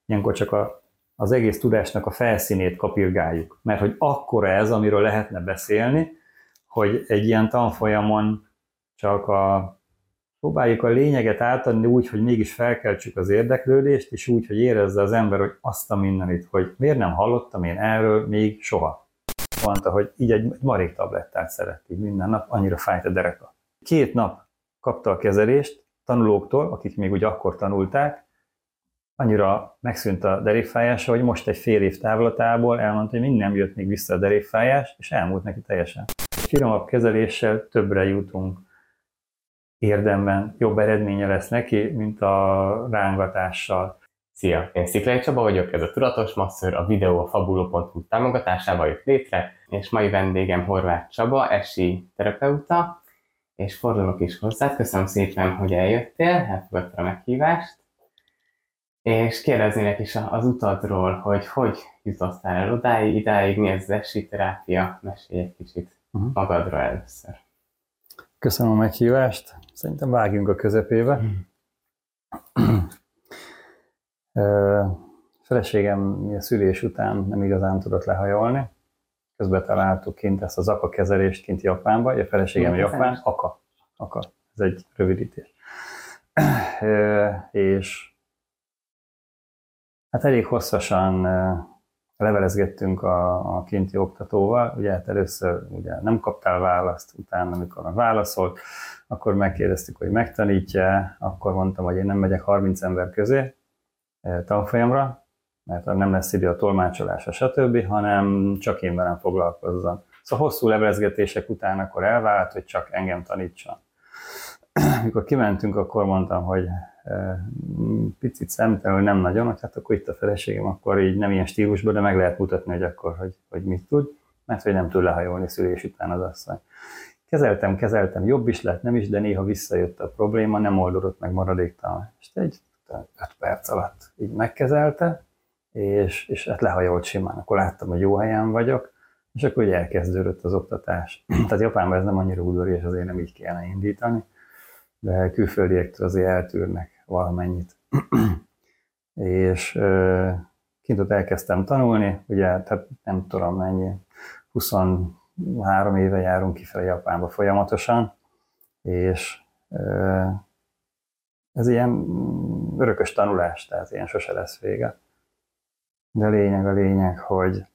ilyenkor csak az egész tudásnak a felszínét kapirgáljuk. Mert hogy akkora ez, amiről lehetne beszélni, hogy egy ilyen tanfolyamon csak próbáljuk a lényeget átadni úgy, hogy mégis felkeltsük az érdeklődést, és úgy, hogy érezze az ember, hogy azt a mindenit, hogy miért nem hallottam én erről még soha. Mondta, hogy így egy marék tablettát szeret így minden nap, annyira fájt a dereka. 2 nap kapta a kezelést tanulóktól, akik még úgy akkor tanulták, annyira megszűnt a derékfájása, hogy most egy fél év távlatából elmondta, hogy mind nem jött még vissza a derékfájás, és elmúlt neki teljesen. Finomabb kezeléssel többre jutunk. Érdemben jobb eredménye lesz neki, mint a rángatással. Szia! Én Sziklai Csaba vagyok, ez a Tudatos Masször, a videó a fabulo.hu támogatásával jött létre, és mai vendégem Horváth Csaba, esi terapeuta, és fordulok is hozzád. Köszönöm szépen, hogy eljöttél, elfogadtad a meghívást, és kérdeznélek is az utadról, hogy jutottál el idáig, mi ez az esi terápia, mesélj egy kicsit magadról először. Köszönöm a meghívást, szerintem vágjunk a közepébe. Feleségem a szülés után nem igazán tudott lehajolni. Közben találtuk kint ezt az AKA kezelést kint Japánba. A feleségem japán, AKA. Ez egy rövidítés. És hát elég hosszasan levelezgettünk a kinti oktatóval. Ugye hát először ugye nem kaptál választ, utána amikor válaszolt, akkor megkérdeztük, hogy megtanítja, akkor mondtam, hogy én nem megyek 30 ember közé tanfolyamra, mert nem lesz idő a tolmácsolásra, stb., hanem csak én velem foglalkozzam. Szóval hosszú levelezgetések után akkor elvált, hogy csak engem tanítson. Mikor kimentünk, akkor mondtam, hogy picit szemtelenül nem nagyon, hogy hát akkor itt a feleségem, akkor így nem ilyen stílusban, de meg lehet mutatni, hogy akkor, hogy mit tud, mert hogy nem tud lehajolni szülés után az asszony. Kezeltem, jobb is lett, nem is, de néha visszajött a probléma, nem oldódott meg maradéktalan. És egy 5 perc alatt így megkezelte, és hát lehajolt simán. Akkor láttam, hogy jó helyen vagyok, és akkor ugye elkezdődött az oktatás. Tehát Japánban ez nem annyira udvarias, azért nem így kellene indítani, de külföldiektől azért eltűrnek valamennyit. És kint ott elkezdtem tanulni, ugye, tehát nem tudom mennyi, 23 éve járunk kifele Japánba folyamatosan, és ez ilyen örökös tanulás, tehát ilyen sose lesz vége. De a lényeg, hogy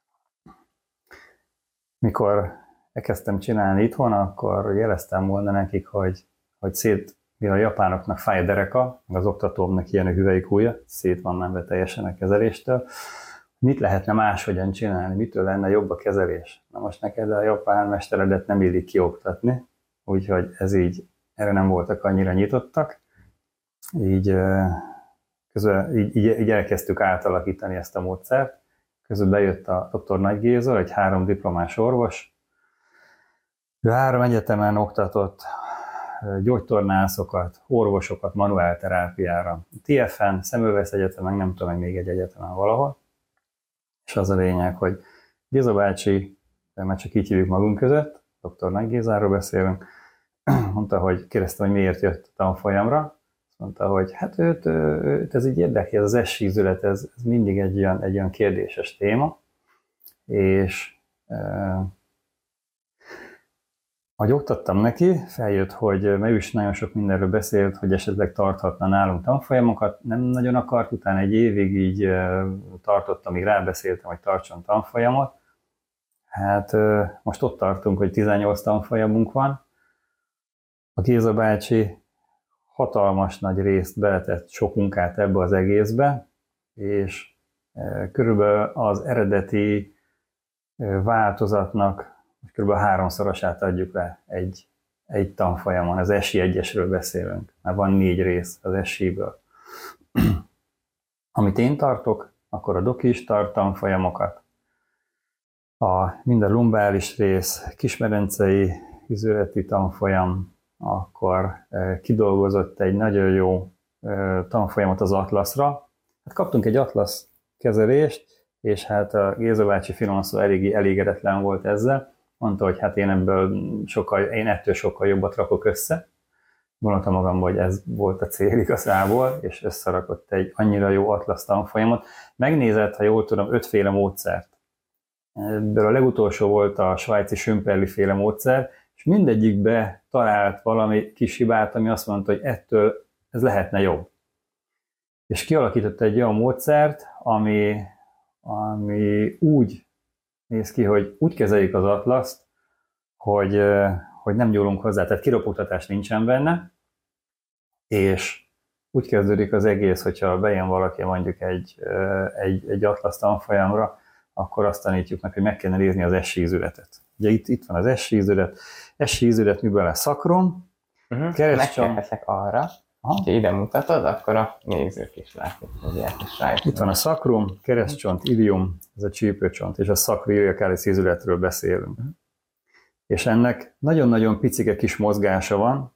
mikor elkezdtem csinálni itthon, akkor jeleztem volna nekik, hogy mivel a japánoknak fáj a dereka, meg az oktatómnak ilyen a hüvelykúja, szét van menve teljesen a kezeléstől, mit lehetne máshogyan csinálni, mitől lenne jobb a kezelés. Na most neked a japán mesteredet nem illik kioktatni, úgyhogy ez így, erre nem voltak annyira nyitottak, így elkezdtük átalakítani ezt a módszert. Közben bejött a dr. Nagy Géza, egy 3 diplomás orvos. Ő 3 egyetemen oktatott gyógytornászokat, orvosokat manuálterápiára. TFN, Szemülvesz Egyetemen, nem tudom, még egy egyetemen valahol. És az a lényeg, hogy Géza bácsi, mert csak így hívjuk magunk között, dr. Nagy Gézáról beszélünk, mondta, hogy kérdeztem, hogy miért jött a tanfolyamra. Mondta, hogy hát őt ez így érdekli, ez az esízület, ez mindig egy olyan kérdéses téma, és ahogy oktattam neki, feljött, hogy mert ő is nagyon sok mindenről beszélt, hogy esetleg tarthatna nálunk tanfolyamokat, nem nagyon akart, utána egy évig így tartott, amíg rábeszéltem, hogy tartson tanfolyamot. Hát most ott tartunk, hogy 18 tanfolyamunk van. A Géza bácsi hatalmas nagy részt beletett sok munkát ebbe az egészbe, és körülbelül az eredeti változatnak körülbelül 3-szorosát adjuk le egy tanfolyamon. Az esi 1-esről beszélünk, mert van 4 rész az esiből. Amit én tartok, akkor a doki is tart tanfolyamokat. Mind a lumbális rész, kismedencei izületi tanfolyam, akkor kidolgozott egy nagyon jó tanfolyamot az Atlaszra. Hát kaptunk egy Atlasz kezelést, és hát a Géza bácsi finoman szóval eléggé elégedetlen volt ezzel. Mondta, hogy hát én ettől sokkal jobbat rakok össze, gondoltam magamban, hogy ez volt a cél igazából, és összerakott egy annyira jó atlasz tanfolyamot. Megnézett, ha jól tudom, 5 féle módszert. Ebből a legutolsó volt a svájci Schümperli féle módszer, és mindegyikbe talált valami kis hibát, ami azt mondta, hogy ettől ez lehetne jobb. És kialakított egy olyan módszert, ami úgy néz ki, hogy úgy kezeljük az atlaszt, hogy nem nyúlunk hozzá, tehát kiropogtatás nincsen benne, és úgy kezdődik az egész, hogyha bejön valaki mondjuk egy atlasz tanfolyamra, akkor azt tanítjuk meg, hogy meg kéne nézni az S ízületet. Ugye itt van az S ízület. S ízület miből lesz? Szakrum, Megkérhetek arra, ha ide mutatod, akkor a nézők is látják, hogy is rájött. Itt van a szakrum, keresztcsont, ilium, ez a csípőcsont, és a sacroiliacalis ízületről beszélünk. És ennek nagyon-nagyon picike kis mozgása van,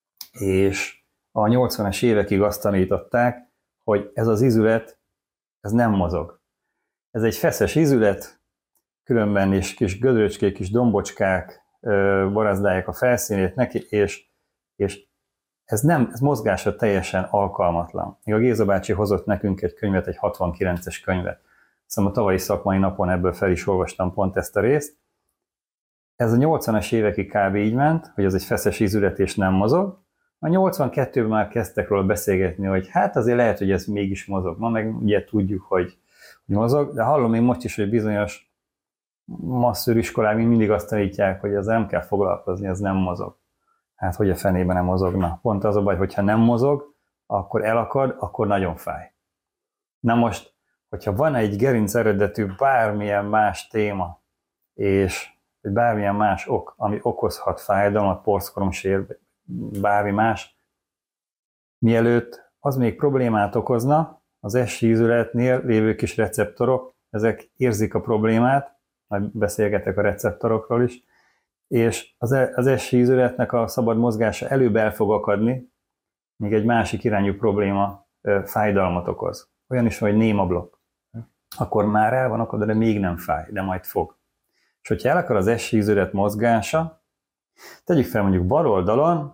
és a 80-as évekig azt tanították, hogy ez az ízület, ez nem mozog. Ez egy feszes ízület, különben is kis gödröcskék, kis dombocskák barazdálják a felszínét neki, és ez mozgásra teljesen alkalmatlan. Még a Géza bácsi hozott nekünk egy könyvet, egy 69-es könyvet. Szóval a tavalyi szakmai napon ebből fel is olvastam pont ezt a részt. Ez a 80-as évekig kb. Így ment, hogy ez egy feszes ízület és nem mozog. A 82-ben már kezdtek róla beszélgetni, hogy hát azért lehet, hogy ez mégis mozog. Ma meg ugye tudjuk, hogy mozog, de hallom még most is, hogy bizonyos masszőriskolák mindig azt tanítják, hogy az nem kell foglalkozni, az nem mozog. Hát hogy a fenében nem mozogna. Pont az a baj, hogyha nem mozog, akkor elakad, akkor nagyon fáj. Na most, hogyha van egy gerinc eredetű bármilyen más téma, és bármilyen más ok, ami okozhat fájdalmat, porszkoromsér, bármi más, mielőtt az még problémát okozna, az S ízületnél lévő kis receptorok, ezek érzik a problémát, majd beszélgetek a receptorokról is, és az S ízületnek a szabad mozgása előbb el fog akadni, még egy másik irányú probléma fájdalmat okoz. Olyan is, hogy néma blokk. Akkor már el van akadva, de még nem fáj, de majd fog. És hogyha elakad az S ízület mozgása, tegyük fel mondjuk bal oldalon,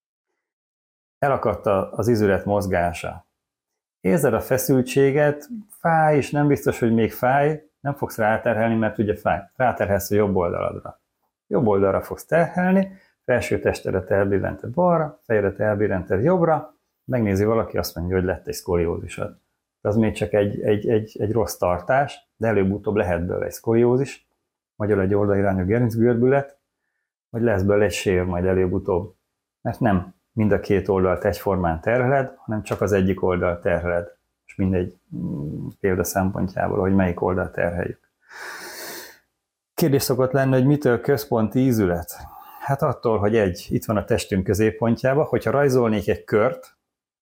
elakadt az ízület mozgása. Érzed a feszültséget, fáj, és nem biztos, hogy még fáj, nem fogsz ráterhelni, mert ugye fáj. Ráterhelsz a jobb oldaladra. Jobb oldalra fogsz terhelni, felső testedet elbillented balra, fejedet elbillented jobbra, megnézi valaki, azt mondja, hogy lett egy szkoliózisod. Az még csak egy rossz tartás, de előbb-utóbb lehet belőle egy szkoliózis, magyarul egy oldalirányú gerincgörbület, vagy lesz belőle egy sér majd előbb-utóbb. Mert nem mind a két oldalt egyformán terheled, hanem csak az egyik oldalt terheled. És mindegy példa szempontjából, hogy melyik oldalt terheljük. Kérdés szokott lenni, hogy mitől központi ízület? Hát attól, hogy itt van a testünk középpontjában, hogyha rajzolnék egy kört,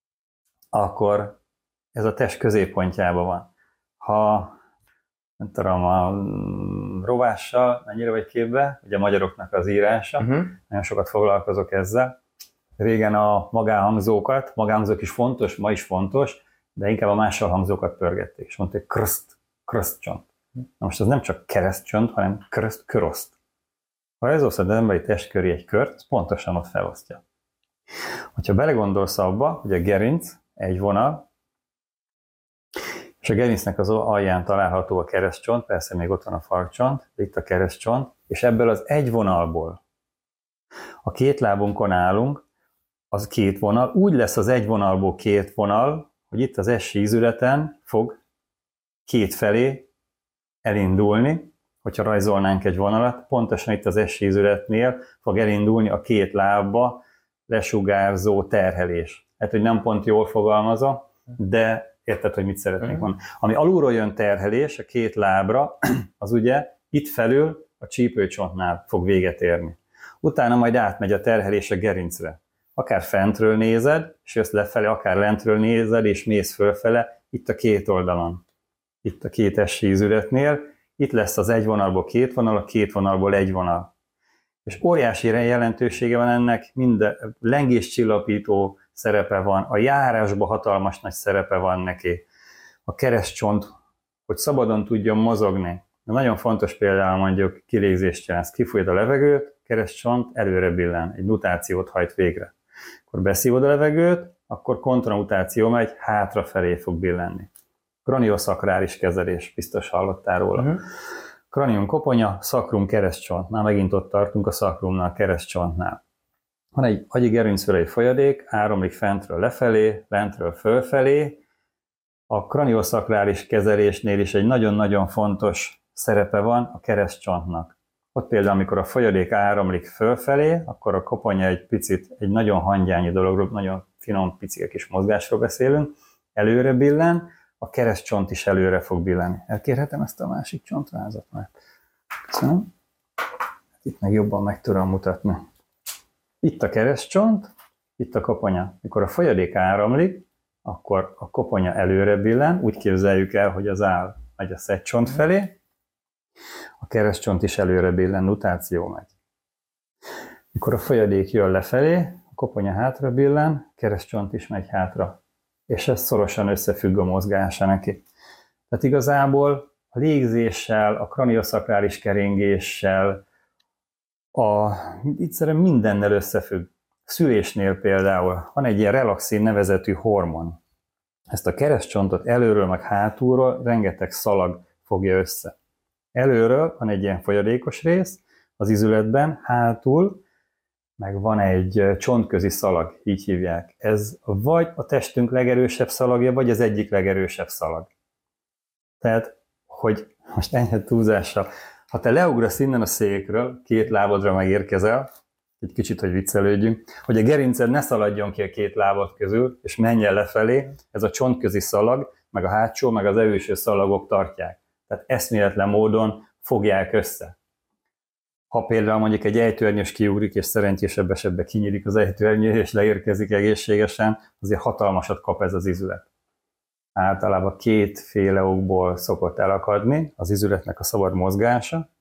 akkor ez a test középpontjában van. Ha nem tudom, a rovással mennyire vagy képbe, ugye a magyaroknak az írása, nagyon sokat foglalkozok ezzel. Régen a magánhangzók is fontos, ma is fontos, de inkább a mással hangzókat pörgették, és mondták krösztcsont. Na most az nem csak keresztcsont, hanem köroszt. Ha ez osztod az emberi test köré egy kört, pontosan ott felosztja. Hogyha belegondolsz abba, hogy a gerinc egy vonal, és a gerincnek az alján található a keresztcsont, persze még ott van a farkcsont, itt a keresztcsont, és ebből az egy vonalból a két lábunkon állunk, az két vonal, úgy lesz az egy vonalból két vonal, hogy itt az S ízületen fog két felé elindulni, hogyha rajzolnánk egy vonalat, pontosan itt az S ízületnél fog elindulni a két lábba lesugárzó terhelés. Hát, hogy nem pont jól fogalmazom, de érted, hogy mit szeretnék mondani. Ami alulról jön terhelés a két lábra, az ugye itt felül a csípőcsontnál fog véget érni. Utána majd átmegy a terhelés a gerincre. Akár fentről nézed, és jössz lefelé, akár lentről nézed, és mész fölfele, itt a két oldalon. Itt a két S ízületnél, itt lesz az egy vonalból két vonal, a két vonalból egy vonal. És óriási jelentősége van ennek, minden lengéscsillapító szerepe van, a járásban hatalmas nagy szerepe van neki. A keresztcsont, hogy szabadon tudjon mozogni. De nagyon fontos például mondjuk kilégzést csinálsz, kifújod a levegőt, keresztcsont előre billen, egy nutációt hajt végre. Akkor beszívod a levegőt, akkor kontramutáció megy, hátrafelé fog billenni. Kranioszakrális kezelés, biztos hallottál róla. Kranium koponya, szakrum keresztcsont. Már megint ott tartunk a szakrumnál, keresztcsontnál. Van egy agyi gerincfölé folyadék, áramlik fentről lefelé, lentről fölfelé. A kranioszakrális kezelésnél is egy nagyon-nagyon fontos szerepe van a keresztcsontnak. Ott például, amikor a folyadék áramlik fölfelé, akkor a koponya egy nagyon hangyányi dologról, nagyon finom, pici kis mozgásról beszélünk, előre billen, a keresztcsont is előre fog billenni. Elkérhetem ezt a másik csontvázat már? Köszönöm. Itt meg jobban meg tudom mutatni. Itt a keresztcsont, itt a koponya. Mikor a folyadék áramlik, akkor a koponya előre billen, úgy képzeljük el, hogy az áll megy a szedcsont felé, a keresztcsont is előre billen, nutáció megy. Mikor a folyadék jön lefelé, a koponya hátra billen, a keresztcsont is megy hátra. És ez szorosan összefügg a mozgása neki. Tehát igazából a légzéssel, a kranioszakrális keringéssel, egyszerűen mindennel összefügg. Szülésnél például van egy ilyen relaxin nevezetű hormon. Ezt a keresztcsontot előről meg hátulról rengeteg szalag fogja össze. Előről van egy ilyen folyadékos rész az izületben, hátul meg van egy csontközi szalag, így hívják. Ez vagy a testünk legerősebb szalagja, vagy az egyik legerősebb szalag. Tehát, hogy most enyhe túlzással, ha te leugrasz innen a székről, két lábadra megérkezel, egy kicsit, hogy viccelődjünk, hogy a gerinced ne szaladjon ki a két lábad közül, és menjen lefelé, ez a csontközi szalag, meg a hátsó, meg az előső szalagok tartják. Tehát eszméletlen módon fogják össze. Ha például mondjuk egy ejtőernyős kiugrik, és szerencsésebb esetben kinyílik az ejtőernyő, és leérkezik egészségesen, azért hatalmasat kap ez az izület. Általában kétféle okból szokott elakadni az izületnek a szabad mozgása.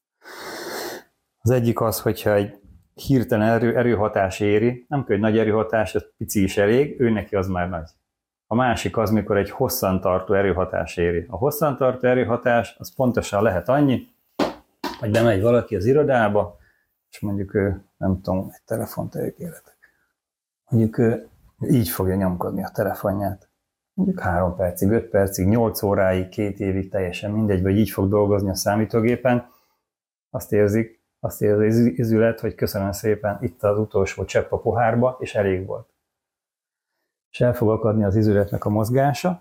Az egyik az, hogyha egy hirtelen erőhatás éri, nem kell egy nagy erőhatás, ez pici is elég, ő neki az már nagy. A másik az, mikor egy hosszantartó erőhatás éri. A hosszantartó erőhatás az pontosan lehet annyi, hogy bemegy valaki az irodába, és mondjuk ő, nem tudom, egy telefont elkérhetek. Mondjuk ő így fogja nyomkodni a telefonját. Mondjuk 3 percig, 5 percig, 8 óráig, 2 évig, teljesen mindegy, vagy így fog dolgozni a számítógépen. Azt érzi az izület, hogy köszönöm szépen, itt az utolsó csepp a pohárba, és elég volt. És el fog akadni az izületnek a mozgása,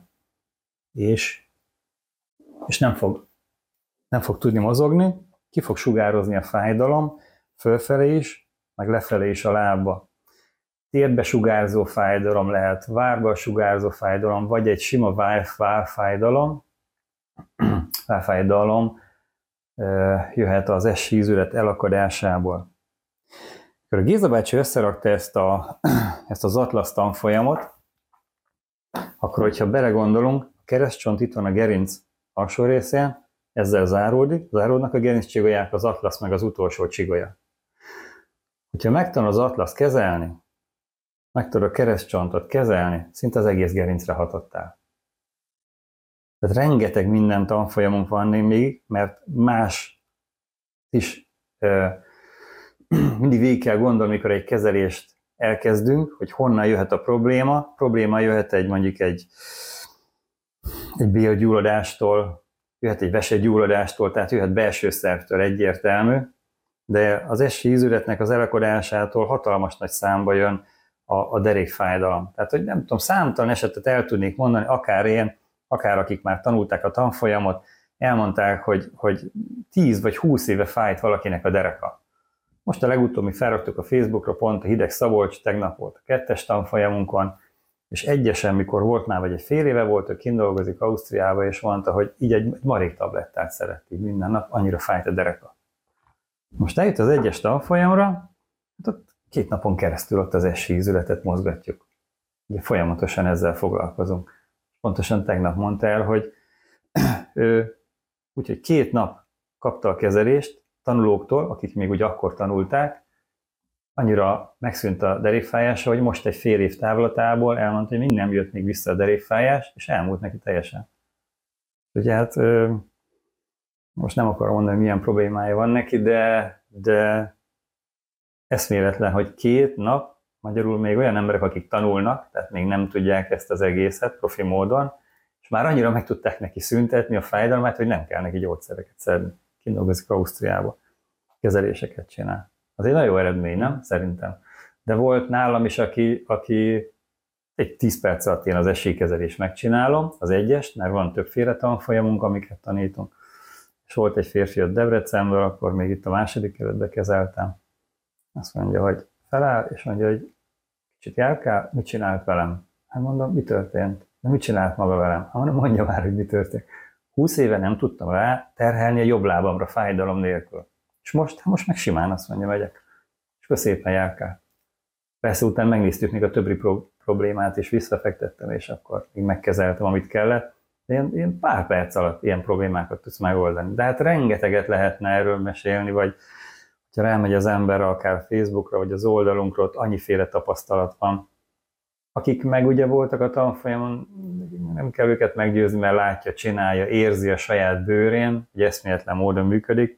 és nem fog tudni mozogni, ki fog sugározni a fájdalom, fölfelé is, meg lefelé is a lábba. Térbe sugárzó fájdalom lehet, várba sugárzó fájdalom, vagy egy sima válfájdalom jöhet az SI izület elakadásából. Akkor a Géza bácsi összerakta ezt az Atlasz tanfolyamot, akkor, hogyha belegondolunk, a keresztcsont itt van a gerinc alsó részén, ezzel záródnak a gerinccsigolyák, az Atlasz meg az utolsó csigolya. Hogyha megtanul az Atlasz kezelni, meg tudod a keresztcsontot kezelni, szinte az egész gerincre hatottál. Tehát rengeteg minden tanfolyamunk van még, mert más is mindig végig kell gondolni, amikor egy kezelést elkezdünk, hogy honnan jöhet a probléma. Probléma jöhet mondjuk egy bélgyulladástól, jöhet egy vesegyulladástól, tehát jöhet belső szervtől, egyértelmű, de az SI izületnek az elakadásától hatalmas nagy számba jön a derékfájdalom. Tehát, hogy nem tudom, számtalan esetet el tudnék mondani, akár én, akár akik már tanulták a tanfolyamot, elmondták, hogy 10 vagy 20 éve fájt valakinek a dereka. Most a legutóbbi felraktuk a Facebookra, pont a Hideg Szabolcs, tegnap volt a 2. tanfolyamunkon, és egyesen, mikor volt már, vagy egy fél éve volt, ő kint dolgozik Ausztriába, és mondta, hogy így egy marék tablettát szeret így minden nap, annyira fájt a dereka. Most eljött az 1-es tanfolyamra, hát ott 2 napon keresztül ott az SI izületet mozgatjuk. Ugye folyamatosan ezzel foglalkozunk. Pontosan tegnap mondta el, hogy ő úgyhogy 2 nap kapta a kezelést tanulóktól, akik még ugye akkor tanulták, annyira megszűnt a derékfájása, hogy most egy fél év távlatából elmondta, hogy még nem jött még vissza a derékfájás, és elmúlt neki teljesen. Ugye hát most nem akarom mondani, milyen problémája van neki, de eszméletlen, hogy 2 nap magyarul még olyan emberek, akik tanulnak, tehát még nem tudják ezt az egészet profi módon, és már annyira meg tudták neki szüntetni a fájdalmát, hogy nem kell neki gyógyszereket szedni. Kidolgozik Ausztriába, kezeléseket csinál. Az egy nagyon jó eredmény, nem? Szerintem. De volt nálam is, aki egy 10 perc alatt én az esélykezelést megcsinálom, az egyest, mert van többféle tanfolyamunk, amiket tanítunk. És volt egy férfi ott Debrecenből, akkor még itt a második kerületbe kezeltem. Azt mondja, hogy feláll, és mondja, hogy kicsit járkál, mit csinált velem? Hát mondom, mi történt? De mit csinált maga velem? Hát mondom, mondja már, hogy mi történt. 20 éve nem tudtam rá terhelni a jobb lábamra fájdalom nélkül. És most meg simán azt mondja, megyek. És akkor szépen járkál. Persze utána megnéztük még a többi problémát, és visszafektettem, és akkor még megkezeltem, amit kellett. De ilyen pár perc alatt ilyen problémákat tudsz megoldani. De hát rengeteget lehetne erről mesélni, vagy ha rámegy az ember akár Facebookra, vagy az oldalunkra, ott annyiféle tapasztalat van. Akik meg ugye voltak a tanfolyamon, nem kell őket meggyőzni, mert látja, csinálja, érzi a saját bőrén, hogy eszméletlen módon működik.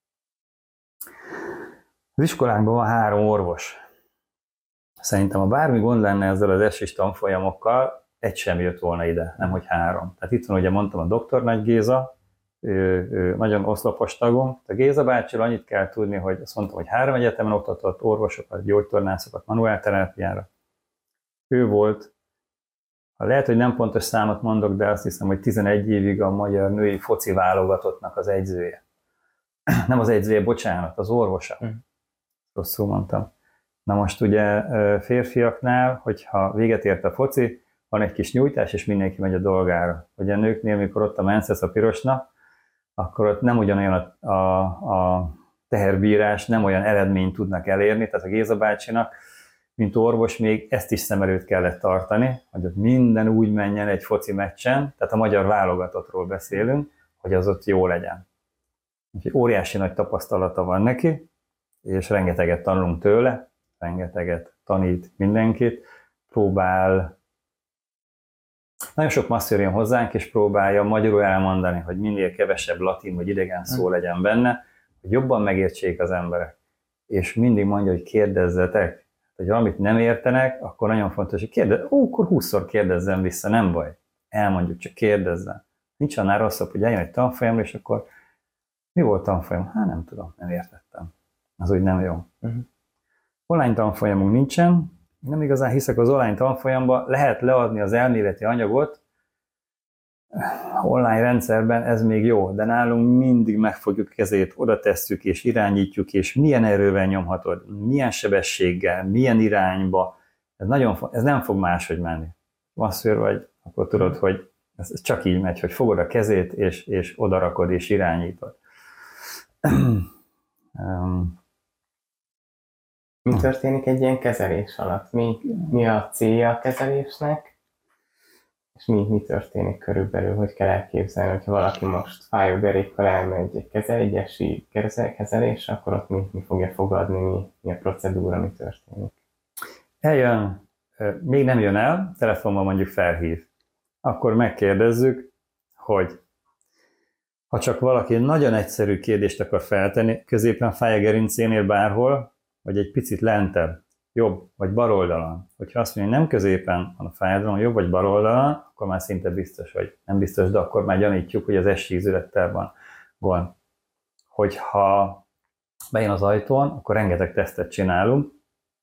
Az iskolánkban van 3 orvos. Szerintem, ha bármi gond lenne ezzel az esés tanfolyamokkal, egy sem jött volna ide, nemhogy 3. Tehát itt van, ugye mondtam, a dr. Nagy Géza, ő nagyon oszlopos tagom. A Géza bácsiról annyit kell tudni, hogy azt mondtam, hogy 3 egyetemen oktatott orvosokat, gyógytornászokat manuálterápiára. Ő volt, lehet, hogy nem pontos számot mondok, de azt hiszem, hogy 11 évig a magyar női foci válogatottnak az edzője. Nem az edzője, bocsánat, az orvosa. Rosszul mondtam. Na most ugye férfiaknál, hogyha véget ért a foci, van egy kis nyújtás, és mindenki megy a dolgára. Ugye a nőknél, mikor ott a menszesz a pirosnak, akkor ott nem ugyanolyan a teherbírás, nem olyan eredményt tudnak elérni, tehát a Géza bácsinak, mint orvos még ezt is szem előtt kellett tartani, hogy ott minden úgy menjen egy foci meccsen, tehát a magyar válogatottról beszélünk, hogy az ott jó legyen. Úgyhogy óriási nagy tapasztalata van neki, és rengeteget tanulunk tőle, rengeteget tanít mindenkit, próbál, nagyon sok masször jön hozzánk, és próbálja magyarul elmondani, hogy minél kevesebb latin vagy idegen szó legyen benne, hogy jobban megértsék az emberek. És mindig mondja, hogy kérdezzetek, hogy valamit nem értenek, akkor nagyon fontos, hogy akkor 20-szor kérdezzen vissza, nem baj. Elmondjuk, csak kérdezzen. Nincs annál rosszabb, hogy eljön egy tanfolyamra, és akkor mi volt tanfolyam? Hát nem tudom, nem értettem. Az úgy nem jó. Online tanfolyamunk nincsen, nem igazán hiszek az online tanfolyamba, lehet leadni az elméleti anyagot, online rendszerben ez még jó, de nálunk mindig megfogjuk kezét, oda tesszük és irányítjuk, és milyen erővel nyomhatod, milyen sebességgel, milyen irányba, ez nem fog máshogy menni. Masször vagy, akkor tudod, hogy ez csak így megy, hogy fogod a kezét, és odarakod és irányítod. Mi történik egy ilyen kezelés alatt? Mi a célja a kezelésnek? És mi történik körülbelül, hogy kell elképzelni, hogyha valaki most fájóderékkal elmegy egy esi kezelésre, akkor ott mi fogja fogadni, mi a procedúra, mi történik? Eljön, még nem jön el, telefonban mondjuk felhív. Akkor megkérdezzük, hogy ha csak valaki nagyon egyszerű kérdést akar feltenni, középen fáj a gerincénél bárhol, vagy egy picit lentebb, jobb vagy bal oldalon. Hogyha azt mondja, hogy nem középen van a fájdalom, jobb vagy bal oldalon, akkor már szinte biztos, hogy nem biztos, de akkor már gyanítjuk, hogy az ességzülettel van gond. Hogyha bejön az ajtón, akkor rengeteg tesztet csinálunk,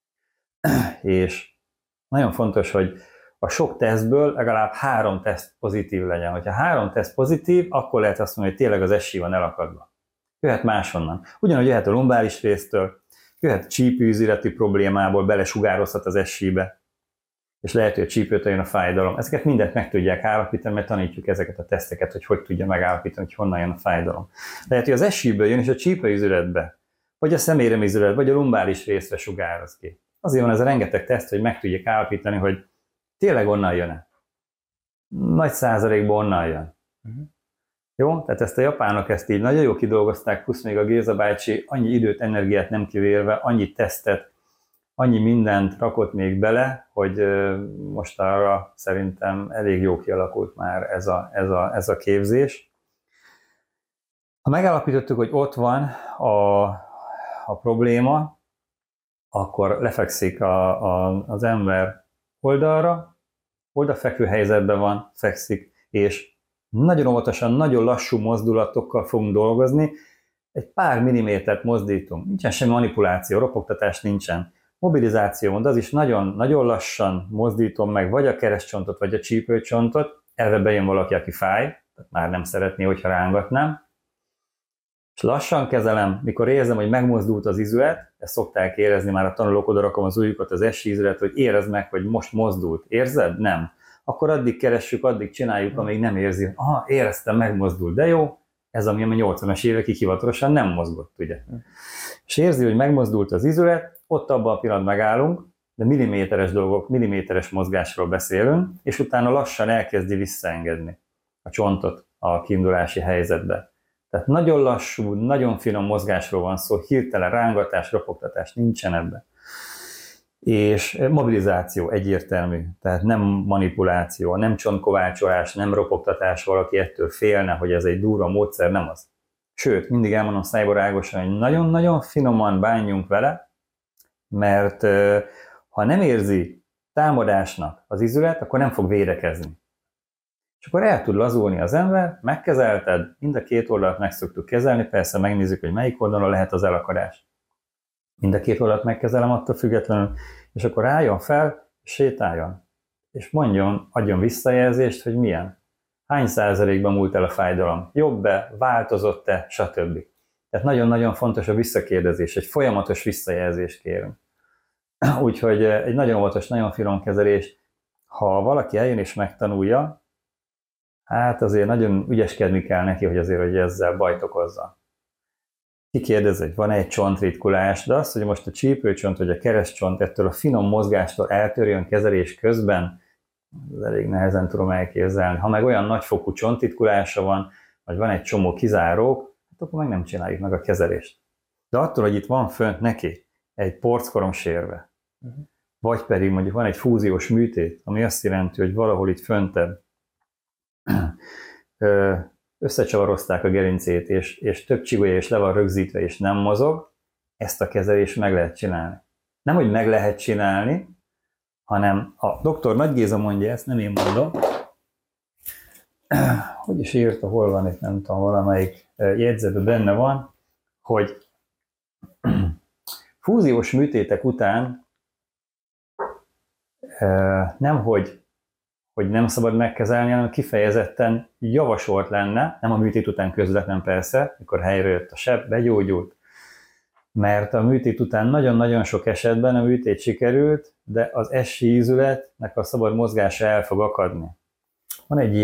és nagyon fontos, hogy a sok tesztből legalább 3 teszt pozitív legyen. Hogyha 3 teszt pozitív, akkor lehet azt mondani, hogy tényleg az SI van elakadva. Jöhet máshonnan. Ugyanúgy jöhet a lumbális résztől, jöhet csípőüzületi problémából, belesugározhat az SI-be, és lehet, hogy a csípőtől jön a fájdalom. Ezeket mindent meg tudják állapítani, mert tanítjuk ezeket a teszteket, hogy tudja megállapítani, hogy honnan jön a fájdalom. Lehet, hogy az SI-ből jön, és a csípőüzületbe, vagy a szeméremüzület, vagy a lumbális részre sugároz ki. Azért van ez a rengeteg teszt, hogy meg tudják állapítani, hogy tényleg onnan jön-e. Nagy százalékban onnan jön. Jó? Tehát ezt a japánok ezt így nagyon jól kidolgozták, plusz még a Géza bácsi annyi időt, energiát nem kivérve, annyi tesztet, annyi mindent rakott még bele, hogy most arra szerintem elég jó kialakult már ez a képzés. Ha megállapítottuk, hogy ott van a probléma, akkor lefekszik az ember oldalra, oldalfekvő helyzetben van, fekszik, és nagyon óvatosan, nagyon lassú mozdulatokkal fogunk dolgozni, egy pár millimétert mozdítunk, nincsen semmi manipuláció, ropogtatás nincsen. Mobilizáció, de az is nagyon, nagyon lassan mozdítom meg, vagy a keresztcsontot, vagy a csípőcsontot, elve bejön valaki, aki fáj, tehát már nem szeretné, hogyha rángatnám, és lassan kezelem, mikor érzem, hogy megmozdult az izület, ezt szokták érezni, már a tanulók oda rakom az ujjukat, az esi izület, hogy érezd meg, hogy most mozdult. Érzed? Nem. Akkor addig keressük, addig csináljuk, amíg nem érzi. Aha, éreztem, megmozdult, de jó. Ez ami a 80-as évekig hivatalosan nem mozgott, ugye. És érzi, hogy megmozdult az izület, ott abban a pillanatban megállunk, de milliméteres dolgok, milliméteres mozgásról beszélünk, és utána lassan elkezdi visszaengedni a csontot a kiindulási helyzetbe. Tehát nagyon lassú, nagyon finom mozgásról van szó, hirtelen rángatás, ropogtatás nincsen ebben. És mobilizáció egyértelmű, tehát nem manipuláció, nem csontkovácsolás, nem ropogtatás, valaki ettől félne, hogy ez egy durva módszer, nem az. Sőt, mindig elmondom szájbarágosan, hogy nagyon-nagyon finoman bánjunk vele, mert ha nem érzi támadásnak az izület, akkor nem fog védekezni. És akkor el tud lazulni az ember, megkezelted, mind a két oldalt meg szoktuk kezelni, persze megnézzük, hogy melyik oldalon lehet az elakadás. Mind a két oldalt megkezelem attól függetlenül, és akkor álljon fel, és sétáljon. És adjon visszajelzést, hogy milyen. Hány százalékban múlt el a fájdalom? Jobb-e? Változott-e? Stb. Tehát nagyon-nagyon fontos a visszakérdezés, egy folyamatos visszajelzést kérünk. Úgyhogy egy nagyon óvatos, nagyon finom kezelés. Ha valaki eljön és megtanulja, hát azért nagyon ügyeskedni kell neki, hogy ezzel bajt okozza. Kikérdez, hogy van egy csontritkulás, de azt, hogy most a csípőcsont vagy a keresztcsont ettől a finom mozgástól eltörjön kezelés közben, ez elég nehezen tudom elképzelni. Ha meg olyan nagyfokú csontritkulása van, vagy van egy csomó kizárók, hát akkor meg nem csináljuk meg a kezelést. De attól, hogy itt van fönt neki egy porckorom sérve, vagy pedig mondjuk van egy fúziós műtét, ami azt jelenti, hogy valahol itt föntebb összecsavarozták a gerincét, és több csigolya is le van rögzítve, és nem mozog, ezt a kezelést meg lehet csinálni. Nem, hogy meg lehet csinálni, hanem a doktor Nagy Géza mondja ezt, nem én mondom. Hogy is írta, hol van itt, nem tudom, valamelyik jegyzetben benne van, hogy fúziós műtétek után nem, hogy nem szabad megkezelni, hanem kifejezetten javasolt lenne, nem a műtét után közvetlen persze, mikor helyre jött a seb, begyógyult, mert a műtét után nagyon-nagyon sok esetben a műtét sikerült, de az esi ízületnek a szabad mozgása el fog akadni. Van egy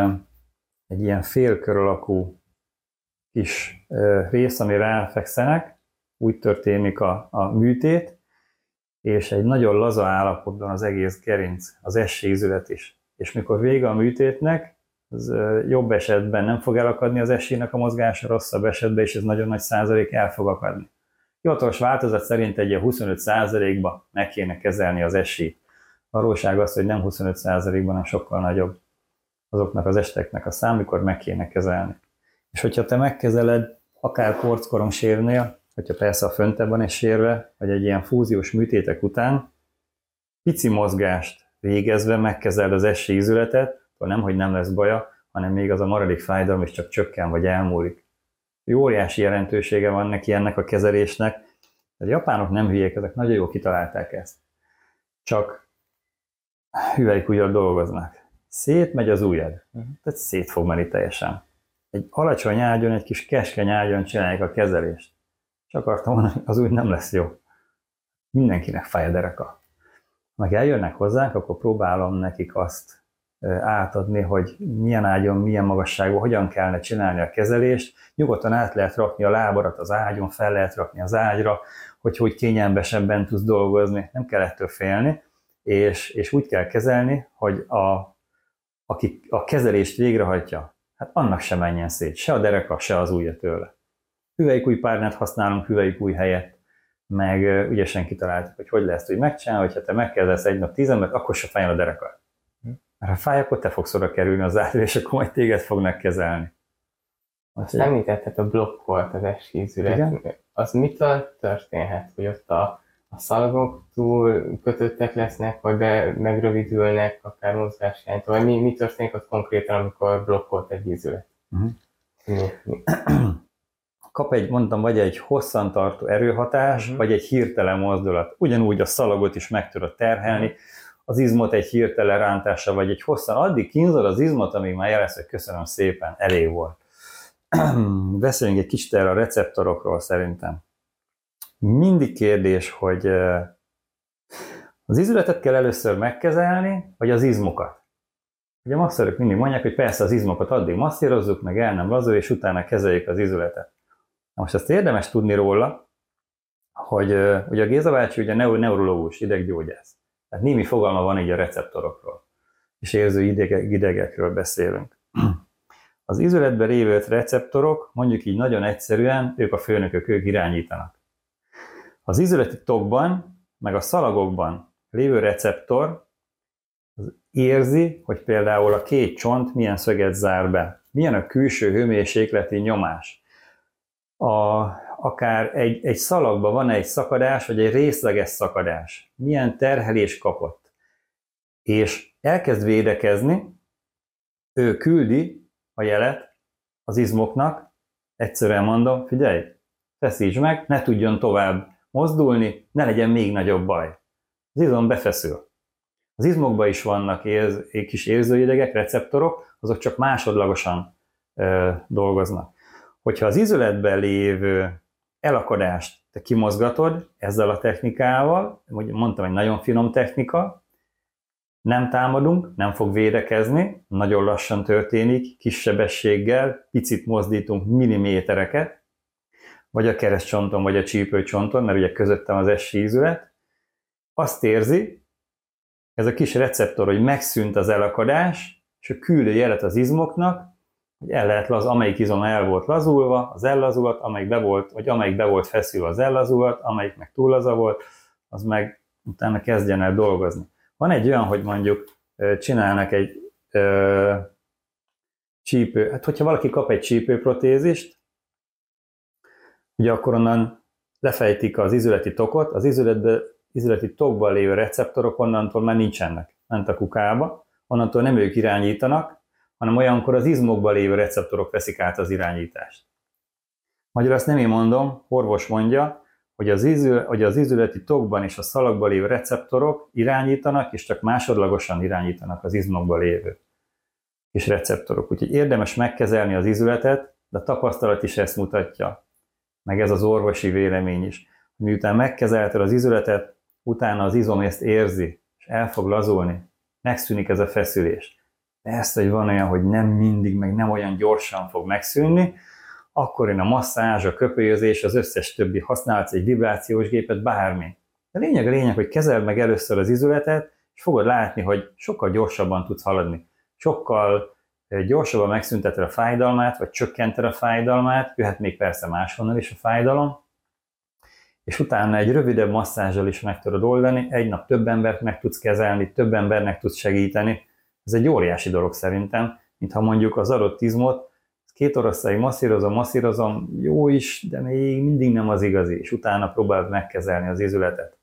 ilyen félkör alakú kis rész, amire elfekszenek, úgy történik a műtét, és egy nagyon laza állapotban az egész gerinc, az esi ízület is. És mikor vége a műtétnek, az jobb esetben nem fog elakadni az esinek a mozgása, rosszabb esetben, és ez nagyon nagy százalék el fog akadni. Hivatalos változat szerint egy 25%-ba meg kéne kezelni az esi. A valóság az, hogy nem 25%-ban, hanem sokkal nagyobb azoknak az esteknek a szám, mikor meg kéne kezelni. És hogyha te megkezeled, akár porckoromsérnél, hogyha persze a föntebb van egy sérve, vagy egy ilyen fúziós műtétek után, pici mozgást végezve megkezeld az esi ízületet, akkor nem, hogy nem lesz baja, hanem még az a maradék fájdalom is csak csökken, vagy elmúlik. Óriási jelentősége van neki ennek a kezelésnek. A japánok nem hülyék, ezek nagyon jól kitalálták ezt. Csak hüvelykujjal dolgoznak. Szétmegy az ujjad, tehát szét fog menni teljesen. Egy alacsony ágyon, egy kis keskeny ágyon csinálják a kezelést. Csak akartam mondani, az úgy nem lesz jó. Mindenkinek fáj a dereka. Meg eljönnek hozzánk, akkor próbálom nekik azt átadni, hogy milyen ágyon, milyen magasságban, hogyan kellene csinálni a kezelést. Nyugodtan át lehet rakni a lábadat az ágyon, fel lehet rakni az ágyra, hogy kényelmesebben tudsz dolgozni, nem kell ettől félni, és úgy kell kezelni, hogy aki a kezelést végrehajtja, hát annak sem menjen szét, se a dereka, se az ujja tőle. Hüvelykujjpárnát használunk hüvelykúj helyett, meg ügyesen kitaláltuk, hogy lehet ezt úgy megcsinálni, hogyha te megkezdesz egy nap 10 embert, akkor se fájjon a derekad. Mert ha fáj, akkor te fogsz oda kerülni az ágyra, és akkor majd téged fognak kezelni. Azt említetted, a blokkolt az esi ízület. Az mitől történhet, hogy ott a a szalagok túl kötöttek lesznek, vagy megrövidülnek, akár mozgáshiánytól, vagy mi történik ott konkrétan, amikor blokkolt egy ízület? Kap mondtam, vagy egy hosszantartó erőhatás, vagy egy hirtelen mozdulat. Ugyanúgy a szalagot is meg tudod terhelni, az izmot egy hirtelen rántása, vagy egy addig kínzod az izmot, amíg már jelez, hogy köszönöm szépen, elég volt. Beszéljünk egy kicsit erre a receptorokról szerintem. Mindig kérdés, hogy az izületet kell először megkezelni, vagy az izmokat. Ugye a masszörök mindig mondják, hogy persze az izmokat addig masszírozzuk, meg el nem lazul, és utána kezeljük az izületet. Na most azt érdemes tudni róla, hogy ugye a Géza bácsi ugye neurológus, ideggyógyász. Tehát némi fogalma van így a receptorokról, és érző idegekről beszélünk. Az izületben lévő receptorok, mondjuk így nagyon egyszerűen, ők a főnökök, ők irányítanak. Az izületi tokban, meg a szalagokban lévő receptor az érzi, hogy például a két csont milyen szöget zár be, milyen a külső hőmérsékleti nyomás. Akár egy szalagban van egy szakadás, vagy egy részleges szakadás, milyen terhelés kapott. És elkezd védekezni, ő küldi a jelet az izmoknak, egyszerűen mondom, figyelj, feszítsd meg, ne tudjon tovább mozdulni, ne legyen még nagyobb baj. Az izom befeszül. Az izmokban is vannak kis érzőidegek, receptorok, azok csak másodlagosan dolgoznak. Hogyha az izületben lévő elakadást te kimozgatod ezzel a technikával, mondtam, egy nagyon finom technika, nem támadunk, nem fog védekezni, nagyon lassan történik, kis sebességgel, picit mozdítunk millimétereket, vagy a keresztcsonton, vagy a csípőcsonton, mert ugye közöttem az essi ízület, azt érzi, ez a kis receptor, hogy megszűnt az elakadás, és a küldő jelet az izmoknak, hogy el lehet amelyik izom el volt lazulva, az ellazult, amelyik be volt feszülve, az ellazult, amelyik meg túl laza volt, az meg utána kezdjen el dolgozni. Van egy olyan, hogy mondjuk csinálnak egy csípő, hát hogyha valaki kap egy csípőprotézist, ugye akkor onnan lefejtik az izületi tokot, az izületi tokban lévő receptorok onnantól már nincsenek, ment a kukába, onnantól nem ők irányítanak, hanem olyankor az izmokban lévő receptorok veszik át az irányítást. Magyarul azt nem én mondom, orvos mondja, hogy az izületi tokban és a szalagban lévő receptorok irányítanak, és csak másodlagosan irányítanak az izmokban lévő kis receptorok. Úgyhogy érdemes megkezelni az izületet, de a tapasztalat is ezt mutatja, meg ez az orvosi vélemény is. Miután megkezelted az izületet, utána az izom ezt érzi, és el fog lazulni, megszűnik ez a feszülés. Persze, hogy van olyan, hogy nem mindig, meg nem olyan gyorsan fog megszűnni, akkor én a masszázs, a köpőjözés, az összes többi használhatsz egy vibrációs gépet, bármi. A lényeg, hogy kezeld meg először az izületet, és fogod látni, hogy sokkal gyorsabban tudsz haladni. Sokkal gyorsabban megszünteted a fájdalmát, vagy csökkented a fájdalmát, jöhet még persze máshonnan is a fájdalom, és utána egy rövidebb masszázsal is meg tudod oldani, egy nap több embert meg tudsz kezelni, több embernek tudsz segíteni. Ez egy óriási dolog szerintem, mintha mondjuk az adott izmot, 2 oroszláig masszírozom, jó is, de még mindig nem az igazi, és utána próbáld megkezelni az izületet.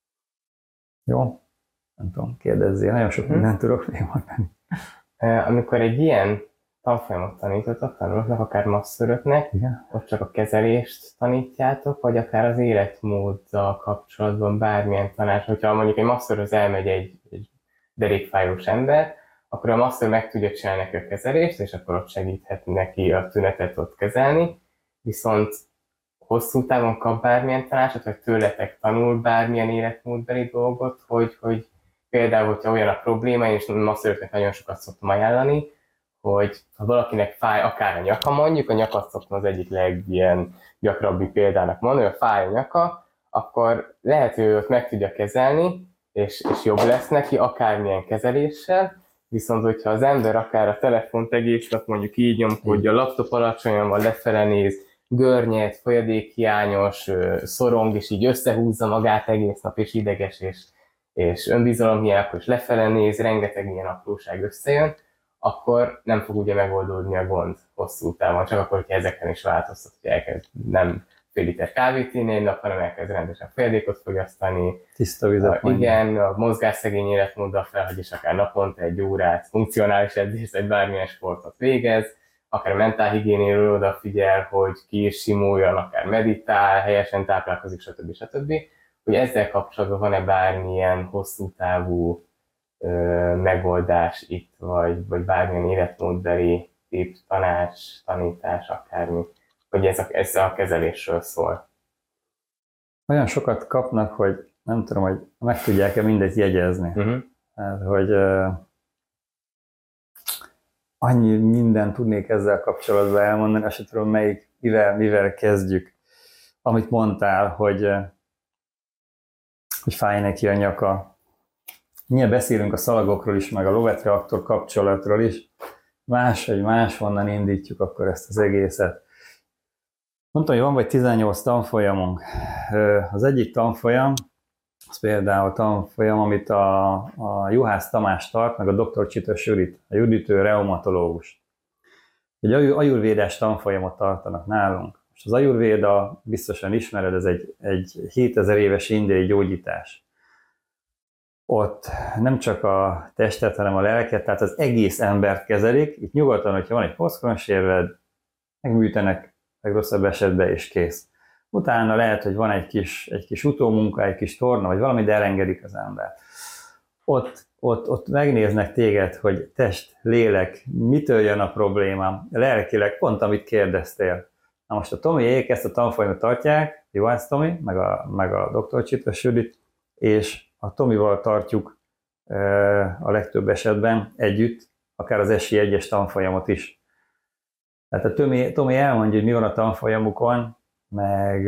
Jó? Nem tudom, kérdezzél, nagyon sok mindent tudok még mondani. Amikor egy ilyen tanfolyamot tanítotok tanulóknak, akár masszöröknek, ott csak a kezelést tanítjátok, vagy akár az életmóddal kapcsolatban bármilyen tanács, hogyha mondjuk egy masszörhöz elmegy egy derékfájós ember, akkor a masször meg tudja csinálni neki a kezelést, és akkor ott segíthet neki a tünetet ott kezelni, viszont hosszú távon kap bármilyen tanácsot, vagy tőletek tanul bármilyen életmódbeli dolgot, hogy például, hogyha olyan a probléma, és masszöröknek nagyon sokat szoktam ajánlani, hogy ha valakinek fáj akár a nyaka mondjuk, a nyakat szoktam az egyik legilyen gyakrabbi példának mondani, hogy fáj a nyaka, akkor lehet, hogy ott meg tudja kezelni, és jobb lesz neki akármilyen kezeléssel, viszont hogyha az ember akár a telefont egész nap mondjuk így nyomkodja, a laptop alacsonyan van, lefele néz, görnyed, folyadékhiányos, szorong, és így összehúzza magát egész nap, és ideges, és önbizalomhiányos, és lefele néz, rengeteg ilyen apróság összejön, akkor nem fog ugye megoldódni a gond hosszú távon, csak akkor, hogyha ezeken is változtat, hogy elkezd nem fél liter kávét inni egy nap, hanem elkezd rendesen folyadékot fogyasztani. Tiszta vizet. Igen, a mozgásszegény életmóddal felhagy, és akár naponta 1 órát funkcionális edzést, vagy bármilyen sportot végez, akár mentálhigiénéről odafigyel, hogy ki is simuljon, akár meditál, helyesen táplálkozik, stb. Hogy ezzel kapcsolatban van-e bármilyen hosszú távú megoldás itt, vagy bármilyen életmódbeli tipp, tanács, tanítás, akármi, hogy ez a kezelésről szól. Olyan sokat kapnak, hogy nem tudom, hogy meg tudják-e mindezt jegyezni. Hát, hogy annyi mindent tudnék ezzel kapcsolatban elmondani, azt sem tudom, mivel kezdjük. Amit mondtál, hogy fáj neki a nyaka. Milyen beszélünk a szalagokról is, meg a lovetreaktor kapcsolatról is. Máshonnan indítjuk akkor ezt az egészet. Mondtam, hogy van vagy 18 tanfolyamunk. Az egyik tanfolyam, az például a tanfolyam, amit a Juhász Tamás tart, meg a dr. Csitos Judit, a Juditő reumatológus. Egy ajurvédás tanfolyamot tartanak nálunk. Most az ajurvéda, biztosan ismered, ez egy 7000 éves indiai gyógyítás. Ott nem csak a testet, hanem a lelket, tehát az egész embert kezelik. Itt nyugodtan, hogyha van egy poszkonsérved, megműtenek, meg rosszabb esetben, és kész. Utána lehet, hogy van egy kis utómunka, egy kis torna, vagy valami, de elengedik az ember. Ott megnéznek téged, hogy test, lélek, mitől jön a problémám, lelkileg, pont amit kérdeztél. Na most a Tomiék ezt a tanfolyamot tartják, Juhász Tomi, meg a dr. Csitos Judit, és a Tomival tartjuk a legtöbb esetben együtt, akár az ESI 1-es tanfolyamot is. Tehát a Tomi elmondja, hogy mi van a tanfolyamukon, meg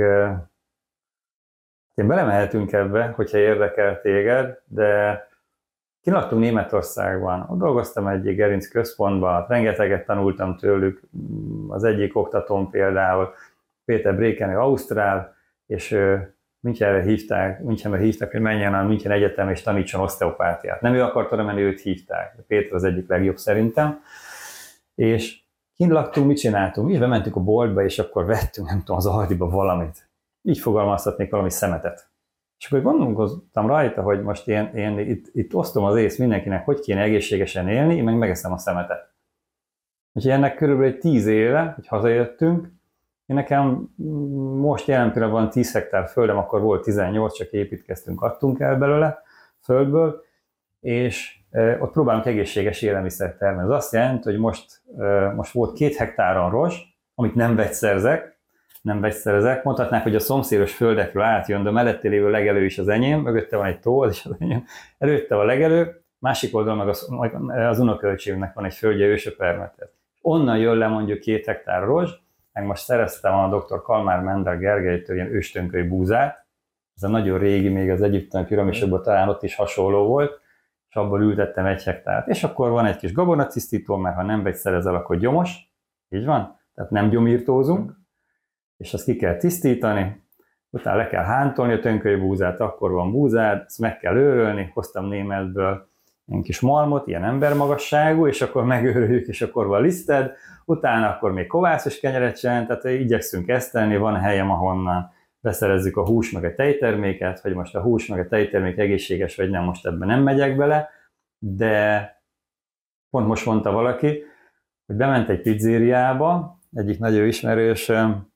én belemehetünk ebbe, hogyha érdekel téged, de kinaktunk Németországban. Ott dolgoztam egy gerinc központban, rengeteget tanultam tőlük. Az egyik oktatóm például Péter Bréken, ausztrál, és Münchenbe hívták, hogy menjen a München Egyetem és tanítson oszteopátiát. Nem ő akart oda menni, őt hívták. Péter az egyik legjobb szerintem. És kint laktunk, mit csináltunk? Mi bementünk a boltba, és akkor vettünk, nem tudom, az Aldiba valamit. Így fogalmazhatnék, valami szemetet. És akkor gondolkoztam rajta, hogy most én itt osztom az ész mindenkinek, hogy kéne egészségesen élni, én meg megeszem a szemetet. Úgyhogy ennek körülbelül 10 éve, hogy hazajöttünk, én nekem most jelen pillanatban 10 hektár földem, akkor volt 18, csak építkeztünk, adtunk el belőle földből, és ott próbálunk egészséges élelmiszert termelni. Ez azt jelenti, hogy most volt 2 hektáron rozs, amit nem vegyszerezek. Mondhatnák, hogy a szomszédos földekről átjön, de a mellette lévő legelő is az enyém, mögötte van egy tó, az is az enyém, előtte a legelő, másik oldalon meg az unoköltségünknek van egy földje, Ősöpermetett. Onnan jön le mondjuk 2 hektár rozs, meg most szereztem a dr. Kalmár Mendel Gergelytől ilyen őstönköly búzát, ez a nagyon régi, még az egyiptomi piramisokban talán ott is hasonló volt, és abból ültettem 1 hektárt. És akkor van egy kis gabonacisztító, mert ha nem vegyszerezel, akkor gyomos, így van, tehát nem gyomírtózunk, és azt ki kell tisztítani, utána le kell hántolni a tönkölybúzát, akkor van búzád, ezt meg kell őrölni, hoztam németből egy kis malmot, ilyen embermagasságú, és akkor megőröljük, és akkor van liszted, utána akkor még kovászos kenyeret sem, tehát igyekszünk ezt tenni, van helyem, ahonnan beszerezzük a hús meg a tejterméket, hogy most a hús meg a tejtermék egészséges vagy nem, most ebben nem megyek bele, de pont most mondta valaki, hogy bement egy pizzériába, egyik nagyon ismerős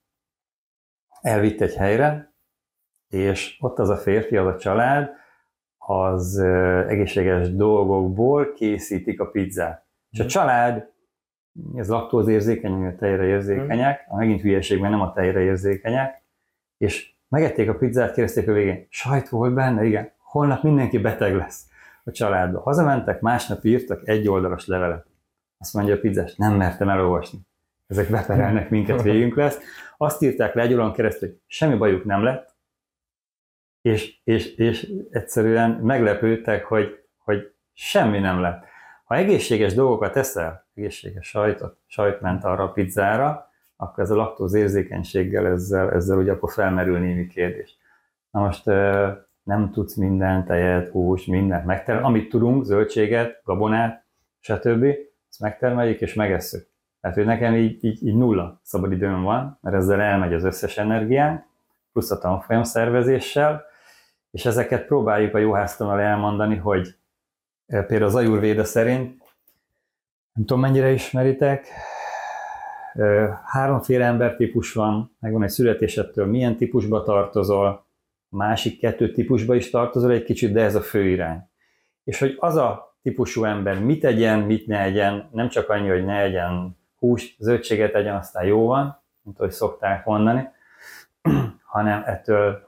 elvitt egy helyre, és ott az a férfi, az a család, az egészséges dolgokból készítik a pizzát. És a család, ez laktózérzékeny, a tejre érzékenyek, megint hülyeség, mert nem a tejre érzékenyek, és megették a pizzát, kérdezték a végén, sajt volt benne, igen, holnap mindenki beteg lesz a családba. Hazamentek, másnap írtak 1 oldalas levelet. Azt mondja a pizzás, nem mertem elolvasni. Ezek beperelnek minket, végünk lesz. Azt írták le 1 órán keresztül, hogy semmi bajuk nem lett, és egyszerűen meglepődtek, hogy semmi nem lett. Ha egészséges dolgokat eszel, egészséges sajt ment arra a pizzára, akkor ez a laktózérzékenységgel ezzel ugye akkor felmerül némi kérdés. Na most nem tudsz minden tejet, húst, mindent megtermelni, amit tudunk, zöldséget, gabonát, stb. Ezt megtermeljük és megesszük. Tehát, hogy nekem így nulla szabadidőm van, mert ezzel elmegy az összes energiánk, plusz a tanfolyam szervezéssel, és ezeket próbáljuk a juhásztonnal elmondani, hogy például az Ayurvéda szerint, nem tudom mennyire ismeritek, háromféle embertípus van, megvan egy születésedtől milyen típusba tartozol, a másik 2 típusba is tartozol egy kicsit, de ez a fő irány. És hogy az a típusú ember mit egyen, mit ne egyen, nem csak annyi, hogy ne egyen húst, zöldséget egyen, aztán jó van, mint ahogy szokták mondani, hanem ettől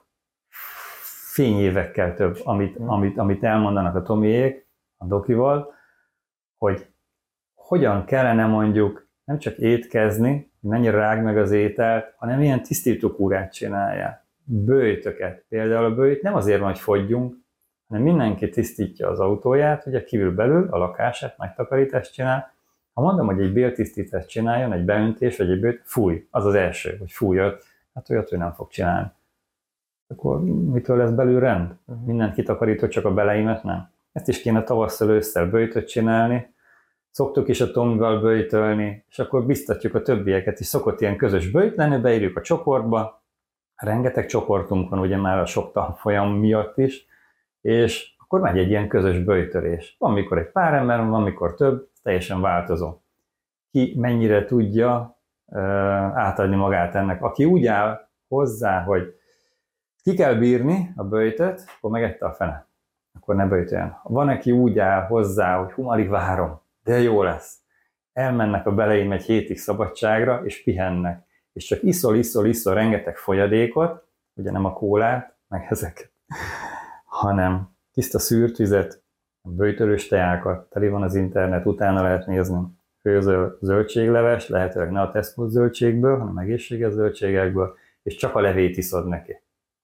fényévekkel több, amit elmondanak a Tomiék, a Dokival, hogy hogyan kellene mondjuk nem csak étkezni, mennyire rág meg az ételt, hanem ilyen tisztítókúrát csinálják. Böjtöket. Például a böjt nem azért van, hogy fogyjunk, hanem mindenki tisztítja az autóját, ugye kívül-belül a lakását, megtakarítást csinál. Ha mondom, hogy egy béltisztítást csináljon, egy beöntés vagy egy böjt, fúj, az az első, hogy fújjad, hát olyat ő nem fog csinálni. Akkor mitől lesz belül rend? Mindent kitakarított, csak a beleimet nem. Ezt is kéne tavasszal, ősszel böjtöt csinálni, szoktuk is a Tomival böjtölni, és akkor biztatjuk a többieket is. Szokott ilyen közös böjt lenni, beírjuk a csoportba, rengeteg csoportunk van ugye már a sok tanfolyam miatt is, és akkor megy egy ilyen közös böjtölés. Van, mikor egy pár ember, van, mikor több, teljesen változó. Ki mennyire tudja átadni magát ennek. Aki úgy áll hozzá, hogy ki kell bírni a böjtöt, akkor megette a fene. Akkor ne böjtöljen. Van, aki úgy áll hozzá, hogy alig várom, de jó lesz. Elmennek a beleim egy hétig szabadságra, és pihennek. És csak iszol rengeteg folyadékot, ugye nem a kólát, meg ezeket, hanem tiszta szűrt vizet, böjtölős teákat, teli van az internet, utána lehet nézni. Főzöl zöldségleves, lehetőleg ne a Tesco zöldségből, hanem egészséges zöldségekből, és csak a levét iszod neki.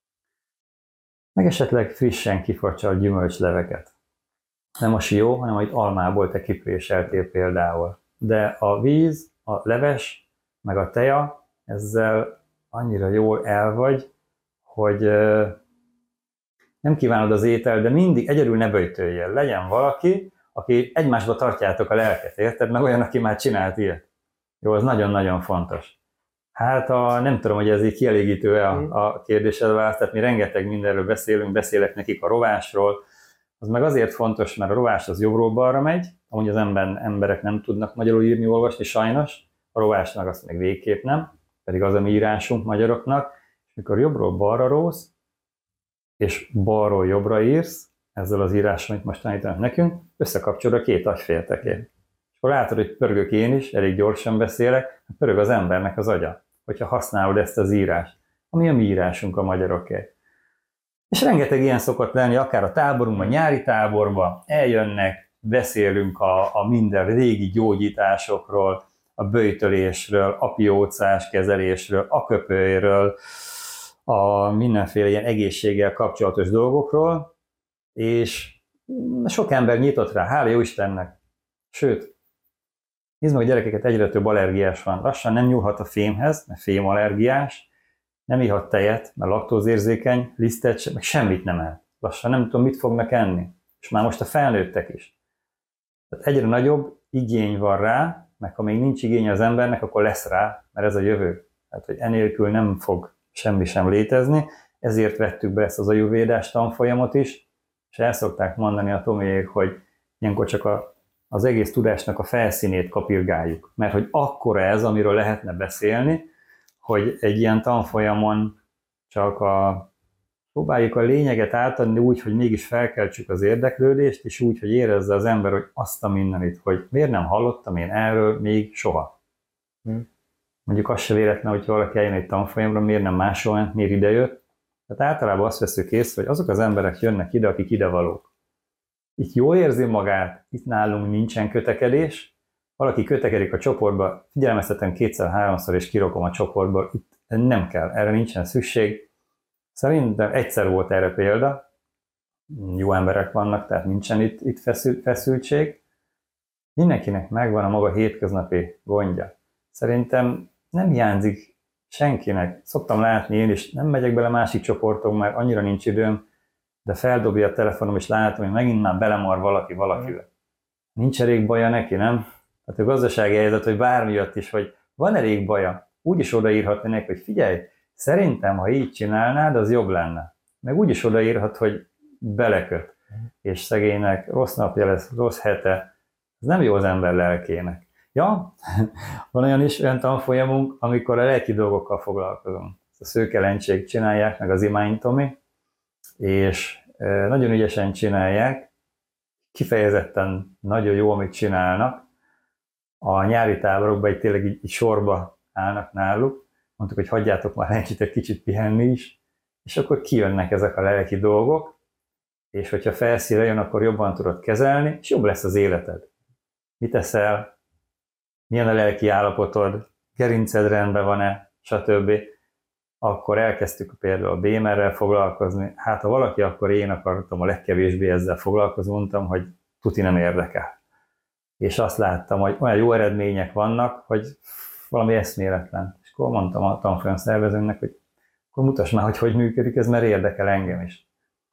Meg esetleg frissen kifacsalt gyümölcsleveket. Nem a sió, hanem amit almából te kipréseltél például. De a víz, a leves, meg a teja, ezzel annyira jól el vagy, hogy nem kívánod az étel, de mindig egyedül ne böjtöljél. Legyen valaki, aki egymásba tartjátok a lelket, érted? Meg olyan, aki már csinált ilyet. Jó, az nagyon-nagyon fontos. Hát nem tudom, hogy ez így kielégítő-e a kérdésed választ, tehát mi rengeteg mindenről beszélek nekik a rovásról, az meg azért fontos, mert a rovás az jobbról balra megy, amúgy az emberek nem tudnak magyarul írni, olvasni, sajnos, a rovásnak azt még végképp nem, pedig az a mi írásunk magyaroknak, és mikor jobbról balra rósz, és balról jobbra írsz, ezzel az írással, amit most tanítanak nekünk, összekapcsolod a 2 agyféltekét. És akkor látod, hogy pörgök én is, elég gyorsan beszélek, pörög az embernek az agya, hogyha használod ezt az írást, ami a mi írásunk a magyaroké. És rengeteg ilyen szokott lenni, akár a táborunkban, nyári táborban, eljönnek, beszélünk a minden régi gyógyításokról, a böjtölésről, apiócás kezelésről, aköpőről, a mindenféle ilyen egészséggel kapcsolatos dolgokról, és sok ember nyitott rá, hála jó Istennek. Sőt, nézd meg, a gyerekeket, egyre több allergiás van. Lassan nem nyúlhat a fémhez, mert fémallergiás, nem ihat tejet, mert laktózérzékeny, lisztet, meg semmit nem el. Lassan nem tudom, mit fognak enni. És már most a felnőttek is. Tehát egyre nagyobb igény van rá, meg ha még nincs igény az embernek, akkor lesz rá, mert ez a jövő. Tehát, hogy enélkül nem fog semmi sem létezni, ezért vettük be ezt az ajurvédás tanfolyamot is, és el szokták mondani a Tomiék, hogy ilyenkor csak az egész tudásnak a felszínét kapirgáljuk. Mert hogy akkora ez, amiről lehetne beszélni, hogy egy ilyen tanfolyamon csak próbáljuk a lényeget átadni úgy, hogy mégis felkeltsük az érdeklődést, és úgy, hogy érezze az ember, hogy azt a mindenit, hogy miért nem hallottam én erről még soha. Mondjuk az se véletlen, hogy valaki eljön egy tanfolyamra, miért nem máshol ment, miért idejött. Tehát általában azt veszük észre, hogy azok az emberek jönnek ide, akik idevalók. Itt jól érzi magát, itt nálunk nincsen kötekedés, valaki kötekedik a csoportba, figyelmeztetem 2-3-szor és kirokom a csoportból, itt nem kell, erre nincsen szükség. Szerintem egyszer volt erre példa, jó emberek vannak, tehát nincsen itt feszültség. Mindenkinek megvan a maga hétköznapi gondja. Szerintem nem hiányzik senkinek. Szoktam látni én is, nem megyek bele másik csoportokba, mert annyira nincs időm, de feldobja a telefonom, és látom, hogy megint már belemar valaki valakivel. Nincs elég baja neki, nem? Tehát a gazdasági helyzet, hogy bármi jött is, hogy van elég baja, úgy is odaírhatni neki, hogy figyelj, szerintem, ha így csinálnád, az jobb lenne. Meg úgy is odaírhat, hogy beleköt, és szegénynek rossz napja lesz, rossz hete, ez nem jó az ember lelkének. Ja, van olyan tanfolyamunk, amikor a lelki dolgokkal foglalkozunk. A szőkelencség csinálják, meg az Imány Tomi, és nagyon ügyesen csinálják, kifejezetten nagyon jó, amit csinálnak. A nyári táborokban tényleg így sorba állnak náluk, mondtuk, hogy hagyjátok már egy kicsit pihenni is, és akkor kijönnek ezek a lelki dolgok, és hogyha felszínre jön, akkor jobban tudod kezelni, és jobb lesz az életed. Mit eszel, milyen a lelki állapotod, gerinced rendben van-e, stb. Akkor elkezdtük például a BMR-rel foglalkozni. Hát ha valaki, akkor én akartam a legkevésbé ezzel foglalkozni, mondtam, hogy tuti nem érdekel. És azt láttam, hogy olyan jó eredmények vannak, hogy valami eszméletlen. És akkor mondtam a tanfolyam szervezőnknek, hogy akkor mutass már, hogy működik ez, mert érdekel engem is.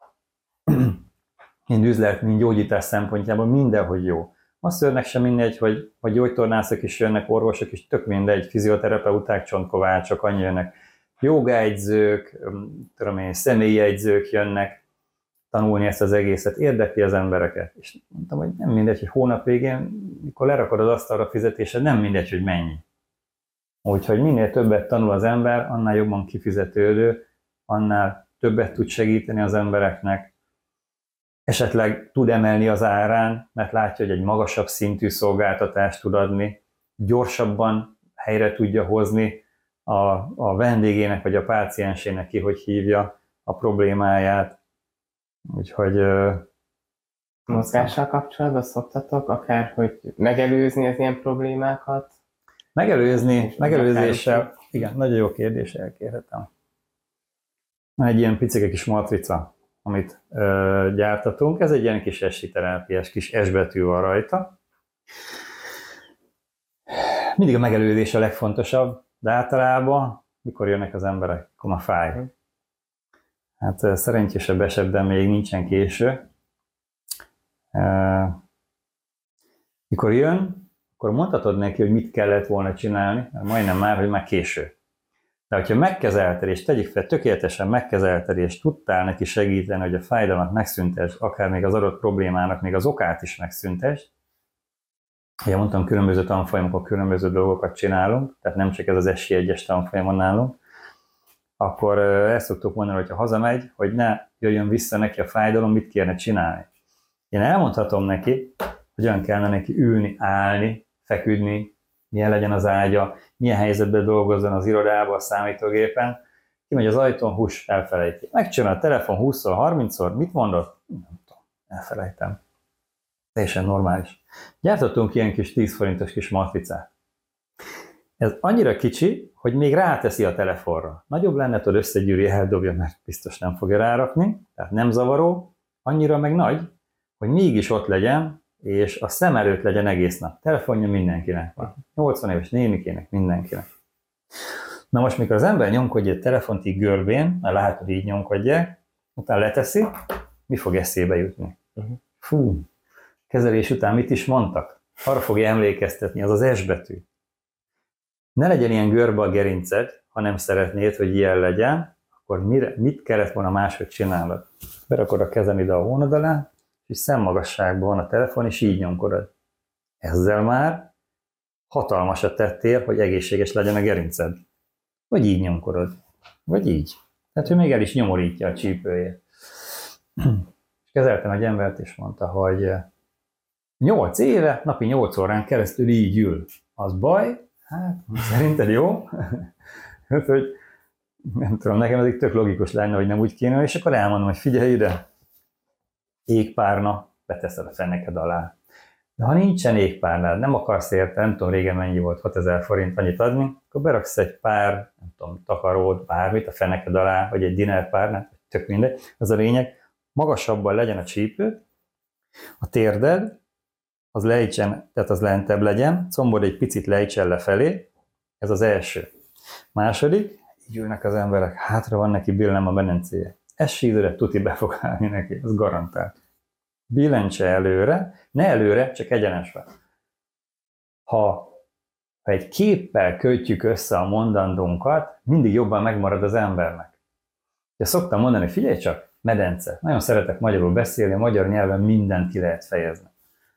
Mind üzlet, mind gyógyítás szempontjából mindenhogy jó. Masszőrnek sem mindegy, hogy gyógytornászok is jönnek, orvosok is, tök mindegy, fizioterapeuták, csontkovácsok, annyi jönnek. Jogaegyzők, személyi egyzők jönnek tanulni ezt az egészet, érdekli az embereket. És mondtam, hogy nem mindegy, hogy hónap végén, mikor lerakod az asztalra fizetésed, nem mindegy, hogy mennyi. Úgyhogy minél többet tanul az ember, annál jobban kifizetődő, annál többet tud segíteni az embereknek, esetleg tud emelni az árán, mert látja, hogy egy magasabb szintű szolgáltatást tud adni, gyorsabban helyre tudja hozni a vendégének vagy a páciensének ki, hogy hívja a problémáját. Úgyhogy... Mozgással kapcsolatban szoktatok akár, hogy megelőzni az ilyen problémákat? Megelőzéssel, igen, nagyon jó kérdés, elkérhetem. Egy ilyen picike kis matrica, amit gyártatunk, ez egy ilyen kis esi terápiás, kis S betű van rajta. Mindig a megelőzés a legfontosabb, de általában, mikor jönnek az emberek, akkor már fáj. Hát szerencsésebb esetben még nincsen késő. Mikor jön, akkor mondhatod neki, hogy mit kellett volna csinálni, mert majdnem már, hogy már késő. De hogyha megkezelted, és tegyük fel, tökéletesen megkezelted, és tudtál neki segíteni, hogy a fájdalmat megszüntesd, akár még az adott problémának még az okát is megszüntesd, ugye mondtam, különböző tanfolyamokon különböző dolgokat csinálunk, tehát nem csak ez az SI 1-es tanfolyamon nálunk, akkor ezt szoktuk mondani, hogy ha hazamegy, hogy ne jöjjön vissza neki a fájdalom, mit kérne csinálni. Én elmondhatom neki, hogy olyan kellene neki ülni, állni, feküdni, milyen legyen az ágya, milyen helyzetben dolgozzon az irodában, a számítógépen. Kimegy az ajtón, hús, elfelejti. Megcsinál a telefon 20-szor, 30-szor, mit mondott? Nem tudom, elfelejtem. Teljesen normális. Gyártottunk ilyen kis 10 forintos kis matricát. Ez annyira kicsi, hogy még ráteszi a telefonra. Nagyobb lenne, tudod, összegyűri, eldobja, mert biztos nem fogja rárakni, tehát nem zavaró, annyira meg nagy, hogy mégis ott legyen, és a szem előtt legyen egész nap. Telefonja mindenkinek van. 80 éves nénikének, mindenkinek. Na most, mikor az ember nyomkodja a telefont így görbén, mert látod, így nyomkodják, utána leteszi, mi fog eszébe jutni? Fú, kezelés után mit is mondtak? Arra fogja emlékeztetni, az az S betű. Ne legyen ilyen görbe a gerinced, ha nem szeretnéd, hogy ilyen legyen, akkor mit kellett volna máshogy csinálod? Berakod a kezem ide a hónad alá, és szemmagasságban van a telefon, és így nyomkodod. Ezzel már hatalmasat tettél, hogy egészséges legyen a gerinced. Vagy így nyomkodod. Vagy így. Tehát ő még el is nyomorítja a csípőjét. És kezeltem egy embert, és mondta, hogy 8 éve, napi 8 órán keresztül így ül. Az baj? Hát, szerinted jó? Hát, hogy nem tudom, nekem ez így tök logikus lenne, hogy nem úgy kéne, és akkor elmondom, hogy figyelj ide, égpárna, beteszed a feneked alá. De ha nincsen égpárnád, nem akarsz érte, nem tudom régen mennyi volt, 6000 forint annyit adni, akkor beraksz egy pár, nem tudom, takarót, bármit a feneked alá, vagy egy dinerpárnát, tök mindegy. Az a lényeg, magasabban legyen a csípő, a térded, az lejtsen, tehát az lentebb legyen, combod egy picit lejtsen lefelé, ez az első. Második, így ülnek az emberek, hátra van neki billem a medencéje. Ez sídőre tuti be fog állni neki, ez garantált. Billentse előre, ne előre, csak egyenesbe. ha egy képpel kötjük össze a mondandónkat, mindig jobban megmarad az embernek. De szoktam mondani, figyelj csak, medence. Nagyon szeretek magyarul beszélni, a magyar nyelven mindent ki lehet fejezni.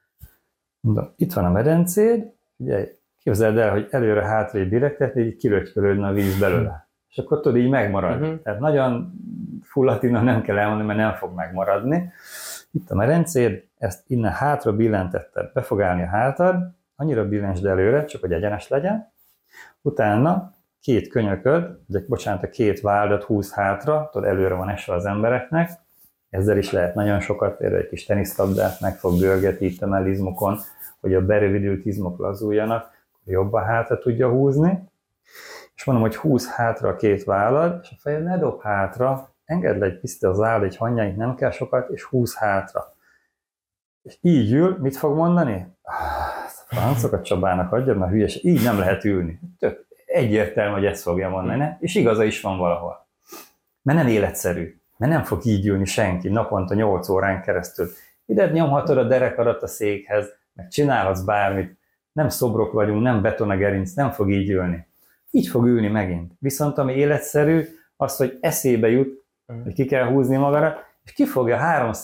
Mondom, itt van a medencéd, figyelj, képzeld el, hogy előre-hátrébb direktet, így kirögykölődne a víz belőle. És akkor tudod, így megmarad. Tehát nagyon full latina nem kell elmondani, mert nem fog megmaradni. Itt a medencéd, ezt innen hátra billentetted, be fog állni a hátad, annyira billentsd előre, csak hogy egyenes legyen. Utána két könyököd, bocsánat, a két válladat húz hátra, tudod, előre van esve az embereknek, ezzel is lehet nagyon sokat, például egy kis teniszlabdát meg fog görgetni itt a mellizmokon, hogy a berövidült izmok lazuljanak, akkor jobban hátra tudja húzni. És mondom, hogy húz hátra a két vállad, és a fejed ne dob hátra, engedd le egy picit az vállad, egy hangyáig nem kell sokat, és húz hátra. És így ül, mit fog mondani? Francokat Csabának adjad, mert hülyes, így nem lehet ülni. Tök egyértelmű, hogy ezt fogja mondani, ne? És igaza is van valahol. Mert nem életszerű, mert nem fog így ülni senki naponta 8 órán keresztül. Ide nyomhatod a derekadat a székhez, meg csinálhatsz bármit. Nem szobrok vagyunk, nem beton a gerinc, nem fog így ülni. Így fog ülni megint. Viszont ami életszerű, az, hogy eszébe jut, hogy ki kell húzni magára, és ki fogja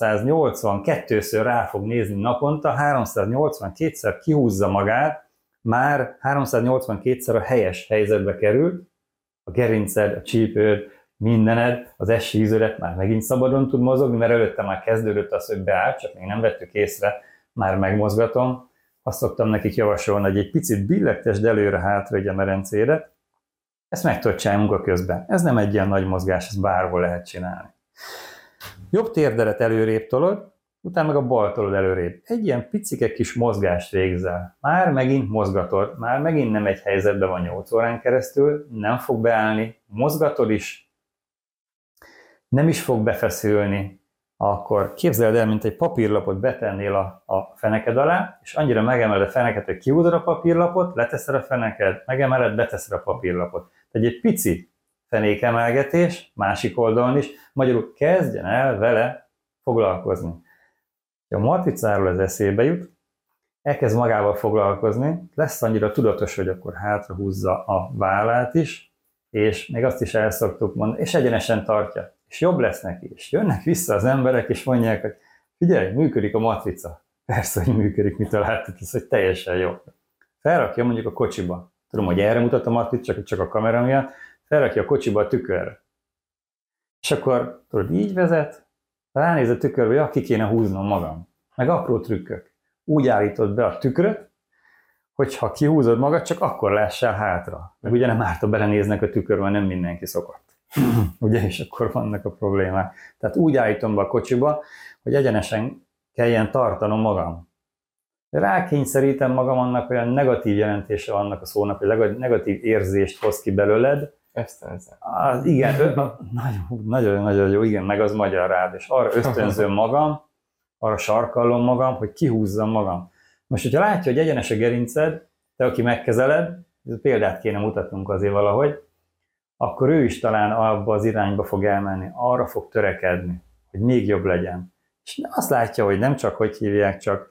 382-ször rá fog nézni naponta, 382-szer kihúzza magát, már 382-szer a helyes helyzetbe kerül, a gerinced, a csípőd, mindened, az esíződet már megint szabadon tud mozogni, mert előtte már kezdődött az, hogy beállt, csak még nem vettük észre, már megmozgatom. Azt szoktam nekik javasolni, hogy egy picit billegtesd előre-hátra egy a medencédet. Ezt meg tudod csinálni munka közben. Ez nem egy ilyen nagy mozgás, ezt bárhol lehet csinálni. Jobb térdelet előrébb tolod, utána meg a bal tolod előrébb. Egy ilyen picike kis mozgást végzel. Már megint mozgatod, már megint nem egy helyzetben van 8 órán keresztül, nem fog beállni, mozgatod is, nem is fog befeszülni, akkor képzeld el, mint egy papírlapot betennél a feneked alá, és annyira megemeled a feneket, hogy kihúzod a papírlapot, leteszed a feneked, megemeled, beteszed a papírlapot. Tehát egy pici fenékemelgetés, másik oldalon is, magyarul kezdjen el vele foglalkozni. Ha a matricáról az eszébe jut, elkezd magával foglalkozni, lesz annyira tudatos, hogy akkor hátrahúzza a vállát is, és még azt is el szoktuk mondani, és egyenesen tartja. És jobb lesz neki, és jönnek vissza az emberek, és mondják, hogy figyelj, működik a matrica. Persze, hogy működik, mit találtuk, ez hogy teljesen jó. Felrakja mondjuk a kocsiba. Tudom, hogy erre mutat a matrica, csak a kamera miatt. Felrakja a kocsiba a tükörre. És akkor tudod, így vezet, ránéz a tükörbe, hogy ki kéne húznom magam. Meg apró trükkök. Úgy állítod be a tükröt, hogyha kihúzod magad, csak akkor lássál hátra. Meg ugye nem árt, ha belenéznek a tükörbe, nem mindenki szokott. Ugye, és akkor vannak a problémák. Tehát úgy állítom be a kocsiba, hogy egyenesen kelljen tartanom magam. Rákényszerítem magam, annak olyan negatív jelentése vannak a szónak, hogy negatív érzést hoz ki belőled. Ösztönzöm. Igen, nagyon jó, igen, meg az magyar rád, és arra ösztönzöm magam, arra sarkallom magam, hogy kihúzzam magam. Most, hogyha látja, hogy egyenes a gerinced, te, aki megkezeled, példát kéne mutatnunk azért valahogy, akkor ő is talán abba az irányba fog elmenni, arra fog törekedni, hogy még jobb legyen. És azt látja, hogy nem csak, hogy hívják, csak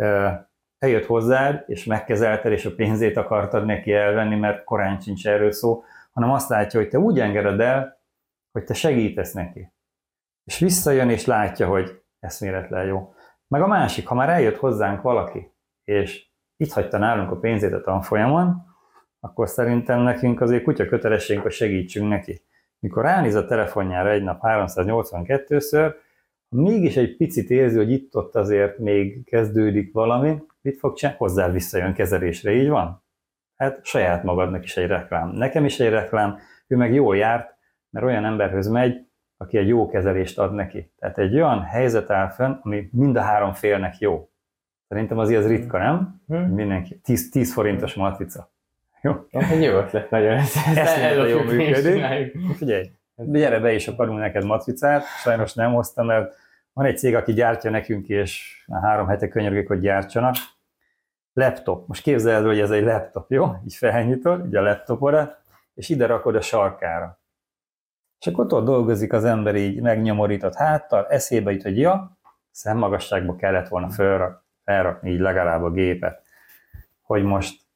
eljött hozzád, és megkezelted, és a pénzét akartad neki elvenni, mert korán sincs erről szó, hanem azt látja, hogy te úgy engeded el, hogy te segítesz neki. És visszajön, és látja, hogy eszméletlen jó. Meg a másik, ha már eljött hozzánk valaki, és itt hagyta nálunk a pénzét a tanfolyamon, akkor szerintem nekünk azért kutya kötelességünk, hogy segítsünk neki. Mikor ránéz a telefonjára egy nap 382-ször, mégis egy picit érzi, hogy itt-ott azért még kezdődik valami, mit fog csinálni? Hozzá visszajön kezelésre, így van? Hát saját magadnak is egy reklám. Nekem is egy reklám, ő meg jól járt, mert olyan emberhöz megy, aki egy jó kezelést ad neki. Tehát egy olyan helyzet áll fönn, ami mind a három félnek jó. Szerintem azért az ritka, nem? Mindenki. 10 forintos matrica. Jó? Egy jó ötlet, nagyon ez jól működik. Figyelj, gyere be is, akarunk neked matricát. Sajnos nem hoztam, mert van egy cég, aki gyártja nekünk, és már 3 hete könyörgök, hogy gyártsanak. Laptop. Most képzeld, hogy ez egy laptop, jó? Így felnyitod, így a laptopodat, és ide rakod a sarkára. És akkor ott dolgozik az ember így megnyomorított háttal, eszébe jut, hogy ja, szemmagasságba kellett volna felrakni így legalább a gépet, hogy most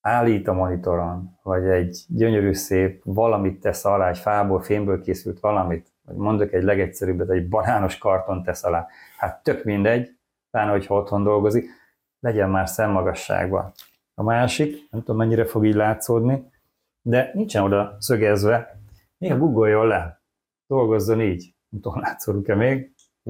állít a monitoron, vagy egy gyönyörű szép valamit tesz alá, egy fából, fémből készült valamit, vagy mondok egy legegyszerűbbet, egy banános karton tesz alá, hát tök mindegy, pláne, hogyha otthon dolgozik, legyen már szemmagasságban. A másik, nem tudom mennyire fog így látszódni, de nincsen oda szögezve, néha guggoljon le, dolgozzon így, nem tudom, látszódik-e még,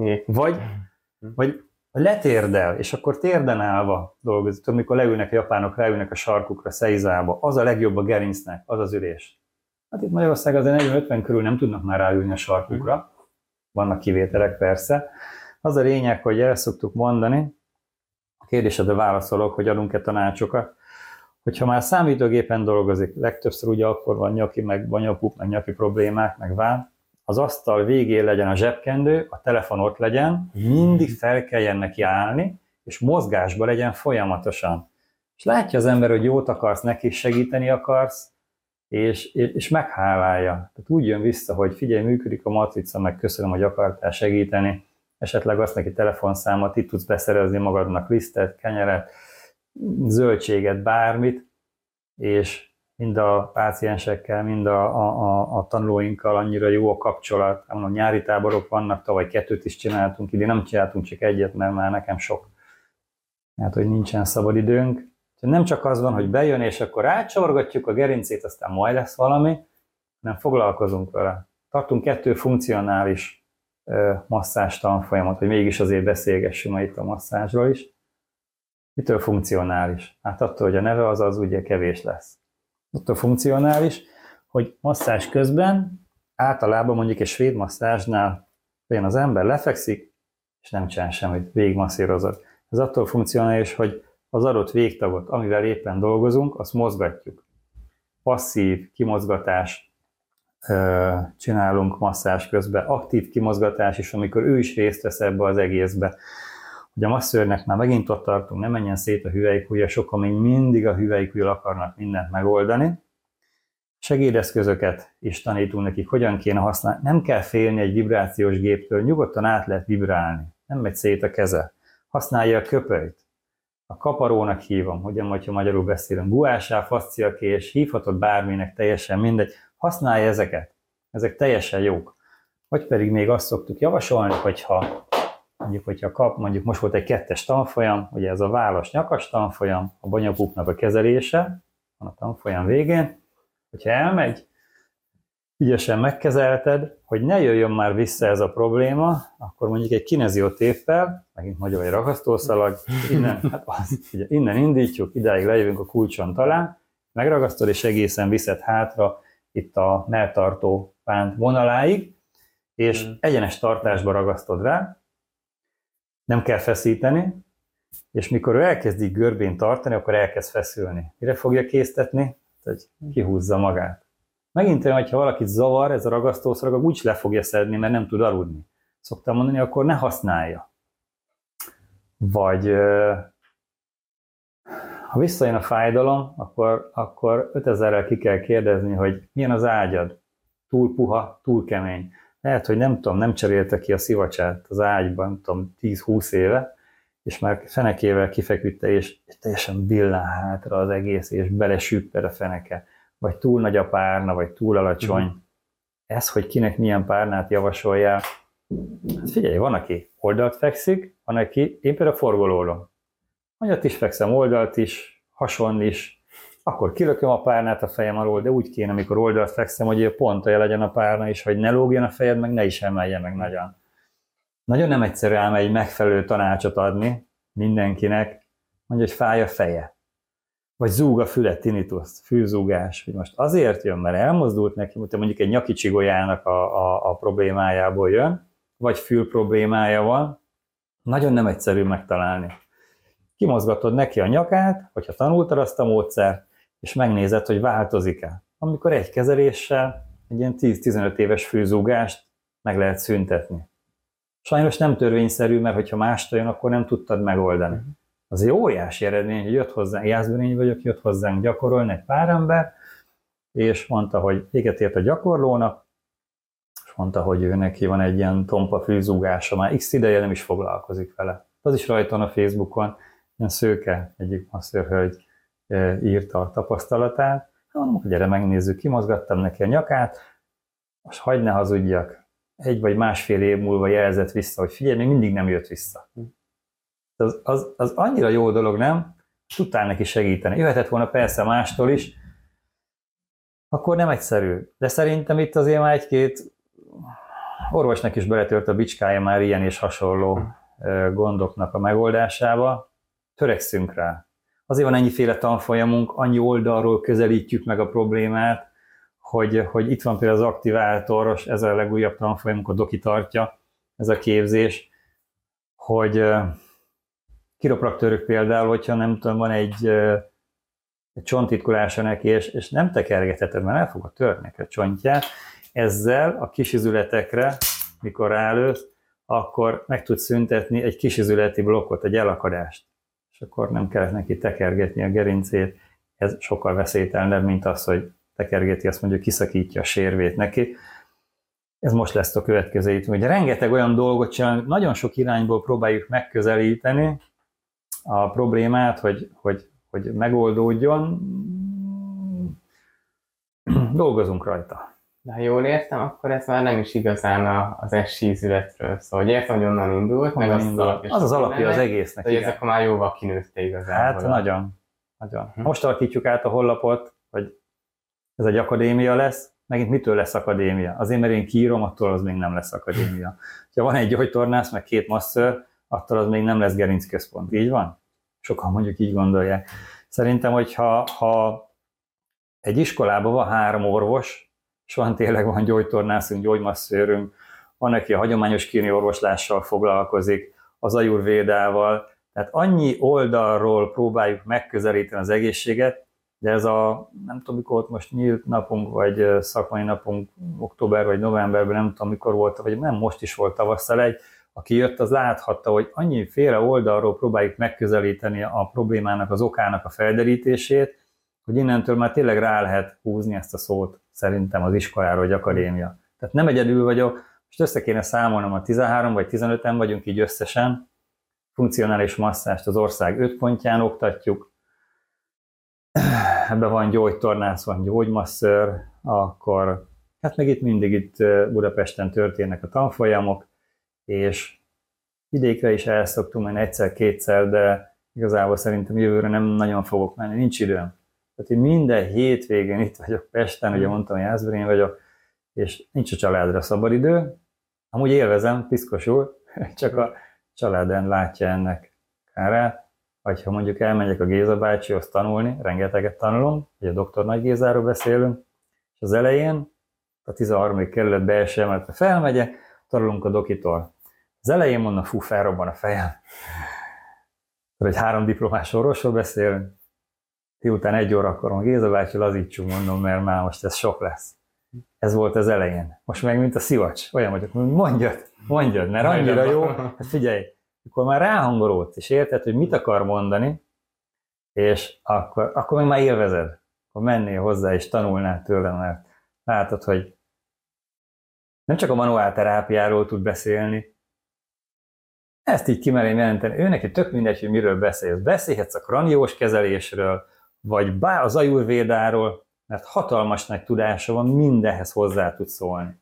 vagy letérdel, és akkor térden állva dolgozik. Tudom, mikor leülnek a japánok, leülnek a sarkukra, szeizába, az a legjobb a gerincnek, az az ülés. Hát itt Magyarországon azért 40-50 körül nem tudnak már ráülni a sarkukra, vannak kivételek persze. Az a lényeg, hogy el szoktuk mondani, a kérdésedre válaszolok, hogy adunk-e tanácsokat, hogyha már számítógépen dolgozik, legtöbbször ugye akkor van nyaki, meg banyapuk, meg nyaki problémák, meg váll, az asztal végén legyen a zsebkendő, a telefon ott legyen, mindig fel kelljen neki állni, és mozgásba legyen folyamatosan. És látja az ember, hogy jót akarsz, neki segíteni akarsz, és meghálálja. Tehát úgy jön vissza, hogy figyelj, működik a matrica, meg köszönöm, hogy akartál segíteni, esetleg azt neki telefonszámot, itt tudsz beszerezni magadnak lisztet, kenyeret, zöldséget, bármit, és mind a páciensekkel, mind a tanulóinkkal annyira jó a kapcsolat. A nyári táborok vannak, tavaly 2 is csináltunk, idén nem csináltunk csak 1, mert már nekem sok. Hát, hogy nincsen szabad időnk. Nem csak az van, hogy bejön, és akkor rácsorgatjuk a gerincét, aztán majd lesz valami, nem foglalkozunk vele. Tartunk 2 funkcionális masszázs tanfolyamot, hogy mégis azért beszélgessünk itt a masszázsról is. Mitől funkcionális? Hát attól, hogy a neve az ugye kevés lesz. Attól funkcionális, hogy masszázs közben általában mondjuk egy svéd masszázsnál olyan az ember lefekszik, és nem csinál semmit, végigmasszírozod. Ez attól funkcionális, hogy az adott végtagot, amivel éppen dolgozunk, azt mozgatjuk. Passzív kimozgatás csinálunk masszázs közben, aktív kimozgatás is, amikor ő is részt vesz ebbe az egészbe. Hogy a masszőrnek már megint ott tartunk, ne menjen szét a hüvelykujja, sokan még mindig a hüvelykujjal akarnak mindent megoldani. Segédeszközöket is tanítunk nekik, hogyan kéne használni. Nem kell félni egy vibrációs géptől, nyugodtan át lehet vibrálni. Nem megy szét a keze. Használja a köpölyt. A kaparónak hívom, hogyha magyarul beszélünk, guásá, fasciakés, hívhatod bárminek, teljesen mindegy. Használja ezeket. Ezek teljesen jók. Vagy pedig még azt szoktuk javasolni, hogyha kap, mondjuk most volt egy 2 tanfolyam, ugye ez a vállas nyakas tanfolyam, a banyapuknak a kezelése, van a tanfolyam végén, hogyha elmegy, ügyesen megkezelted, hogy ne jöjjön már vissza ez a probléma, akkor mondjuk egy kineziotéppel, megint magyar egy ragasztószalag, innen indítjuk, idáig lejövünk a kulcson talán, megragasztod és egészen viszed hátra itt a melltartó pánt vonaláig, és egyenes tartásba ragasztod rá, nem kell feszíteni, és mikor ő elkezd így görbén tartani, akkor elkezd feszülni. Mire fogja késztetni? Hogy kihúzza magát. Megint olyan, hogyha valakit zavar ez a ragasztószalag, úgy le fogja szedni, mert nem tud aludni. Szoktam mondani, akkor ne használja. Vagy ha visszajön a fájdalom, akkor 5000-rel ki kell kérdezni, hogy milyen az ágyad. Túl puha, túl kemény. Lehet, hogy nem cserélte ki a szivacsát az ágyban, nem tudom, 10-20 éve, és már fenekével kifeküdte, és teljesen villán hátra az egész, és belesüpped a feneke. Vagy túl nagy a párna, vagy túl alacsony. Ez, hogy kinek milyen párnát javasoljál. Hát figyelj, van, aki oldalt fekszik, van, aki, én például forgolódom. Magyat is fekszem, oldalt is, hason is, akkor kilököm a párnát a fejem alól, de úgy kéne, amikor oldalt fekszem, hogy pont olyan legyen a párna is, hogy ne lógjon a fejed, meg ne is emelje meg nagyon. Nagyon nem egyszerű ám egy megfelelő tanácsot adni mindenkinek, mondja, hogy fáj a feje. Vagy zúg a füle, tinnitus, fülzúgás, hogy most azért jön, mert elmozdult neki, mondjuk egy nyaki csigolyának a problémájából jön, vagy fül problémája van, nagyon nem egyszerű megtalálni. Kimozgatod neki a nyakát, hogyha tanultad azt a módszert, és megnézed, hogy változik-e. Amikor egy kezeléssel egy ilyen 10-15 éves fülzúgást meg lehet szüntetni. Sajnos nem törvényszerű, mert hogyha mástól jön, akkor nem tudtad megoldani. Az egy óriási eredmény, hogy jött hozzánk, Jászberény vagyok, jött hozzánk gyakorolni egy pár ember, és mondta, hogy véget ért a gyakorlónak, és mondta, hogy ő neki van egy ilyen tompa fülzúgása, már x ideje nem is foglalkozik vele. Az is rajta van a Facebookon, ilyen szőke, egyik masszörhölgy, írta a tapasztalatát. Mondom, hogy gyere megnézzük, kimozgattam neki a nyakát, most hagyd ne hazudjak. 1 vagy másfél év múlva jelzett vissza, hogy figyelj, még mindig nem jött vissza. Az annyira jó dolog, nem? Tudtál neki segíteni. Jöhetett volna persze mástól is, akkor nem egyszerű. De szerintem itt azért már 1-2 orvosnak is beletört a bicskája már ilyen és hasonló gondoknak a megoldásába. Törekszünk rá. Azért van ennyiféle tanfolyamunk, annyi oldalról közelítjük meg a problémát, hogy itt van például az aktivátor, ez a legújabb tanfolyamunk, a Doki tartja, ez a képzés, hogy kiropraktőrök például, hogyha nem tudom, van egy csonttitkulása neki, és nem tekergetheted, mert el fogod törni a csontját, ezzel a kisizületekre, mikor rálősz, akkor meg tudsz szüntetni egy kisizületi blokkot, egy elakadást, és akkor nem kellett neki tekergetni a gerincét. Ez sokkal veszélytelenebb, mint az, hogy tekergeti, azt mondja, kiszakítja a sérvét neki. Ez most lesz a következő itt. Ugye rengeteg olyan dolgot csinálunk, nagyon sok irányból próbáljuk megközelíteni a problémát, hogy megoldódjon. Dolgozunk rajta. De ha jól értem, akkor ez már nem is igazán az S-ízületről szól. Hogy értem, hogy onnan indult, meg az alapja az egésznek. Hogy ezek már jóval kinőtte igazán. Hát nagyon. Most alakítjuk át a honlapot, hogy ez egy akadémia lesz. Megint mitől lesz akadémia? Azért, mert én kiírom, attól az még nem lesz akadémia. Ha van egy gyógytornász, meg 2 masször, attól az még nem lesz gerincközpont. Így van? Sokan mondjuk így gondolják. Szerintem, hogyha egy iskolában van 3 orvos, és van gyógytornászunk, gyógymasszőrünk, van, aki a hagyományos kíni orvoslással foglalkozik, az ajurvédával, tehát annyi oldalról próbáljuk megközelíteni az egészséget, de ez nem tudom, mikor volt most nyílt napunk, vagy szakmai napunk, október vagy novemberben, nem tudom, mikor volt, vagy nem, most is volt tavasszal aki jött, az láthatta, hogy annyiféle oldalról próbáljuk megközelíteni a problémának, az okának a felderítését, hogy innentől már tényleg rá lehet húzni ezt a szót szerintem az iskolára, vagy akadémia. Tehát nem egyedül vagyok, most össze kéne számolnom, a 13 vagy 15-en vagyunk így összesen, funkcionális masszást az ország 5 pontján oktatjuk, ebben van gyógytornász, van gyógymasszőr, akkor hát meg itt Budapesten történnek a tanfolyamok, és vidékre is el szoktunk menni 1-2-szer, de igazából szerintem jövőre nem nagyon fogok menni, nincs időm. Tehát én minden hétvégén itt vagyok Pesten, ugye mondtam, hogy Jászberén vagyok, és nincs a családra szabadidő. Amúgy élvezem, piszkosul, csak a családon látja ennek kárát. Vagy ha mondjuk elmegyek a Géza bácsihoz tanulni, rengeteget tanulunk, ugye a Dr. Nagy Gézáról beszélünk, és az elején a 13. kerület belső emeletre felmegyek, tanulunk a dokitól. Az elején mondom, felrobban a fejem. Hogy 3 diplomás orvosról beszélünk, után 1 órakor a Géza bácsi lazítsunk, mondom, mert már most ez sok lesz. Ez volt az elején. Most meg mint a szivacs. Olyan vagyok, mondjad, mert annyira jó. Hát figyelj, akkor már ráhangolódsz, és érted, hogy mit akar mondani, és akkor meg már élvezed. Akkor mennél hozzá, és tanulnál tőle, mert látod, hogy nem csak a manuálterápiáról tud beszélni, ezt így kimerém jelenteni. Ő neki tök mindegy, hogy miről beszélsz. Beszélhetsz a kraniós kezelésről, vagy az ajurvédáról, mert hatalmas nagy tudása van, mindenhez hozzá tud szólni.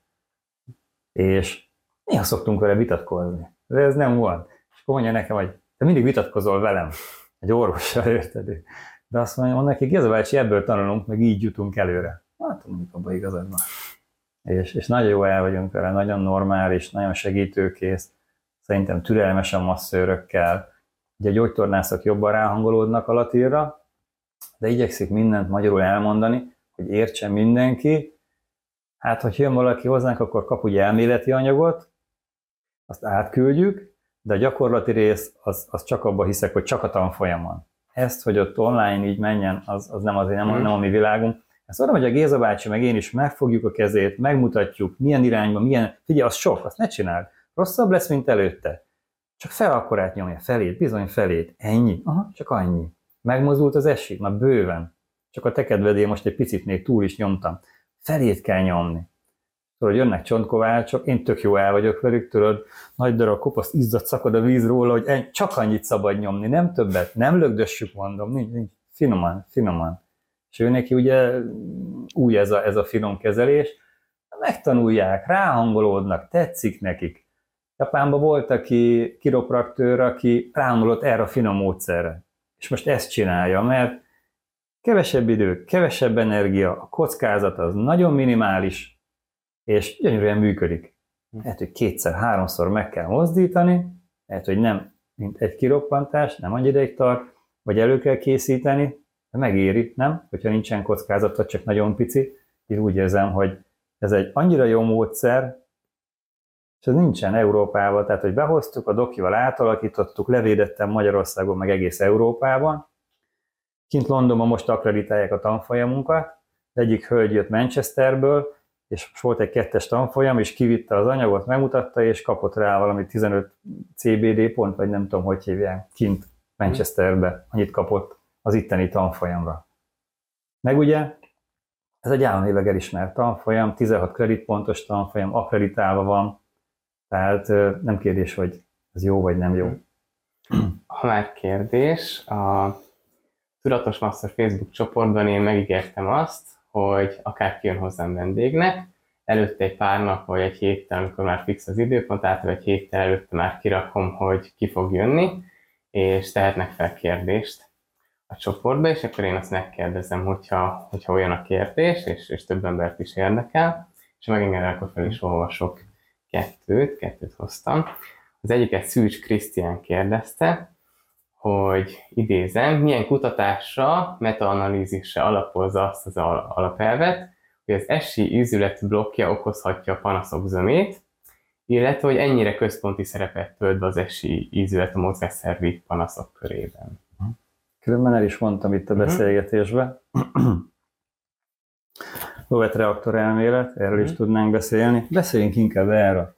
És néha szoktunk vele vitatkozni, de ez nem volt. És akkor mondja nekem, hogy te mindig vitatkozol velem, egy orvossal, érted? De azt mondja neki, Géza bácsi, ebből tanulunk, meg így jutunk előre. Hát mondjuk abban igazad van. És nagyon jó el vagyunk vele, nagyon normális, nagyon segítőkész, szerintem türelmes a masszőrökkel. Ugye a gyógytornászok jobban ráhangolódnak a latinra, de igyekszik mindent magyarul elmondani, hogy értsen mindenki. Hát, hogy jön valaki hozzánk, akkor kap ugye elméleti anyagot, azt átküldjük, de a gyakorlati rész, az csak abban hiszek, hogy csak a tanfolyamon. Ezt, hogy ott online így menjen, az nem azért nem a mi világunk. Ezt mondom, hogy a Géza bácsi meg én is megfogjuk a kezét, megmutatjuk, milyen irányba, figyelj, az sok, azt ne csináld. Rosszabb lesz, mint előtte. Csak fel akkorát nyomja, felét, bizony felét. Ennyi? Aha, csak annyi. Megmozdult az esik, már bőven. Csak a te kedvedén most egy picit még túl is nyomtam. Felét kell nyomni. Tudod, jönnek csontkovácsok, én tök jó el vagyok velük, tudod, nagy darab kopaszt, izzad, szakad a víz róla, hogy csak annyit szabad nyomni, nem többet, nem lögdössük, mondom, nincs. finoman. És ő neki ugye új ez a finom kezelés, megtanulják, ráhangolódnak, tetszik nekik. Japánban volt, aki kiropraktőr, aki ráhangolott erre a finom módszerre. És most ezt csinálja, mert kevesebb idő, kevesebb energia, a kockázat az nagyon minimális, és gyönyörűen működik. Lehet, hogy 2-3-szor meg kell mozdítani, lehet, hogy nem, mint egy kiroppantás, nem annyi ideig tart, vagy elő kell készíteni, de megéri, nem? Hogyha nincsen kockázata, csak nagyon pici. Én úgy érzem, hogy ez egy annyira jó módszer, és ez nincsen Európában, tehát hogy behoztuk, a dokival átalakítottuk, levédettem Magyarországon, meg egész Európában. Kint Londonban most akkreditálják a tanfolyamunkat, egyik hölgy jött Manchesterből, és volt egy 2-es tanfolyam, és kivitte az anyagot, megmutatta, és kapott rá valami 15 CBD pont, vagy nem tudom, hogy hívják, kint Manchesterbe, annyit kapott az itteni tanfolyamra. Meg ugye, ez egy államileg elismert tanfolyam, 16 kreditpontos tanfolyam, akkreditálva van, tehát nem kérdés, hogy ez jó vagy nem jó. Ha már kérdés, a Tudatos Master Facebook csoportban én megígértem azt, hogy akárki jön hozzám vendégnek, előtte egy pár nap vagy egy héttel, amikor már fix az időpont, általában egy héttel előtte már kirakom, hogy ki fog jönni, és tehetnek fel kérdést a csoportba, és akkor én azt megkérdezem, hogyha olyan a kérdés, és több embert is érdekel, és megengedem, akkor fel is olvasok kettőt hoztam. Az egyiket Szűcs Krisztián kérdezte, hogy idézem, milyen kutatásra, metaanalízisre alapozza azt az alapelvet, hogy az SI ízület blokkja okozhatja a panaszok zömét, illetve hogy ennyire központi szerepet tölt be az SI ízület a mozgásszervi panaszok körében. Különben el is mondtam itt a beszélgetésben. Lovett reaktor elmélet, erről is tudnánk beszélni. Beszéljünk inkább erről.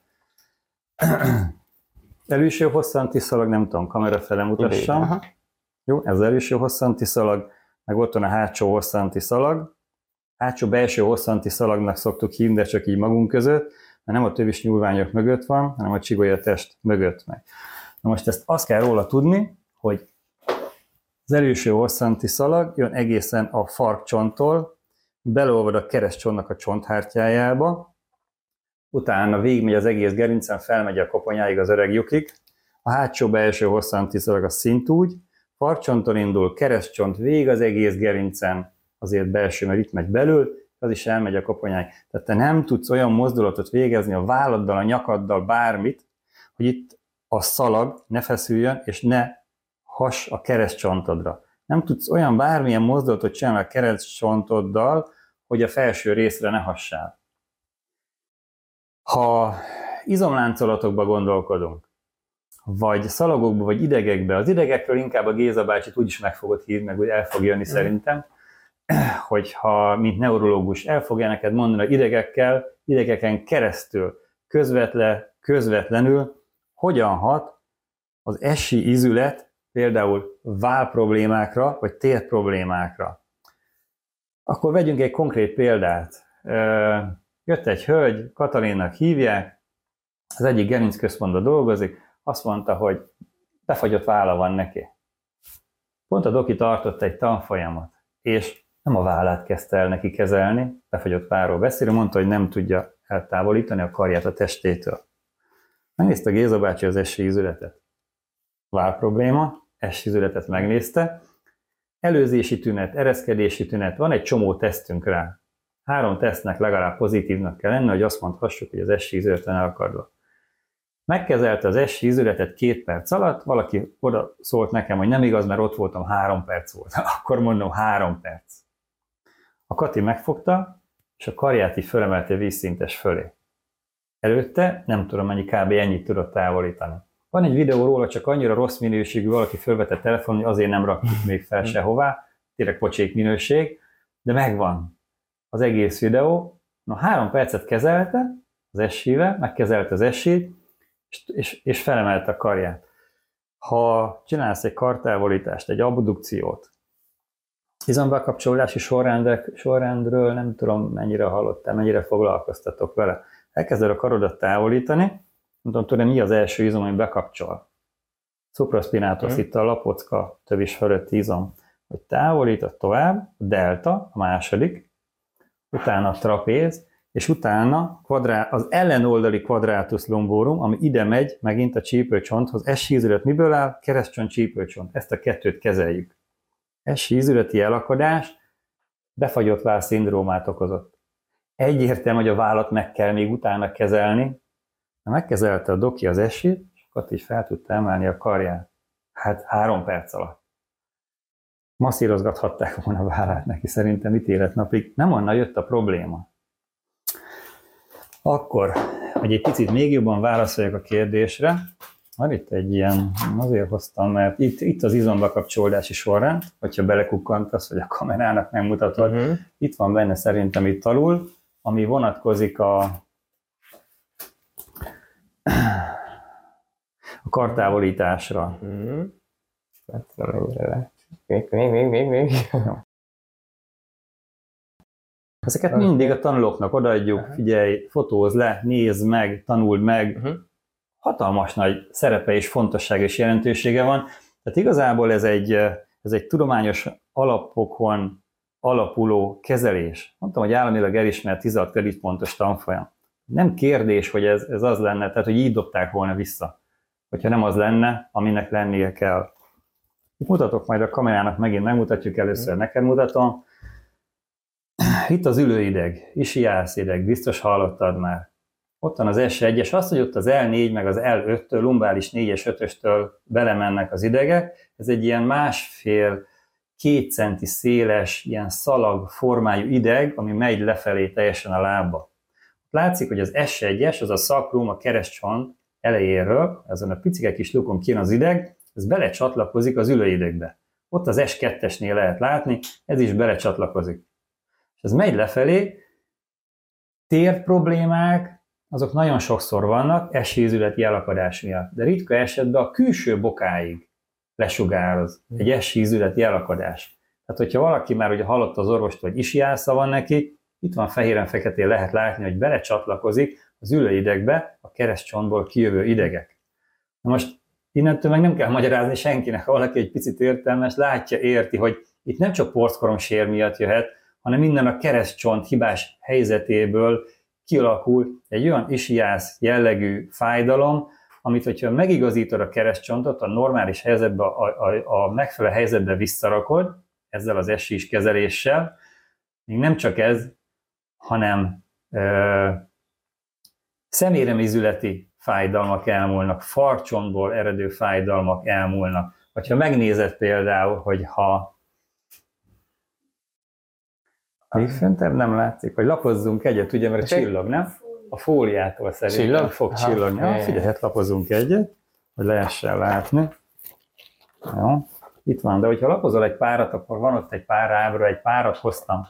Előső hosszanti szalag, nem tudom, kamera fele mutassam. Jó, ez az előső hosszanti szalag, meg ott van a hátsó hosszanti szalag. Hátsó belső hosszanti szalagnak szoktuk hívni, de csak így magunk között, mert nem a tövis nyúlványok mögött van, hanem a csigolya-test mögött meg. Na most ezt azt kell róla tudni, hogy az előső hosszanti szalag jön egészen a farkcsonttól, beleolvad a keresztcsontnak a csonthártyájába, utána végigmegy az egész gerincen, felmegy a koponyáig, az öreg lyukig. A hátsó belső hosszanti szalag az szintúgy, farkcsonttól indul, keresztcsont végig az egész gerincen, azért belső, mert itt megy belül, az is elmegy a koponyáig. Tehát te nem tudsz olyan mozdulatot végezni a válladdal, a nyakaddal, bármit, hogy itt a szalag ne feszüljön, és ne hass a keresztcsontodra. Nem tudsz olyan bármilyen mozdulatot csinálni a keresztcsontoddal, hogy a felső részre ne hassál. Ha izomláncolatokba gondolkodunk, vagy szalagokba, vagy idegekbe, az idegekről inkább a Géza bácsit úgyis meg fogod hívni, meg úgy el fog jönni szerintem, hogyha, mint neurológus, el fogja neked mondani, hogy idegeken keresztül, közvetlenül hogyan hat az SI ízület például váll problémákra, vagy tér problémákra. Akkor vegyünk egy konkrét példát. Jött egy hölgy, Katalinnak hívják, az egyik gerincközpontban dolgozik, azt mondta, hogy befagyott válla van neki. Pont a doki tartott egy tanfolyamot, és nem a vállát kezdte el neki kezelni, befagyott vállról beszélő, mondta, hogy nem tudja eltávolítani a karját a testétől. Megnézte a Géza bácsi az SI ízületet. Váll probléma, SI ízületet megnézte, előzési tünet, ereszkedési tünet, van egy csomó tesztünk rá. 3 tesztnek legalább pozitívnak kell lenni, hogy azt mondhassuk, hogy az SI ízületen elakadva. Megkezelte az SI ízületet 2 perc alatt, valaki oda szólt nekem, hogy nem igaz, mert ott voltam, 3 perc volt. Akkor mondom, 3 perc. A Kati megfogta, és a karját így fölemelte vízszintes fölé. Előtte nem tudom mennyi, kb. Ennyit tudott távolítani. Van egy videó róla, csak annyira rossz minőségű, valaki fölvette telefon, hogy azért nem rakjuk még fel sehová, tényleg pocsék minőség, de megvan az egész videó. 3 percet kezelte az SI-vel, megkezelte az SI-t, és felemelte a karját. Ha csinálsz egy kartávolítást, egy abdukciót, izombekapcsolási sorrendről nem tudom mennyire hallottál, mennyire foglalkoztatok vele. Elkezded a karodat távolítani, mondom, tudom, mi az első izom, ami bekapcsol. Supraspinatus, itt a lapocka tövis fölötti izom. hogy távolított tovább, a delta, a második, utána a trapéz, és utána az ellenoldali quadratus lumborum, ami ide megy megint a csípőcsonthoz. S-hízület miből áll? Keresztcsont, csípőcsont. Ezt a kettőt kezeljük. S-hízületi elakadás befagyott váll szindrómát okozott. Egyértelmű, hogy a vállat meg kell még utána kezelni. Megkezelte a doki az S-t, és akkor is fel tudta emelni a karját. Hát 3 perc alatt. Masszírozgathatták volna a vállát neki szerintem ítéletnapig. Nem onnan jött a probléma. Akkor, hogy egy picit még jobban válaszoljak a kérdésre, van itt egy ilyen, azért hoztam, mert itt az izombekapcsolódási sorrend, hogyha belekukkantasz, vagy a kamerának megmutatod, itt van benne szerintem itt alul, ami vonatkozik a kartávolításra. Nem tudom, mennyire lehet. Még. Ezeket mindig a tanulóknak odaadjuk, figyelj, fotózz le, nézd meg, tanuld meg. Hatalmas nagy szerepe és fontossága és jelentősége van. Tehát igazából ez egy tudományos alapokon alapuló kezelés. Mondtam, hogy államilag elismert 16 kreditpontos tanfolyam. Nem kérdés, hogy ez az lenne, tehát hogy így dobták volna vissza, hogyha nem az lenne, aminek lennie kell. Itt mutatok majd a kamerának, megint megmutatjuk, először neked mutatom. Itt az ülőideg, ischiász ideg, biztos hallottad már. Ott van az S1-es, azt, hogy ott az L4 meg az L5-től, lumbális 4-es, 5-östől belemennek az idegek. Ez egy ilyen 1,5-2 centi széles, ilyen szalag formájú ideg, ami megy lefelé teljesen a lábba. Látszik, hogy az S1-es, az a szakrum, a keresztcsont elejéről, ezen a picike kis lukon kijön az ideg, ez belecsatlakozik az ülőidegbe. Ott az S2-esnél lehet látni, ez is belecsatlakozik. És ez megy lefelé, tér problémák, azok nagyon sokszor vannak S-hízületi elakadás miatt, de ritka esetben a külső bokáig lesugároz egy S-hízületi elakadás. Tehát, hogyha valaki már ugye hallott az orvostól, hogy ischiásza van neki, itt van fehéren-feketén lehet látni, hogy belecsatlakozik az ülőidegbe a keresztcsontból kijövő idegek. Na most innentől meg nem kell magyarázni senkinek, ha valaki egy picit értelmes, látja, érti, hogy itt nem csak porckoromsér miatt jöhet, hanem minden a keresztcsont hibás helyzetéből kialakul egy olyan ischiász jellegű fájdalom, amit, hogyha megigazítod a keresztcsontot, a normális helyzetbe, a megfelelő helyzetbe visszarakod, ezzel az SI-s kezeléssel, még nem csak ez, hanem szeméremizületi fájdalmak elmúlnak, farcsontból eredő fájdalmak elmúlnak. Vagy ha megnézed például, hogy ha még föntebb nem látszik, hogy lapozzunk egyet, ugye, mert a csillag, nem? A fóliától szerintem fog csillogni. Ja, figyelj, hát lapozzunk egyet, hogy lehessen látni. Jó, itt van, de hogyha lapozol egy párat, akkor van ott egy pár ábra, egy párat hoztam.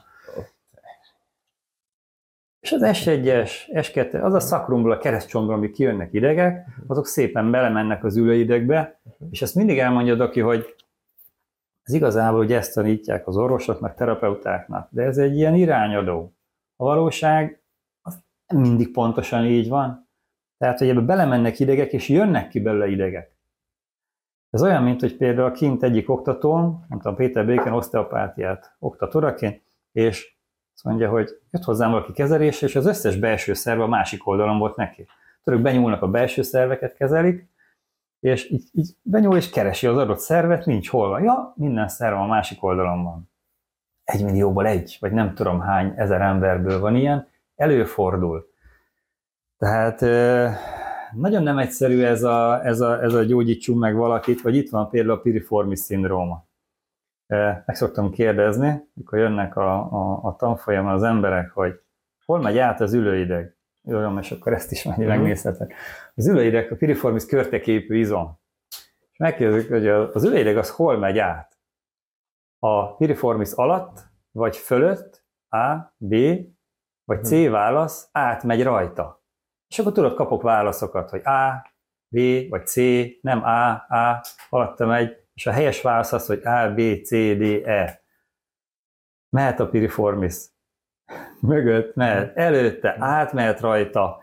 És az S1-es, S2, az a szakrumból, a keresztcsontból, amik kijönnek idegek, azok szépen belemennek az ülőidegbe, és ezt mindig elmondja Doki, hogy ez igazából, hogy ezt tanítják az orvosoknak, terapeutáknak, de ez egy ilyen irányadó. A valóság az nem mindig pontosan így van. Tehát, hogy ebbe belemennek idegek, és jönnek ki belőle idegek. Ez olyan, mint hogy például kint egyik oktatón, nem tudom, Péter Béken oszteopátiát oktat odaként, és azt mondja, hogy jött hozzám valaki kezelésre, és az összes belső szerv a másik oldalon volt neki. Ők benyúlnak, a belső szerveket kezelik, és így benyúl és keresi az adott szervet, nincs hol van. Ja, minden szerv a másik oldalon van. 1 millióból 1, vagy nem tudom hány ezer emberből van ilyen, előfordul. Tehát nagyon nem egyszerű ez a gyógyítsunk meg valakit, vagy itt van például a piriformis szindróma. Meg szoktam kérdezni, mikor jönnek a tanfolyamon az emberek, hogy hol megy át az ülőideg. Jó, és akkor ezt is megnézhetek. Az ülőideg a piriformis körteképű izom. És megkérdezik, hogy az ülőideg az hol megy át? A piriformis alatt, vagy fölött, A, B, vagy C válasz, átmegy rajta. És akkor tudod, kapok válaszokat, hogy A, B, vagy C, nem A alatta megy, és a helyes válasz az, hogy A, B, C, D, E. Mehet a piriformis. Mögött mehet, előtte, átmehet rajta,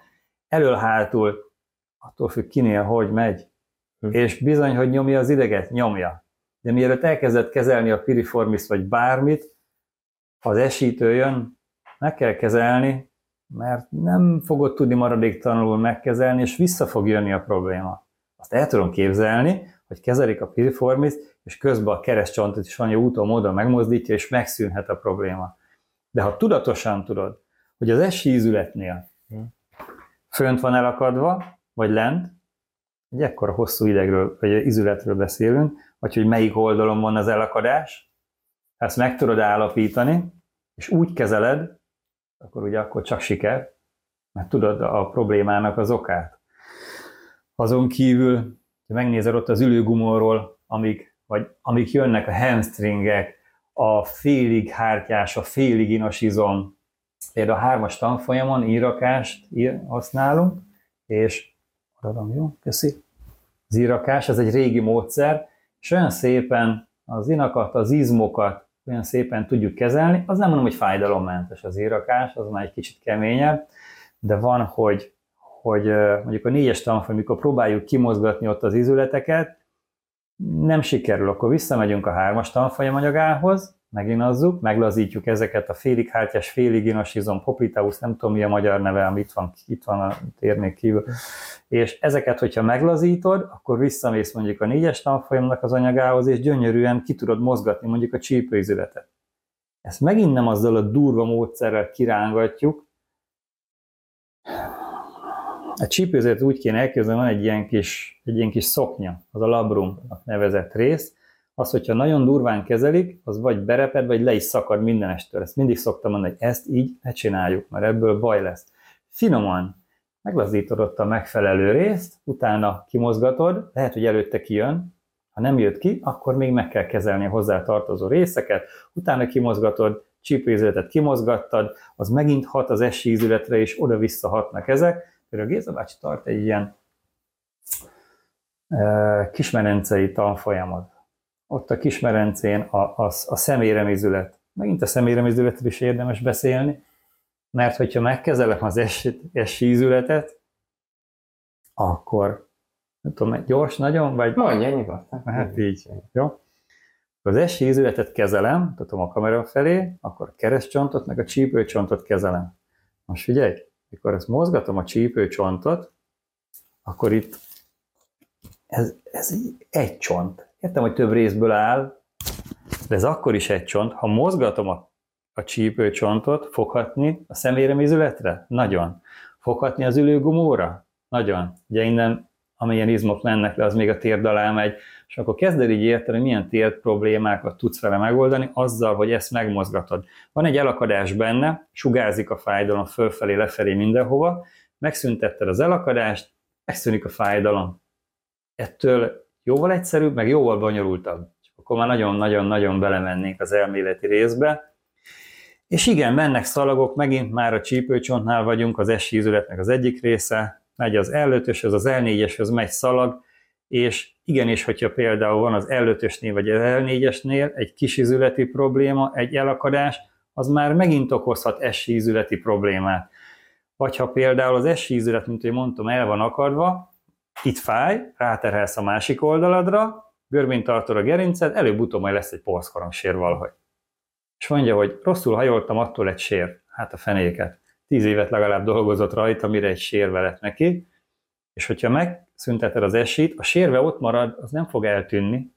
elől-hátul, attól függ kinél, hogy megy. És bizony, hogy nyomja az ideget, nyomja. de mielőtt elkezdett kezelni a piriformis vagy bármit, ha az esítő jön, meg kell kezelni, mert nem fogod tudni maradéktalanul megkezelni, és vissza fog jönni a probléma. Azt el tudom képzelni, hogy kezelik a piriformis, és közben a keresztcsontot is valami úton módon megmozdítja, és megszűnhet a probléma. De ha tudatosan tudod, hogy az essi ízületnél fönt van elakadva, vagy lent, egy ekkora hosszú idegről, vagy ízületről beszélünk, vagy hogy melyik oldalon van az elakadás, ha ezt meg tudod állapítani, és úgy kezeled, akkor ugye akkor csak siker, mert tudod a problémának az okát. Azon kívül, ha megnézed ott az ülőgumóról, amik jönnek a hamstringek, a félig hártyás, a félig inas izom, például a 3-as tanfolyamon írakást használunk, és adom, jó, köszi. Az írakás, ez egy régi módszer, és olyan szépen az inakat, az izmokat olyan szépen tudjuk kezelni. Az nem mondom, hogy fájdalommentes az írakás, az már egy kicsit keményebb, de van, hogy mondjuk a 4-es tanfolyam, amikor próbáljuk kimozgatni ott az izületeket, nem sikerül, akkor visszamegyünk a 3-as tanfolyam anyagához, meginazzuk, meglazítjuk ezeket a félig hártyás, félig inas izom, popliteus, nem tudom mi a magyar neve, ami itt van a térnék kívül, és ezeket, hogyha meglazítod, akkor visszamész mondjuk a 4-es tanfolyamnak az anyagához, és gyönyörűen ki tudod mozgatni mondjuk a csípőizületet. Ezt megint nem azzal a durva módszerrel kirángatjuk. A csípőizületet úgy kéne elképzelni, van egy ilyen kis szoknya, az a labrumnak nevezett rész. Az, hogyha nagyon durván kezelik, az vagy bereped, vagy le is szakad mindenestől. Ezt mindig szoktam mondani, hogy ezt így ne csináljuk, mert ebből baj lesz. Finoman meglazítod ott a megfelelő részt, utána kimozgatod, lehet, hogy előtte kijön, ha nem jött ki, akkor még meg kell kezelni a hozzá tartozó részeket, utána kimozgatod, csípőizületet kimozgattad, az megint hat az essi ízületre, és oda-vissza hatnak ezek. Például Géza bácsi tart egy ilyen kismerencei tanfolyamot. Ott a Kismerencén a szeméremizület. Megint a szeméremizületről is érdemes beszélni, mert hogyha megkezelem az essi ízületet, akkor nem tudom, gyors nagyon, vagy... Mondja, nyugodtan. Hát így, jó? Az essi ízületet kezelem, mutatom a kamera felé, akkor a keresztcsontot, meg a csípőcsontot kezelem. Most figyelj, amikor ezt mozgatom a csípőcsontot, akkor itt ez egy csont. Értem, hogy több részből áll, de ez akkor is egy csont. Ha mozgatom a csípőcsontot, foghatni a szeméremizületre? Nagyon. Foghatni az ülőgumóra? Nagyon. Ugye innen, amilyen izmok mennek le, az még a térd alá megy, és akkor kezded így érteni, hogy milyen térd problémákat tudsz vele megoldani, azzal, hogy ezt megmozgatod. Van egy elakadás benne, sugárzik a fájdalom fölfelé, lefelé, mindenhova, megszüntetted az elakadást, megszűnik a fájdalom. Ettől jóval egyszerűbb, meg jóval bonyolultabb. Csak akkor már nagyon-nagyon-nagyon belemennénk az elméleti részbe. És igen, mennek szalagok, megint már a csípőcsontnál vagyunk, az essi ízületnek az egyik része, megy az L5-öshöz, az L4-eshez megy szalag, és igenis, hogyha például van az L5-ösnél vagy az L4-esnél egy kis ízületi probléma, egy elakadás, az már megint okozhat essi ízületi problémát. Vagy ha például az essi ízület, mint hogy mondtam, el van akadva, itt fáj, ráterhelsz a másik oldaladra, görbén tartod a gerinced, előbb-utóbb majd lesz egy porszkorongsér valahogy. És mondja, hogy rosszul hajoltam, attól egy sér. Hát a fenéket. 10 évet legalább dolgozott rajta, mire egy sérve lett neki. És hogyha megszünteted az esit, a sérve ott marad, az nem fog eltűnni,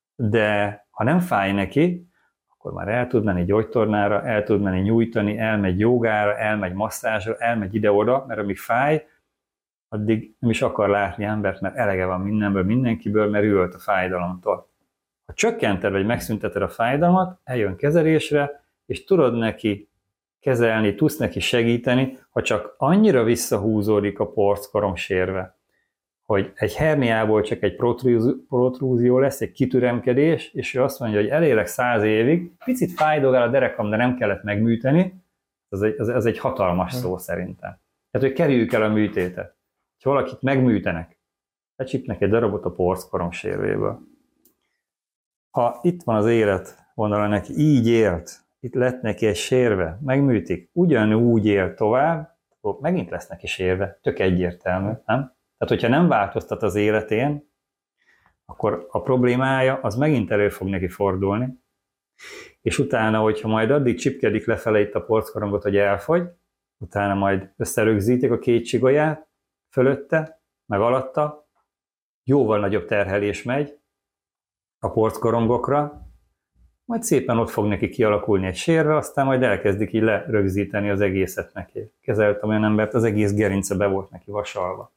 de ha nem fáj neki, akkor már el tud menni gyógytornára, el tud menni nyújtani, elmegy jogára, elmegy masszázsra, elmegy ide-oda, mert amíg fáj, addig nem is akar látni embert, mert elege van mindenből, mindenkiből, mert üvölt a fájdalomtól. Ha csökkented, vagy megszünteted a fájdalmat, eljön kezelésre, és tudod neki kezelni, tudsz neki segíteni, ha csak annyira visszahúzódik a porckorong-sérve, hogy egy herniából csak egy protrúzió lesz, egy kitüremkedés, és ő azt mondja, hogy elélek 100 évig, picit fájdogál a derekam, de nem kellett megműteni, ez egy hatalmas szó szerintem. Tehát, hogy kerüljük el a műtétet. Ha valakit megműtenek, lecsípnek egy darabot a porckorong sérvéből. Ha itt van az életvonala neki, így élt, itt lett neki egy sérve, megműtik, ugyanúgy él tovább, akkor megint lesz neki sérve, tök egyértelmű, nem? Tehát, hogyha nem változtat az életén, akkor a problémája az megint elő fog neki fordulni, és utána, hogyha majd addig csipkedik lefele itt a porckorongot, hogy elfogy, utána majd összerögzítik a két csigolyát fölötte, meg alatta, jóval nagyobb terhelés megy a porckorongokra, majd szépen ott fog neki kialakulni egy sérve, aztán majd elkezdik így lerögzíteni az egészet neki. Kezeltem olyan embert, az egész gerince be volt neki vasalva.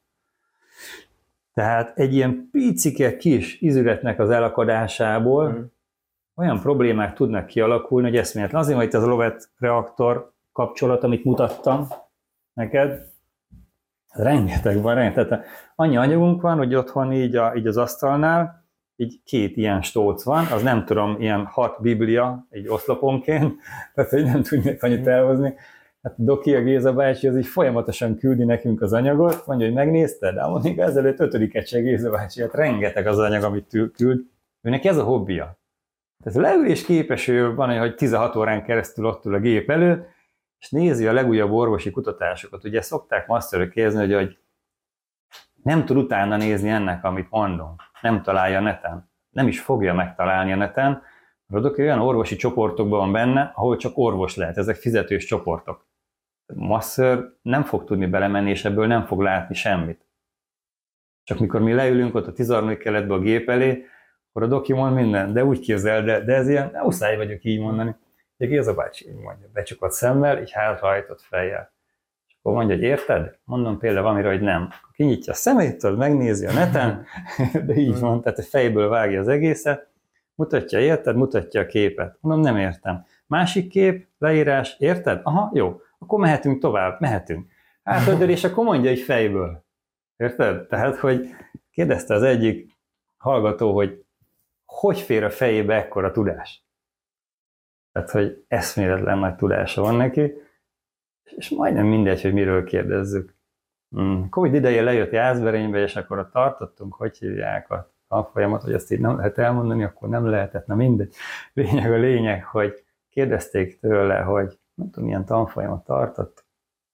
Tehát egy ilyen picike kis izületnek az elakadásából olyan problémák tudnak kialakulni, hogy eszméletlen. Azért van itt ez a Lovett-reaktor kapcsolat, amit mutattam neked. Rengeteg van, rengeteg. Annyi anyagunk van, hogy otthon így az asztalnál, így 2 ilyen stóc van, az nem tudom, ilyen 6 biblia, egy oszloponként, tehát hogy nem tudnék annyit elhozni. Hát Doki, a Géza bácsi, az így folyamatosan küldi nekünk az anyagot, mondja, hogy megnézted, de mondjuk ezelőtt 5-et se Géza bácsi, hát rengeteg az anyag, amit küld. Őnek ez a hobbija. Tehát leülés képes ő van, hogy 16 órán keresztül ott ül a gép előtt, és nézi a legújabb orvosi kutatásokat. Ugye szokták masterök kérdezni, hogy nem tud utána nézni ennek, amit mondom. Nem találja a neten. Nem is fogja megtalálni a neten, mert olyan orvosi csoportokban van benne, ahol csak orvos lehet. Ezek fizetős csoportok. Master nem fog tudni belemenni, és ebből nem fog látni semmit. Csak mikor mi leülünk ott a 13. keletbe a gép elé, akkor a doki mond minden, de úgy képzel, de ez ilyen, muszáj vagyok így mondani. Ugye Géza bácsi így mondja, becsukott szemmel, így hátrahajtott fejjel. És akkor mondja, hogy érted? Mondom például valamire, hogy nem. Kinyitja a szemét, megnézi a neten, de így van, tehát a fejből vágja az egészet, mutatja, érted? Mutatja a képet. Mondom, nem értem. Másik kép, leírás, érted? Aha, jó, akkor mehetünk tovább, mehetünk. Hátraödöl, és akkor mondja egy fejből. Érted? Tehát, hogy kérdezte az egyik hallgató, hogy fér a fejébe ekkora tudás. Tehát, hogy eszméletlen nagy tudása van neki, és majdnem mindegy, hogy miről kérdezzük. Covid idején lejött Jászberénybe, és akkor ott tartottunk, hogy hívják a tanfolyamat, hogy ezt így nem lehet elmondani, akkor nem lehetett, na mindegy. A lényeg, hogy kérdezték tőle, hogy nem tudom, milyen tanfolyamat tartott.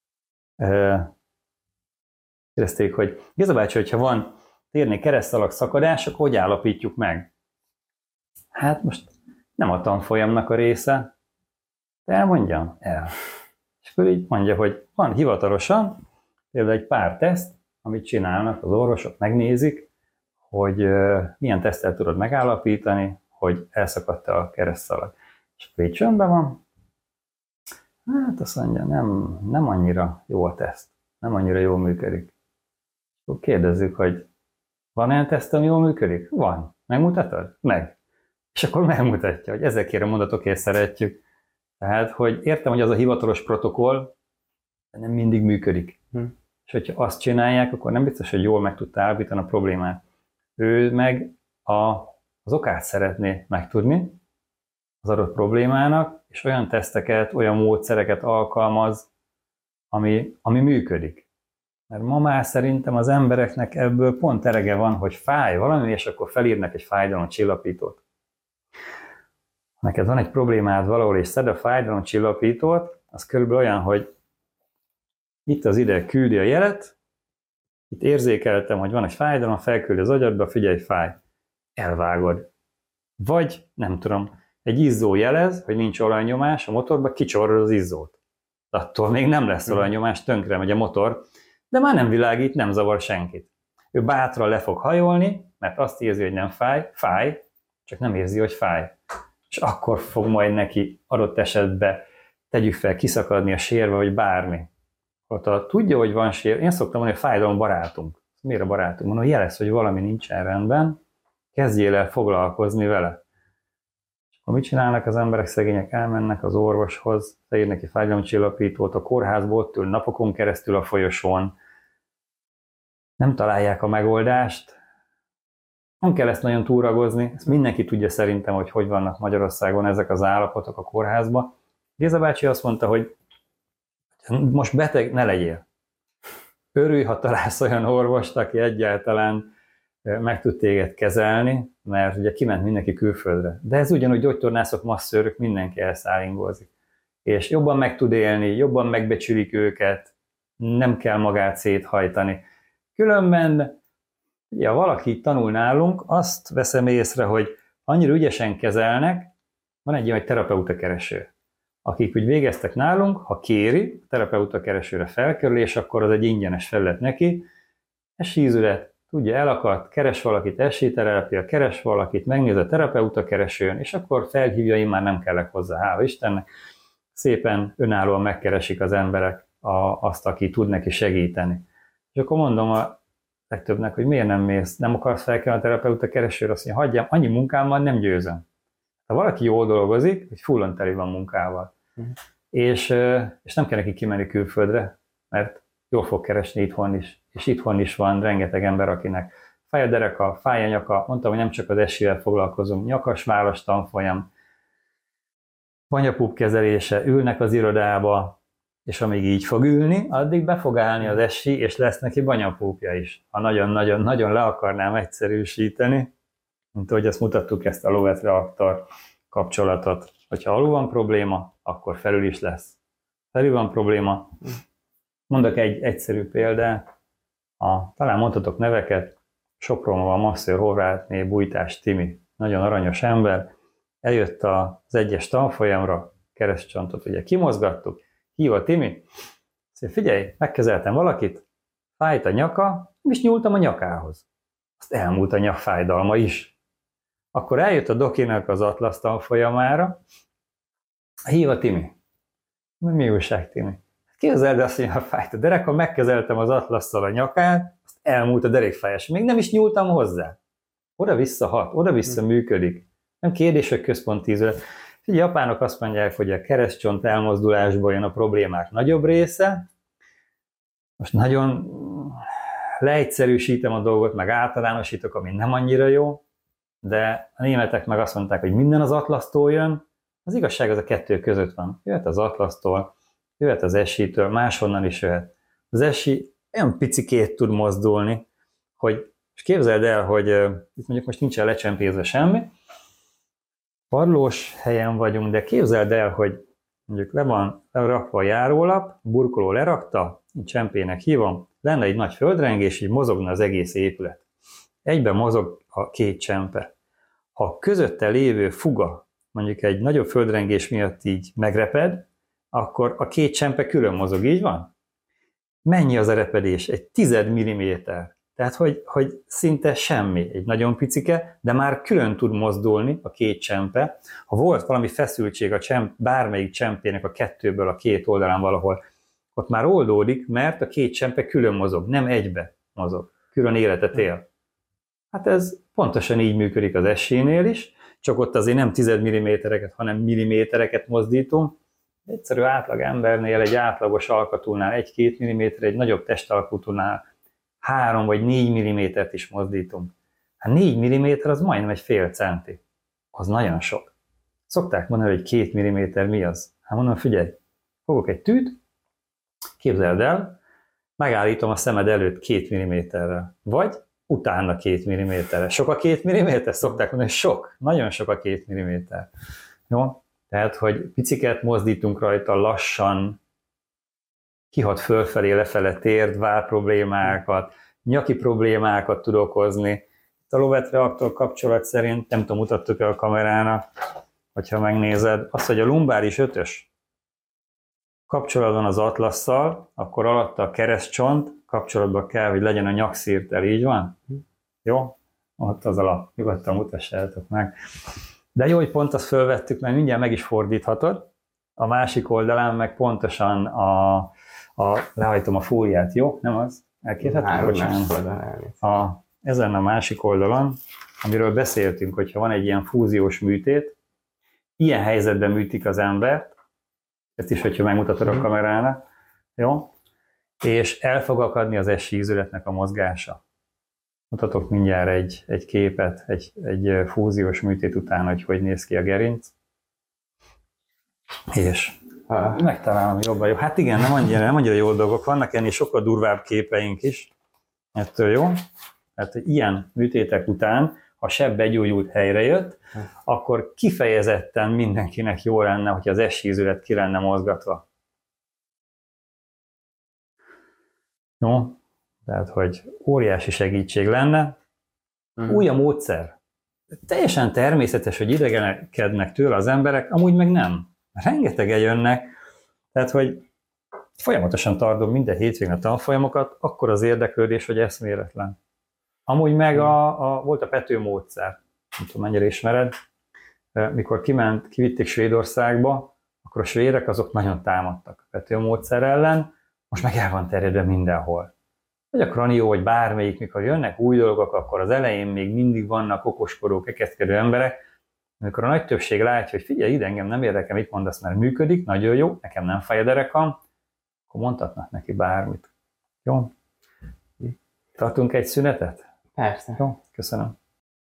Kérdezték, hogy Géza bácsi, hogyha van térni keresztalak szakadás, akkor hogy állapítjuk meg? Hát most nem a tanfolyamnak a része, de elmondjam? El. És akkor így mondja, hogy van hivatalosan például egy pár teszt, amit csinálnak az orvosok, megnézik, hogy milyen teszttel tudod megállapítani, hogy elszakadt-e a keresztszalag. És akkor így csöndben van. Hát azt mondja, nem annyira jó a teszt, nem annyira jól működik. Akkor kérdezzük, hogy van olyan teszt, ami jól működik? Van. Megmutatod? Meg. És akkor megmutatja, hogy ezekért a mondatokért szeretjük. Tehát, hogy értem, hogy az a hivatalos protokoll, de nem mindig működik. És hogyha azt csinálják, akkor nem biztos, hogy jól meg tudta állapítani a problémát. Ő meg az okát szeretné megtudni az adott problémának, és olyan teszteket, olyan módszereket alkalmaz, ami működik. Mert ma már szerintem az embereknek ebből pont elege van, hogy fáj valami, és akkor felírnak egy fájdalomcsillapítót. Neked van egy problémád valahol, és szed a fájdalomcsillapítót, az körülbelül olyan, hogy itt az ide küldi a jelet, itt érzékeltem, hogy van egy fájdalom, felküldi az agyadba, figyelj, fáj. Elvágod. Vagy, nem tudom, egy izzó jelez, hogy nincs olajnyomás a motorba, kicsorod az izzót. Attól még nem lesz olajnyomás, tönkre megy a motor, de már nem világít, nem zavar senkit. Ő bátran le fog hajolni, mert azt érzi, hogy nem fáj, csak nem érzi, hogy fáj. És akkor fog majd neki adott esetben, tegyük fel, kiszakadni a sérve, vagy bármi. Ott tudja, hogy van sér, én szoktam mondani, hogy fájdalom barátunk. Miért a barátunk? Mondom, jelez, hogy valami nincsen rendben, kezdjél el foglalkozni vele. És akkor mit csinálnak az emberek, szegények? Elmennek az orvoshoz, leír neki fájdalomcsillapítót, a kórházból ott ül napokon keresztül a folyosón, nem találják a megoldást, nem kell ezt nagyon túragozni, ezt mindenki tudja szerintem, hogy vannak Magyarországon ezek az állapotok a kórházban. Géza bácsi azt mondta, hogy most beteg ne legyél. Örülj, ha találsz olyan orvost, aki egyáltalán meg tud téged kezelni, mert ugye kiment mindenki külföldre. De ez ugyanúgy gyógytornászok, masszőrök, mindenki elszállingózik. És jobban meg tud élni, jobban megbecsülik őket, nem kell magát széthajtani. Különben Ugye, ha valaki tanul nálunk, azt veszem észre, hogy annyira ügyesen kezelnek, van egy ilyen terapeuta kereső, akik úgy végeztek nálunk, ha kéri, a terapeuta keresőre felkerül, és akkor az egy ingyenes felület neki, esízület, tudja, elakadt, keres valakit, esíterápia, keres valakit, megnéz a terapeuta keresőn, és akkor felhívja, én már nem kellek hozzá, hála Istennek, szépen önállóan megkeresik az emberek azt, aki tud neki segíteni. És akkor mondom a legtöbbnek, hogy miért nem mész, nem akarsz felkelni a terapeuta keresőre, azt mondja, hagyjam, annyi munkám van, nem győzöm. Ha valaki jól dolgozik, hogy fullon teli van munkával, és nem kell neki kimenni külföldre, mert jól fog keresni itthon is, és itthon is van rengeteg ember, akinek fáj a dereka, fáj a nyaka, mondtam, hogy nem csak az esélyel foglalkozunk, nyakas válasz tanfolyam, banyapúp kezelése, ülnek az irodába, és amíg így fog ülni, addig be fog állni az esi, és lesz neki banyapúpja is. Ha nagyon-nagyon le akarnám egyszerűsíteni, mint ahogy azt mutattuk, ezt a lóvet-reaktor kapcsolatot, hogyha alul van probléma, akkor felül is lesz. Felül van probléma. Mondok egy egyszerű példát. Talán mondhatok neveket. Sopronban van masször Horvátné Bújtás Timi. Nagyon aranyos ember. Eljött az egyes tanfolyamra, keresztcsontot ugye kimozgattuk, hív a Timi, azt figyelj, megkezeltem valakit, fájt a nyaka, és nyúltam a nyakához. Azt elmúlt a nyakfájdalma is. Akkor eljött a dokinak az Atlasz tanfolyamára, hív a Timi. Mi újság, Timi? Képzeld azt, hogy fájt a dereka, megkezeltem az Atlasszal a nyakát, azt elmúlt a derékfájás, még nem is nyúltam hozzá. Oda-vissza hat, oda-vissza működik. Nem kérdés, hogy központi ízület. A japánok azt mondják, hogy a keresztcsont elmozdulásból jön a problémák nagyobb része. Most nagyon leegyszerűsítem a dolgot, meg általánosítok, ami nem annyira jó, de a németek meg azt mondták, hogy minden az Atlasztól jön. Az igazság az a kettő között van. Jöhet az Atlasztól, jöhet az esitől, máshonnan is jöhet. Az esi olyan picikét tud mozdulni, hogy és képzeld el, hogy itt mondjuk most nincsen lecsempézve semmi, padlós helyen vagyunk, de képzeld el, hogy mondjuk le van rakva a járólap, burkoló lerakta, én csempének hívom, lenne egy nagy földrengés, így mozogna az egész épület. Egyben mozog a két csempe. Ha a közötte lévő fuga mondjuk egy nagyobb földrengés miatt így megreped, akkor a két csempe külön mozog, így van? Mennyi az a repedés? Egy 10 milliméter. Tehát, hogy szinte semmi, egy nagyon picike, de már külön tud mozdulni a két csempe. Ha volt valami feszültség bármelyik csempének a kettőből a két oldalán valahol, ott már oldódik, mert a két csempe külön mozog, nem egybe mozog, külön életet él. Hát ez pontosan így működik az esénél is, csak ott azért nem 10 millimétereket, hanem millimétereket mozdítunk. Egyszerű átlag embernél, egy átlagos alkatúnál 1-2 milliméter, egy nagyobb testalkatúnál 3 vagy 4 millimétert is mozdítunk. Hát 4 milliméter az majdnem egy fél centi. Az nagyon sok. Szokták mondani, hogy 2 milliméter mi az? Hát mondom, figyelj, fogok egy tűt, képzeld el, megállítom a szemed előtt 2 milliméterrel, vagy utána 2 milliméterrel. Sok a 2 milliméter? Szokták mondani, sok, nagyon sok a 2 milliméter. Jó? Tehát, hogy piciket mozdítunk rajta lassan, kihat fölfelé, lefele térd, vállproblémákat, nyaki problémákat tud okozni. Itt a lóvet-reaktor kapcsolat szerint, nem tudom, mutattuk el a kamerának, hogyha megnézed, az, hogy a lumbáris ötös kapcsolatban az Atlasszal, akkor alatta a keresztcsont kapcsolatban kell, hogy legyen a nyakszírtel, így van? Jó? Ott az alap, nyugodtan mutassátok meg. De jó, hogy pont azt fölvettük, mert mindjárt meg is fordíthatod. A másik oldalán meg pontosan lehajtom a fúriát, jó? Nem az? Elképzelhető? Ezen a másik oldalon, amiről beszéltünk, hogyha van egy ilyen fúziós műtét, ilyen helyzetben műtik az embert, ezt is, hogyha megmutatod a kamerának, jó? És el fog akadni az esízületnek a mozgása. Mutatok mindjárt egy képet, egy fúziós műtét után, hogy néz ki a gerinc. És megtalálom jobban. Jó. Hát igen, nem annyira jó dolgok vannak, ennél sokkal durvább képeink is. Ettől jó. Hát ilyen műtétek után, ha seb begyógyult helyre jött, akkor kifejezetten mindenkinek jó lenne, hogy az esízület ki lenne mozgatva. Jó? Tehát, hogy óriási segítség lenne. Új a módszer. Teljesen természetes, hogy idegenkednek tőle az emberek, amúgy meg nem. Rengetegen jönnek, tehát, hogy folyamatosan tartom minden hétvégén a tanfolyamokat, akkor az érdeklődés, hogy eszméletlen. Amúgy meg volt a Pető módszer, nem tudom, mennyire ismered, mikor kivitték Svédországba, akkor a svédek azok nagyon támadtak a Pető módszer ellen, most meg el van terjedve mindenhol. Vagy a Kranió, vagy bármelyik, mikor jönnek új dolgok, akkor az elején még mindig vannak okoskodó, kekeckedő emberek, amikor a nagy többség látja, hogy figyelj ide, engem nem érdekel, mit mondasz, mert működik, nagyon jó, nekem nem fáj a derekam, akkor mondhatnak neki bármit. Jó? Tartunk egy szünetet? Persze. Jó, köszönöm.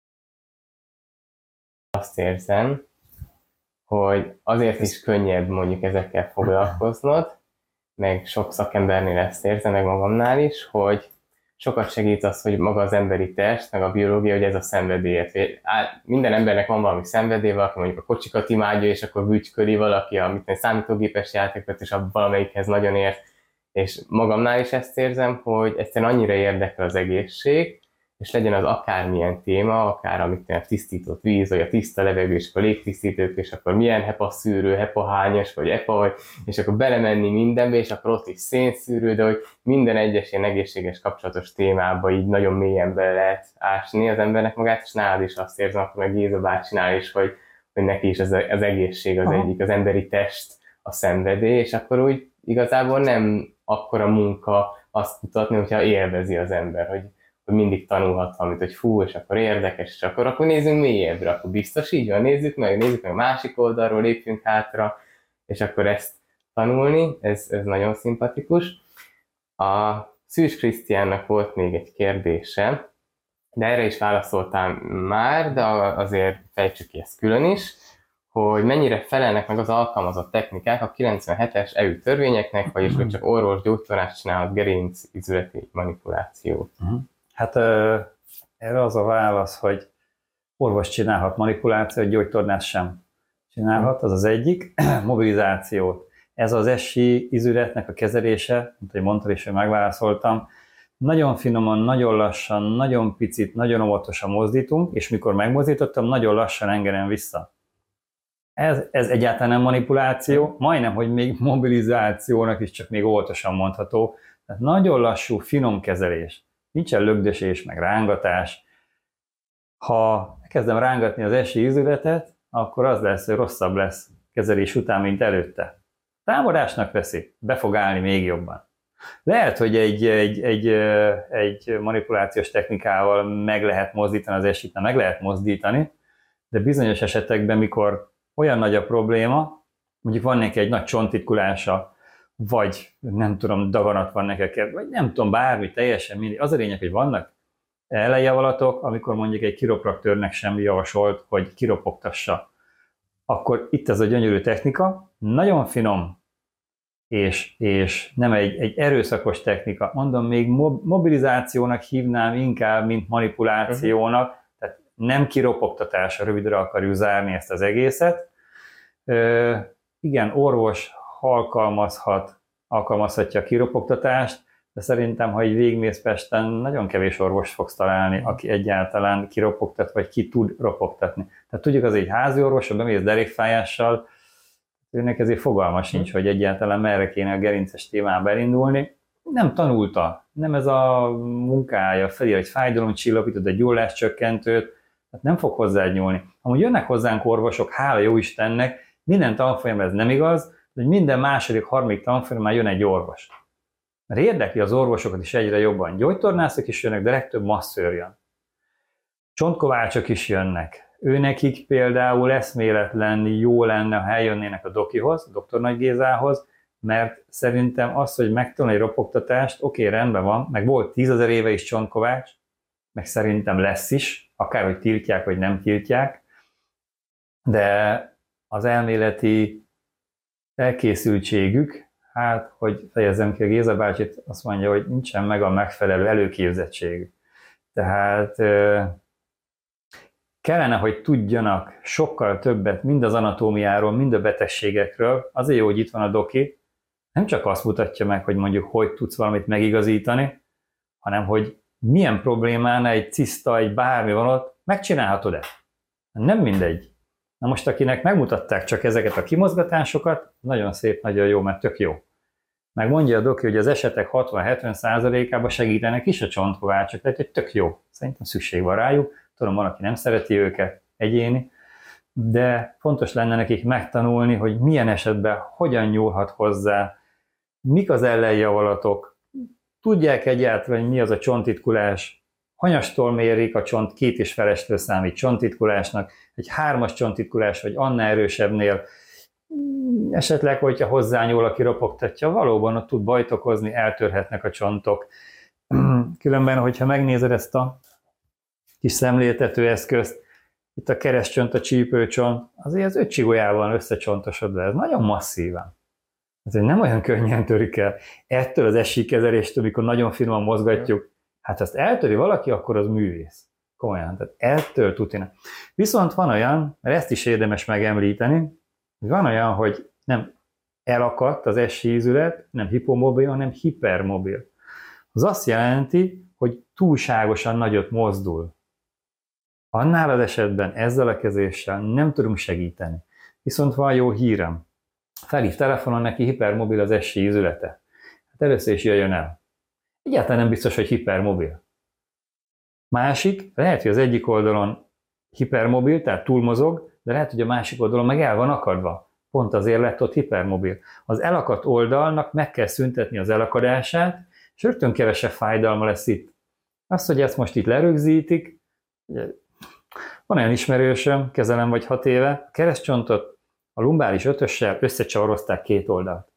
Azt érzem, hogy azért is könnyebb mondjuk ezekkel foglalkoznod, meg sok szakembernél ezt érzem, meg magamnál is, hogy sokat segít az, hogy maga az emberi test, meg a biológia, hogy ez a szenvedélyet. Minden embernek van valami szenvedély, valaki mondjuk a kocsikat imádja, és akkor bütyköli, valaki a számítógépes játékokat, és a valamelyikhez nagyon ért. És magamnál is ezt érzem, hogy egyszerűen annyira érdekel az egészség, és legyen az akármilyen téma, akár amit a tisztított víz, vagy a tiszta levegő, és a légtisztítók, és akkor milyen HEPA szűrő, HEPA hányas, vagy EPA, vagy, és akkor belemenni mindenbe, és akkor ott is szénszűrő, de hogy minden egyes ilyen egészséges kapcsolatos témába így nagyon mélyen bele lehet ásni az embernek magát, és nálad is azt érzem, akkor meg Géza bácsinál is, hogy neki is az egészség az egyik, az emberi test a szenvedély, és akkor úgy igazából nem akkora munka azt kutatni, hogyha élvezi az ember, hogy mindig tanulhat valamit, hogy fú, és akkor érdekes, és akkor nézzünk mélyebbre, akkor biztos így van, nézzük meg a másik oldalról, lépjünk hátra, és akkor ezt tanulni, ez nagyon szimpatikus. A Szűcs Krisztiánnak volt még egy kérdése, de erre is válaszoltam már, de azért fejtsük ki ezt külön is, hogy mennyire felelnek meg az alkalmazott technikák a 97-es EU törvényeknek, vagyis hogy csak orvos gyógytornást csinálhat gerincizületi manipulációt. Hát erre az a válasz, hogy orvos csinálhat manipulációt, gyógytornász sem csinálhat, az az egyik. Mobilizációt. Ez az SI izületnek a kezelése, mint hogy mondtad is, hogy megválaszoltam, nagyon finoman, nagyon lassan, nagyon picit, nagyon óvatosan mozdítunk, és mikor megmozdítottam, nagyon lassan engedem vissza. Ez egyáltalán nem manipuláció, majdnem, hogy még mobilizációnak is csak még óvatosan mondható. Tehát nagyon lassú, finom kezelés. Nincsen lögdösés, meg rángatás. Ha kezdem rángatni az SI izületet, akkor az lesz, hogy rosszabb lesz kezelés után, mint előtte. Támadásnak veszi, be fog állni még jobban. Lehet, hogy egy manipulációs technikával meg lehet mozdítani az SI-t, meg lehet mozdítani, de bizonyos esetekben, mikor olyan nagy a probléma, mondjuk van neki egy nagy csontitkulása, vagy nem tudom, daganat van neked, vagy nem tudom, bármi, teljesen mindig. Az a lényeg, hogy vannak ellenjavalatok, amikor mondjuk egy kiropraktőrnek sem javasolt, hogy kiropogtassa. Akkor itt ez a gyönyörű technika, nagyon finom, és nem egy erőszakos technika. Mondom, még mobilizációnak hívnám inkább, mint manipulációnak, tehát nem kiropogtatásra, rövidre akarjuk zárni ezt az egészet. Igen, orvos alkalmazhatja a kiropogtatást, de szerintem, ha így végigmész Pesten, nagyon kevés orvos fogsz találni, aki egyáltalán kiropogtat, vagy ki tud ropogtatni. Tehát tudjuk, az egy házi orvos, ha bemész derékfájással, őnek ezért fogalma sincs, hogy egyáltalán merre kéne a gerinces témába elindulni. Nem tanulta, nem ez a munkája, felír egy fájdalomcsillapítót, egy gyulladáscsökkentőt, tehát nem fog hozzád nyúlni. Amúgy jönnek hozzánk orvosok, hála jó Istennek, minden tanfolyamra ez nem igaz, hogy minden második, harmadik tanfolyamon már jön egy orvos. Mert érdekli az orvosokat is egyre jobban. Gyógytornászok is jönnek, de legtöbb masszőr jön. Csontkovácsok is jönnek. Őnekik például eszméletlen jó lenne, ha eljönnének a dokihoz, dr. Nagy Gézához, mert szerintem az, hogy megtanulni egy ropogtatást, oké, rendben van, meg volt 10 000 éve is csontkovács, meg szerintem lesz is, akárhogy tiltják, vagy nem tiltják, de az elméleti elkészültségük, hát, hogy fejezzem ki a Géza bácsit, azt mondja, hogy nincsen meg a megfelelő előképzettség. Tehát kellene, hogy tudjanak sokkal többet mind az anatómiáról, mind a betegségekről. Azért jó, hogy itt van a doki, nem csak azt mutatja meg, hogy mondjuk hogy tudsz valamit megigazítani, hanem hogy milyen problémánál egy ciszta, egy bármi van ott, megcsinálhatod-e? Nem mindegy. Na most, akinek megmutatták csak ezeket a kimozgatásokat, nagyon szép, nagyon jó, mert tök jó. Meg mondja a doki, hogy az esetek 60-70%-ában segítenek is a csontkovácsok, tehát egy tök jó. Szerintem szükség van rájuk. Tudom, van, aki nem szereti őket, egyéni, de fontos lenne nekik megtanulni, hogy milyen esetben hogyan nyúlhat hozzá, mik az ellenjavalatok, tudják egyáltalán, hogy mi az a csontitkulás, hanyastól mérik a csont 2,5-estől számít csontitkulásnak, egy 3-as csontitkulás, vagy annál erősebbnél, esetleg, hogyha hozzányúl, aki ropogtatja, valóban ott tud bajt okozni, eltörhetnek a csontok. Különben, hogyha megnézed ezt a kis szemléltető eszközt, itt a keresztcsont, a csípőcsont, azért az 5 csigolyával összecsontosod le, ez nagyon masszívan. Ez nem olyan könnyen törik el. Ettől az eséllykezeléstől, amikor nagyon finoman mozgatjuk, hát ha ezt eltöri valaki, akkor az művész. Komolyan, tehát ettől tutina. Viszont van olyan, mert ezt is érdemes megemlíteni, hogy van olyan, hogy nem elakadt az essélyizület, nem hipomobil, hanem hipermobil. Az azt jelenti, hogy túlságosan nagyot mozdul. Annál az esetben ezzel a kezéssel nem tudunk segíteni. Viszont van jó hírem. Felhív telefonon, neki hipermobil az essélyizülete. Hát először is jöjjön el. Egyáltalán nem biztos, hogy hipermobil. Másik, lehet, hogy az egyik oldalon hipermobil, tehát túlmozog, de lehet, hogy a másik oldalon meg el van akadva. Pont azért lett ott hipermobil. Az elakadt oldalnak meg kell szüntetni az elakadását, és rögtön kevesebb fájdalma lesz itt. Az, hogy ezt most itt lerögzítik, van olyan ismerősöm, kezelem vagy 6 éve, a keresztcsontot a lumbális ötössel összecsavarozták 2 oldalt.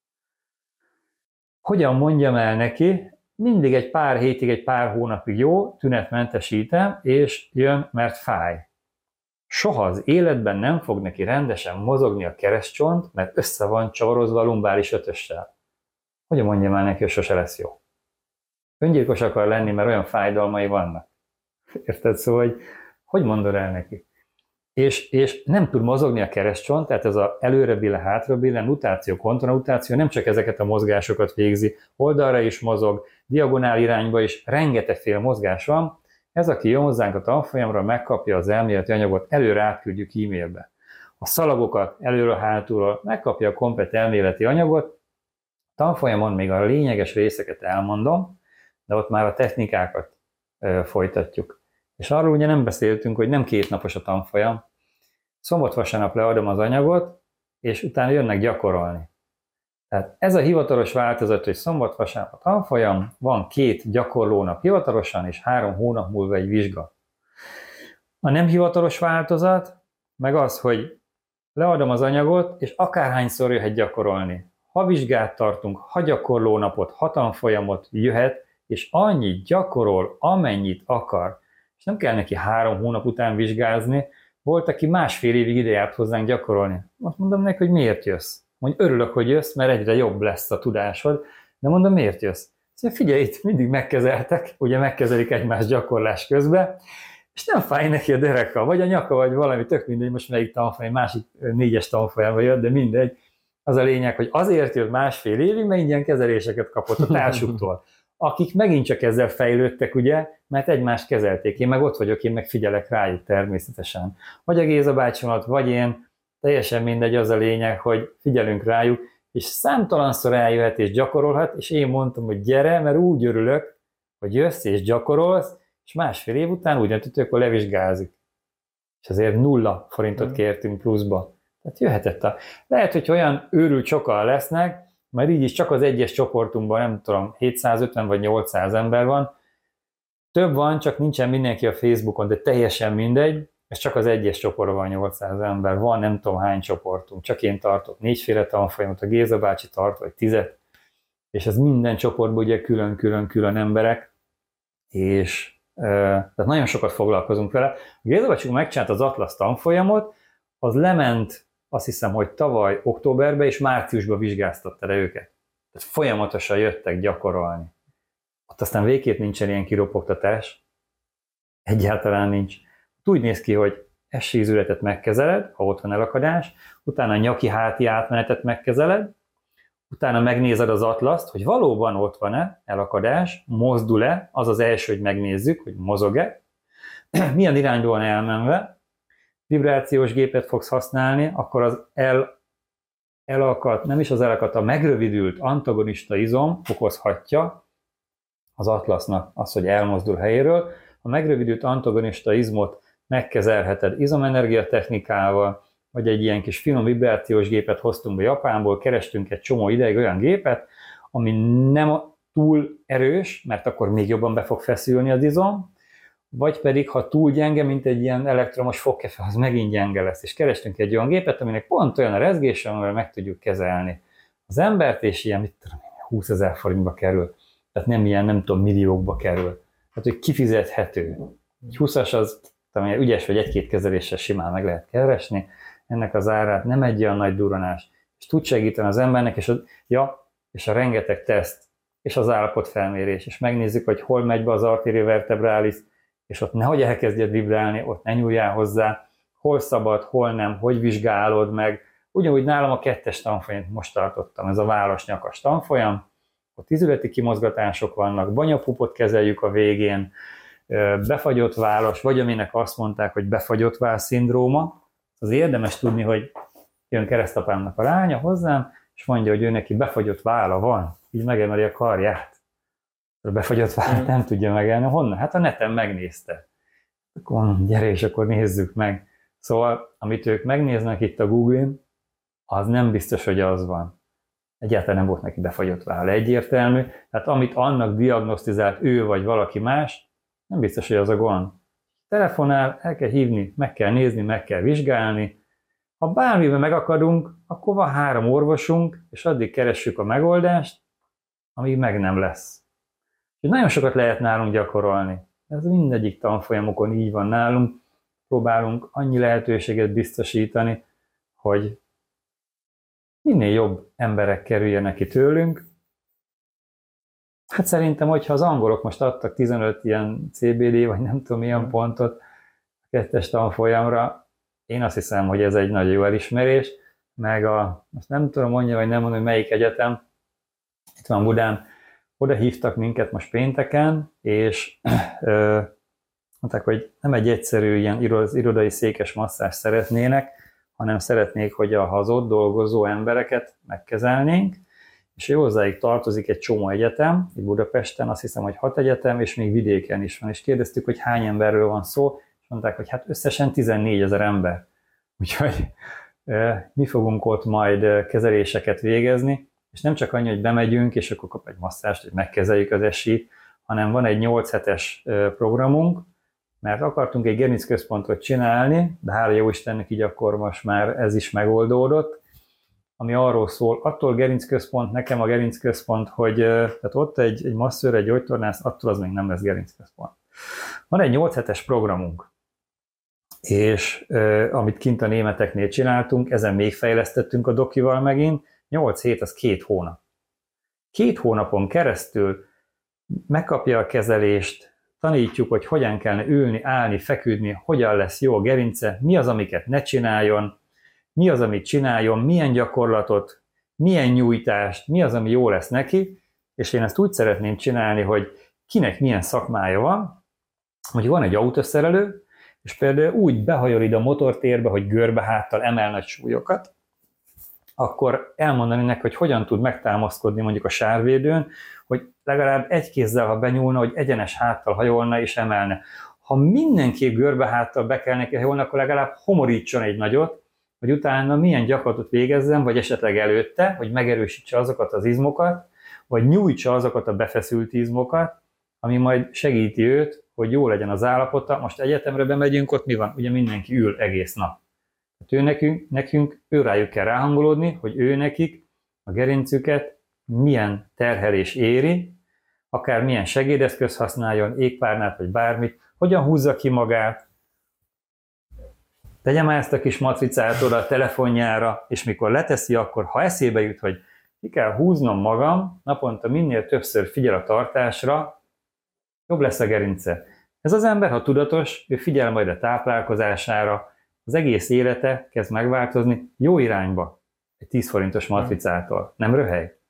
Hogyan mondjam el neki? Mindig egy pár hétig, egy pár hónapig jó, tünetmentesítem, és jön, mert fáj. Soha az életben nem fog neki rendesen mozogni a keresztcsont, mert össze van csavarozva a lumbális ötössel. Hogyan mondjam el neki, hogy sose lesz jó? Öngyilkos akar lenni, mert olyan fájdalmai vannak. Érted? Szóval, hogy mondod el neki? És nem tud mozogni a keresztcsont, tehát ez az előre-bille, hátra-bille, nutáció, kontranutáció, nem csak ezeket a mozgásokat végzi, oldalra is mozog, diagonál irányba is, rengetegféle mozgás van. Ez, aki jön hozzánk a tanfolyamra, megkapja az elméleti anyagot, előre átküldjük e-mailbe. A szalagokat előre-hátulról megkapja a komplet elméleti anyagot, tanfolyamon még a lényeges részeket elmondom, de ott már a technikákat folytatjuk. És arról ugye nem beszéltünk, hogy nem 2 napos a tanfolyam. Szombat-vasárnap leadom az anyagot, és utána jönnek gyakorolni. Tehát ez a hivatalos változat, hogy szombat-vasárnap a tanfolyam, van 2 gyakorlónap hivatalosan, és 3 hónap múlva egy vizsga. A nem hivatalos változat, meg az, hogy leadom az anyagot, és akárhányszor jöhet gyakorolni. Ha vizsgát tartunk, ha gyakorlónapot, ha tanfolyamot jöhet, és annyit gyakorol, amennyit akar. És nem kell neki 3 hónap után vizsgázni. Volt, aki 1,5 évig ide járt hozzánk gyakorolni. Azt mondom neki, hogy miért jössz? Mondj, örülök, hogy jössz, mert egyre jobb lesz a tudásod. De mondom, miért jössz? Szóval figyelj, itt mindig megkezeltek, ugye megkezelik egymás gyakorlás közben, és nem fáj neki a dereka, vagy a nyaka, vagy valami, tök mindegy, most melyik tanfolyam, másik 4-es tanfolyamban jött, de mindegy. Az a lényeg, hogy azért jött 1,5 évig, mert ingyen kezeléseket kapott a társuktól. Akik megint csak ezzel fejlődtek, ugye, mert egymást kezelték. Én meg ott vagyok, én meg figyelek rájuk természetesen. Vagy a Géza bácsi alatt, vagy én, teljesen mindegy, az a lényeg, hogy figyelünk rájuk, és számtalanszor eljöhet és gyakorolhat, és én mondtam, hogy gyere, mert úgy örülök, hogy jössz és gyakorolsz, és 1,5 év után úgy döntöttük, hogy levizsgázik. És azért 0 forintot kértünk pluszba. Tehát jöhetett Lehet, hogy olyan őrült sokan lesznek, mert így is csak az egyes csoportunkban, nem tudom, 750 vagy 800 ember van. Több van, csak nincsen mindenki a Facebookon, de teljesen mindegy, és csak az egyes csoportban van 800 ember. Van nem tudom hány csoportunk, csak én tartok 4 tanfolyamot, a Géza bácsi tart, vagy 10, és ez minden csoportban ugye külön emberek, és tehát nagyon sokat foglalkozunk vele. A Géza bácsi megcsinált az Atlasz tanfolyamot, az lement, azt hiszem, hogy tavaly októberben és márciusban vizsgáztatta le őket. Tehát folyamatosan jöttek gyakorolni. Ott aztán végképp nincsen ilyen kiropogtatás. Egyáltalán nincs. Úgy néz ki, hogy essélyizületet megkezeled, ha ott van elakadás, utána a nyaki-háti átmenetet megkezeled, utána megnézed az atlaszt, hogy valóban ott van-e elakadás, mozdul-e, az az első, hogy megnézzük, hogy mozog-e, milyen irányba van elmenve, vibrációs gépet fogsz használni, akkor az elakadt, nem is az elakadt, a megrövidült antagonista izom okozhatja az atlasznak az, hogy elmozdul helyéről. A megrövidült antagonista izmot megkezelheted izomenergia technikával, vagy egy ilyen kis finom vibrációs gépet hoztunk be Japánból, kerestünk egy csomó ideig olyan gépet, ami nem túl erős, mert akkor még jobban be fog feszülni az izom, vagy pedig, ha túl gyenge, mint egy ilyen elektromos fogkefe, az megint gyenge lesz. És kerestünk egy olyan gépet, aminek pont olyan a rezgése, amivel meg tudjuk kezelni az embert, és ilyen, mit tudom, 20 000 forintba kerül. Tehát nem ilyen, nem tudom, milliókba kerül. Tehát, hogy kifizethető. Egy 20-as az, talán ügyes vagy egy-két kezeléssel simán meg lehet keresni, ennek az árát nem egy olyan nagy durranás, és tud segíteni az embernek, és a rengeteg teszt, és az állapotfelmérés, és megnézzük, hogy hol megy be az arteria vertebralis, és ott nehogy elkezdjed vibrálni, ott ne nyúljál hozzá, hol szabad, hol nem, hogy vizsgálod meg. Ugyanúgy nálam a 2. tanfolyamot most tartottam, ez a válasnyakas tanfolyam, ott izületi kimozgatások vannak, banyapupot kezeljük a végén, befagyott válasz, vagy aminek azt mondták, hogy befagyott válasz szindróma. Az érdemes tudni, hogy jön keresztapámnak a lánya hozzám, és mondja, hogy ő neki befagyott válla van, így megemeli a karját. A befagyott vállát nem tudja megelni. Honnan? Hát a neten megnézte. Akkor gyere, és akkor nézzük meg. Szóval, amit ők megnéznek itt a Google-in, az nem biztos, hogy az van. Egyáltalán nem volt neki befagyott válla. Egyértelmű. Tehát amit annak diagnosztizált ő vagy valaki más, nem biztos, hogy az a gond. Telefonál, el kell hívni, meg kell nézni, meg kell vizsgálni. Ha bármiben megakadunk, akkor van 3 orvosunk, és addig keressük a megoldást, amíg meg nem lesz. És nagyon sokat lehet nálunk gyakorolni. Ez mindegyik tanfolyamokon így van nálunk. Próbálunk annyi lehetőséget biztosítani, hogy minél jobb emberek kerüljenek ki tőlünk. Hát szerintem, hogyha az angolok most adtak 15 ilyen CBD, vagy nem tudom milyen pontot a 2. tanfolyamra, én azt hiszem, hogy ez egy nagyon jó elismerés, meg most nem tudom mondani, vagy nem mondani, hogy melyik egyetem, itt van Budán, oda hívtak minket most pénteken, és mondták, hogy nem egy egyszerű ilyen irodai székes masszás szeretnének, hanem szeretnék, hogy ha az ott dolgozó embereket megkezelnénk, és hozzáig tartozik egy csomó egyetem, itt Budapesten, azt hiszem, hogy 6 egyetem, és még vidéken is van. És kérdeztük, hogy hány emberről van szó, és mondták, hogy hát összesen 14 000 ember. Úgyhogy mi fogunk ott majd kezeléseket végezni, és nem csak annyi, hogy bemegyünk, és akkor kap egy masszást, hogy megkezeljük az esit, hanem van egy 8 hetes programunk, mert akartunk egy gerincközpontot csinálni, de hála jó Istennek így akkor most már ez is megoldódott, ami arról szól, attól gerincközpont, nekem a gerincközpont, hogy tehát ott egy masszőr, egy gyógytornász, attól az még nem lesz gerincközpont. Van egy 8 hetes programunk, és amit kint a németeknél csináltunk, ezen még fejlesztettünk a dokival megint, 8 hét az 2 hónap. 2 hónapon keresztül megkapja a kezelést, tanítjuk, hogy hogyan kellene ülni, állni, feküdni, hogyan lesz jó a gerince, mi az, amiket ne csináljon, mi az, amit csináljon, milyen gyakorlatot, milyen nyújtást, mi az, ami jó lesz neki, és én ezt úgy szeretném csinálni, hogy kinek milyen szakmája van, hogy van egy autószerelő, és például úgy behajol ide a motortérbe, hogy görbeháttal emel nagy súlyokat, akkor elmondani neki, hogy hogyan tud megtámaszkodni mondjuk a sárvédőn, hogy legalább egy kézzel, ha benyúlna, hogy egyenes háttal hajolna és emelne. Ha mindenképp görbeháttal be kell neki hajolni, akkor legalább homorítson egy nagyot, hogy utána milyen gyakorlatot végezzen, vagy esetleg előtte, hogy megerősítse azokat az izmokat, vagy nyújtsa azokat a befeszült izmokat, ami majd segíti őt, hogy jó legyen az állapota. Most egyetemre bemegyünk, ott mi van? Ugye mindenki ül egész nap. Hát nekünk rájuk kell ráhangolódni, hogy ő nekik a gerincüket milyen terhelés éri, akár milyen segédeszköz használjon, égpárnát vagy bármit, hogyan húzza ki magát, tegye már ezt a kis matricát oda a telefonjára, és mikor leteszi, akkor ha eszébe jut, hogy ki kell húznom magam, naponta minél többször figyel a tartásra, jobb lesz a gerince. Ez az ember, ha tudatos, ő figyel majd a táplálkozására, az egész élete kezd megváltozni jó irányba egy 10 forintos matricától. Nem röhely?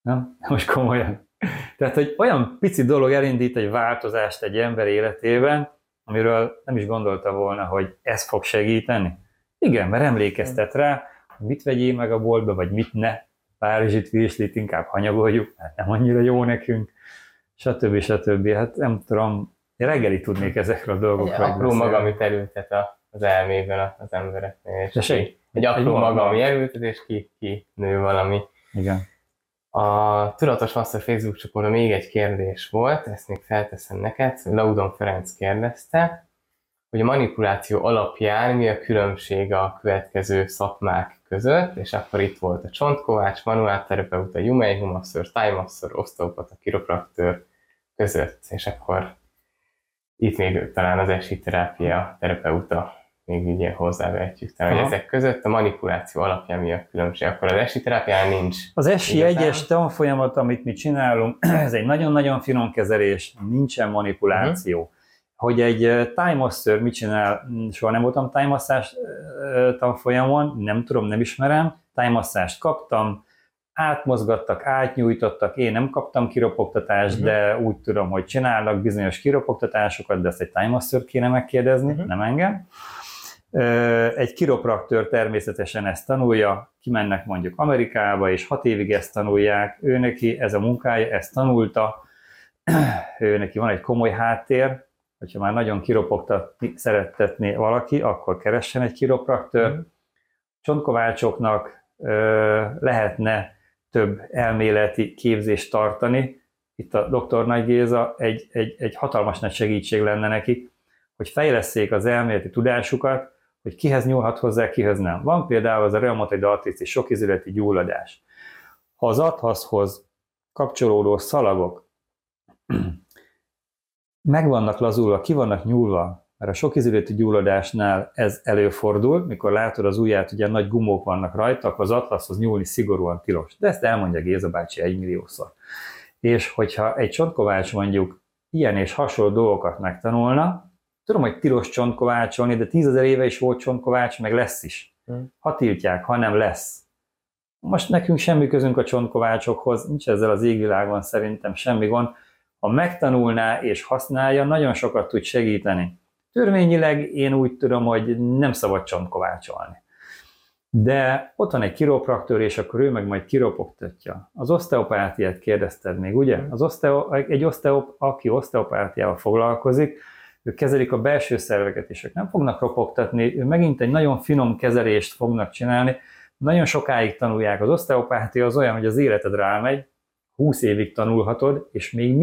Nem? Most komolyan. Tehát, hogy olyan pici dolog elindít egy változást egy ember életében, amiről nem is gondolta volna, hogy ez fog segíteni. Igen, mert emlékeztet rá, hogy mit vegyél meg a boltba, vagy mit ne. Párizsit, virslit inkább hanyagoljuk, mert nem annyira jó nekünk, stb. Hát nem tudom, én reggelit tudnék ezekről a dolgokról. Egy apró maga, amit elültet az elmében az embereknél. Egy apró maga, ami elültet, és ki nő valami. Igen. A Tudatos Master Facebook csoportban még egy kérdés volt, ezt még felteszem neked. Laudon Ferenc kérdezte, hogy a manipuláció alapján mi a különbség a következő szakmák között, és akkor itt volt a csontkovács, manuálterapeuta, Humane masször, tájmasször, oszteopata, kiropraktor között, és akkor itt még talán az esi terápia terapeuta még így hozzávehetjük. Tehát, hogy ezek között a manipuláció alapján mi a különbség. Akkor az esi terápián nincs. Az esi egyes tanfolyamat, amit mi csinálunk, ez egy nagyon-nagyon finom kezelés, nincsen manipuláció. Hogy egy tájmasször mit csinál, soha nem voltam tájmasszás tanfolyamon, nem tudom, nem ismerem, tájmasszást kaptam, átmozgattak, átnyújtottak, én nem kaptam kiropogtatást, de úgy tudom, hogy csinálnak bizonyos kiropogtatásokat, de ezt egy tájmasszört kéne megkérdezni, nem engem. Egy kiropraktor természetesen ezt tanulja, kimennek mondjuk Amerikába, és 6 évig ezt tanulják, ő neki ez a munkája, ezt tanulta, ő neki van egy komoly háttér, hogyha már nagyon kiropogtatni szerettetné valaki, akkor keressen egy kiropraktor. Csontkovácsoknak lehetne több elméleti képzést tartani. Itt a dr. Nagy Géza egy hatalmas nagy segítség lenne neki, hogy fejlesszék az elméleti tudásukat, hogy kihez nyúlhat hozzá, kihez nem. Van például az a reumatoid artritis, sokizületi gyulladás. Ha az athaszhoz kapcsolódó szalagok meg vannak lazulva, ki vannak nyúlva, mert a sokizületi gyulladásnál ez előfordul, mikor látod az ujját, ugye nagy gumók vannak rajta, akkor az atlaszhoz nyúlni szigorúan tilos. De ezt elmondja Géza bácsi 1 milliószor. És hogyha egy csontkovács mondjuk ilyen és hasonló dolgokat megtanulna, tudom, hogy tilos csontkovácsolni, de 10 000 éve is volt csontkovács, meg lesz is. Ha tiltják, ha nem lesz. Most nekünk semmi közünk a csontkovácsokhoz, nincs ezzel az égvilágon szerintem semmi gond. Ha megtanulná és használja, nagyon sokat tud segíteni. Törvényileg én úgy tudom, hogy nem szabad csontkovácsolni. De ott van egy kiropraktor, és akkor ő meg majd kiropogtatja. Az oszteopátiát kérdezted még, ugye? Aki oszteopátiával foglalkozik, ők kezelik a belső szerveket, és ők nem fognak ropogtatni, ő megint egy nagyon finom kezelést fognak csinálni. Nagyon sokáig tanulják. Az oszteopátia az olyan, hogy az életed rámegy, 20 évig tanulhatod, és még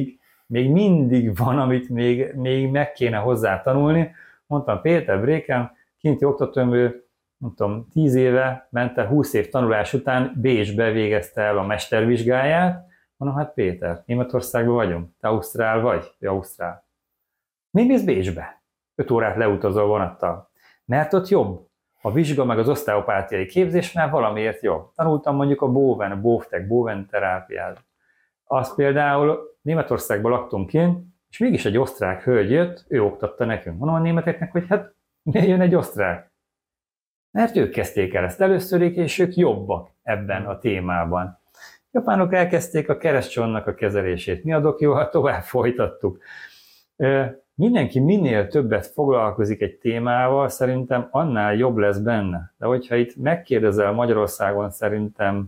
mindig van, amit még meg kéne hozzá tanulni. Mondtam, Péter Bréken, kinti oktatóm, ő, mondtam, 10 éve ment el, 20 év tanulás után Bécsbe végezte el a mestervizsgáját. Mondom, hát Péter, Németországban vagyunk, te ausztrál vagy? Ő ausztrál. Mi mész Bécsbe? 5 órát leutazol vonattal. Mert ott jobb. A vizsga meg az oszteopátiai képzés már valamiért jobb. Tanultam mondjuk a Boven terápiát. Az például Németországban laktunk kint, és mégis egy osztrák hölgy jött, ő oktatta nekünk. Mondom a németeknek, hogy hát miért jön egy osztrák? Mert ők kezdték el ezt először, és ők jobbak ebben a témában. Japánok elkezdték a keresztcsonnak a kezelését. Mi adok jó, ha tovább folytattuk. Mindenki minél többet foglalkozik egy témával, szerintem annál jobb lesz benne. De hogyha itt megkérdezel Magyarországon, szerintem,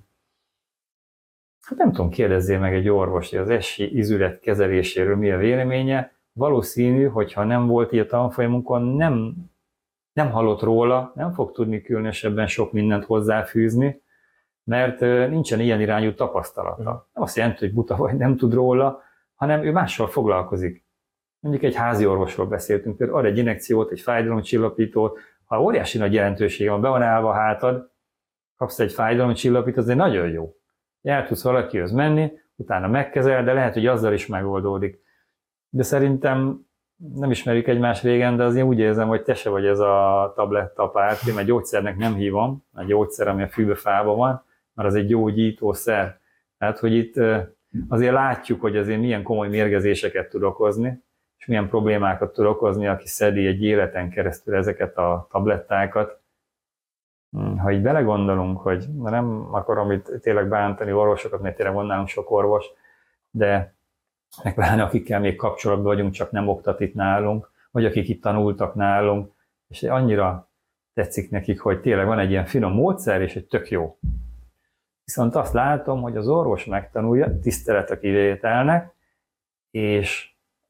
hát nem tudom, kérdezzél meg egy orvost, hogy az esi izület kezeléséről mi a véleménye. Valószínű, hogyha nem volt így a tanfolyamunkon, nem hallott róla, nem fog tudni különösebben sok mindent hozzáfűzni, mert nincsen ilyen irányú tapasztalata. Nem azt jelenti, hogy buta vagy, nem tud róla, hanem ő mással foglalkozik. Mondjuk egy házi orvosról beszéltünk, például ad egy injekciót, egy fájdalomcsillapítót, ha óriási nagy jelentősége van, be van állva a hátad, kapsz egy fájdalomcsillapítót, az egy nagyon jó. El tudsz valakihoz menni, utána megkezel, de lehet, hogy azzal is megoldódik. De szerintem nem ismerjük egymást régen, de azért úgy érzem, hogy te se vagy ez a tabletta párti, mert gyógyszernek nem hívom, a gyógyszer, ami a fülbefában van, mert az egy gyógyítószer. Tehát, hogy itt azért látjuk, hogy azért milyen komoly mérgezéseket tud okozni, és milyen problémákat tud okozni, aki szedi egy életen keresztül ezeket a tablettákat. Ha így belegondolunk, hogy nem akarom itt tényleg bántani orvosokat, mert tényleg van nálunk sok orvos, de meg pláne akikkel még kapcsolatban vagyunk, csak nem oktat itt nálunk, vagy akik itt tanultak nálunk, és annyira tetszik nekik, hogy tényleg van egy ilyen finom módszer, és egy tök jó. Viszont azt látom, hogy az orvos megtanulja, tisztelet a kivételnek, és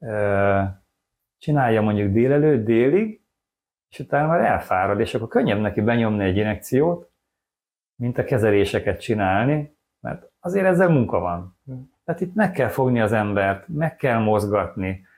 csinálja mondjuk délelőtt, délig, és utána már elfárad, és akkor könnyebb neki benyomni egy injekciót, mint a kezeléseket csinálni, mert azért ezzel munka van. Tehát itt meg kell fogni az embert, meg kell mozgatni,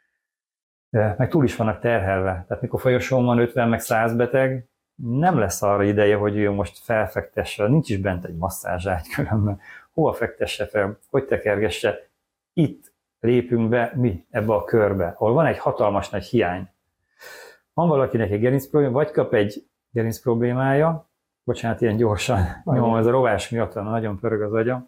meg túl is vannak terhelve. Tehát mikor folyosón van 50 meg 100 beteg, nem lesz arra ideje, hogy ő most felfektesse, nincs is bent egy masszázságy különben. Hova fektesse fel, hogy tekergesse? Itt lépünk be mi ebbe a körbe, ahol van egy hatalmas nagy hiány. Van valakinek egy gerinc probléma, vagy kap egy gerinc problémája, bocsánat, ilyen gyorsan, nyomom, ez a rovás miatt nagyon pörög az agyam,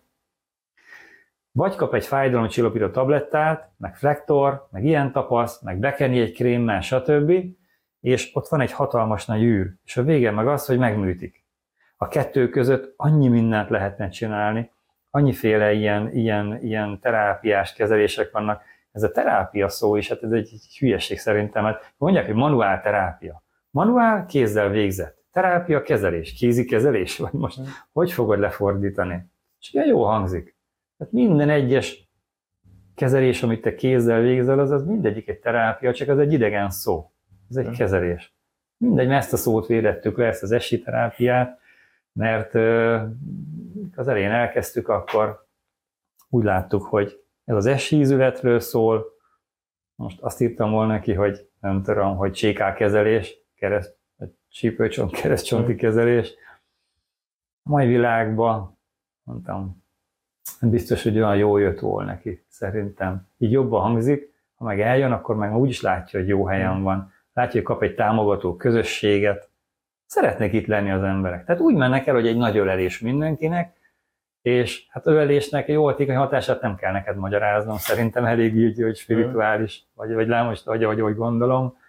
vagy kap egy fájdalomcsillapító tablettát, meg flektor, meg ilyen tapasz, meg bekeni egy krémmel, stb., és ott van egy hatalmas nagy űr, és a vége meg az, hogy megműtik. A kettő között annyi mindent lehetne csinálni, annyiféle ilyen terápiás kezelések vannak. Ez a terápia szó is, hát ez egy hülyeség szerintem, mert mondják, hogy manuál terápia. Manuál kézzel végzett. Terápia kezelés, kézi kezelés, vagy most hogy fogod lefordítani? És ilyen jó hangzik. Tehát minden egyes kezelés, amit te kézzel végzel, az mindegyik egy terápia, csak az egy idegen szó. Ez egy kezelés. Mindegy, mert ezt a szót védettük le, ezt az esi terápiát, mert az elején elkezdtük, akkor úgy láttuk, hogy ez az esi ízületről szól. Most azt írtam volna neki, hogy nem tudom, hogy CK kezelés, csípőcsont, keresztcsonti kezelés. A mai világban, mondtam, biztos, hogy olyan jó jött volna neki, szerintem. Így jobban hangzik, ha meg eljön, akkor meg úgy is látja, hogy jó helyen van. Látja, hogy kap egy támogató közösséget. Szeretnék itt lenni az emberek. Tehát úgy mennek el, hogy egy nagy ölelés mindenkinek, és hát ölelésnek jó hatékony hatását nem kell neked magyaráznom, szerintem elég így, hogy spirituális, vagy lámos, vagy ahogy gondolom.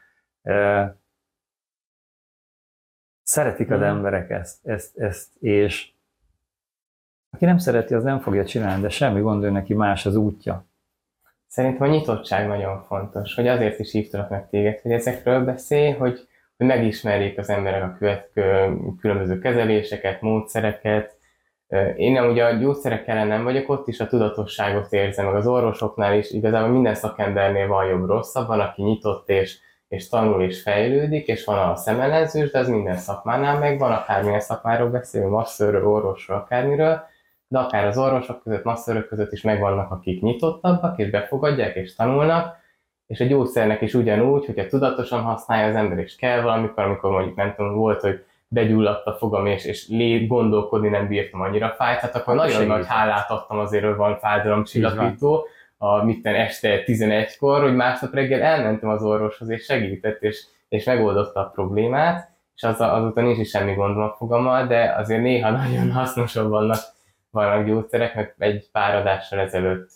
Szeretik az emberek ezt, és aki nem szereti, az nem fogja csinálni, de semmi gond, ő neki más az útja. Szerintem a nyitottság nagyon fontos, hogy azért is hívtalak meg téged, hogy ezekről beszélj, hogy megismerjék az emberek a különböző kezeléseket, módszereket. Én nem ugye a gyógyszerek ellen nem vagyok, ott is a tudatosságot érzem, meg az orvosoknál is, igazából minden szakembernél van jobb-rosszabb, van, aki nyitott és tanul és fejlődik, és van a szemellenzős, de az minden szakmánál megvan, akármilyen szakmáról beszélünk, masszörről, orvosról, akármiről, de akár az orvosok között, masszörök között is megvannak, akik nyitottabbak, és befogadják, és tanulnak, és a gyógyszernek is ugyanúgy, hogyha tudatosan használja az ember, és kell valamikor, amikor mondjuk nem tudom, volt, hogy begyulladt a fogam, és gondolkodni nem bírtam, annyira fájt, hát akkor nagyon nagy hálát adtam azért, hogy van fájdalomcsillapító, este 11-kor, hogy másnap reggel elmentem az orvoshoz, és segített, és megoldotta a problémát, és azután nincs is semmi gondom a fogammal, de azért néha nagyon hasznosabb vannak gyógyszerek, mert egy pár adással ezelőtt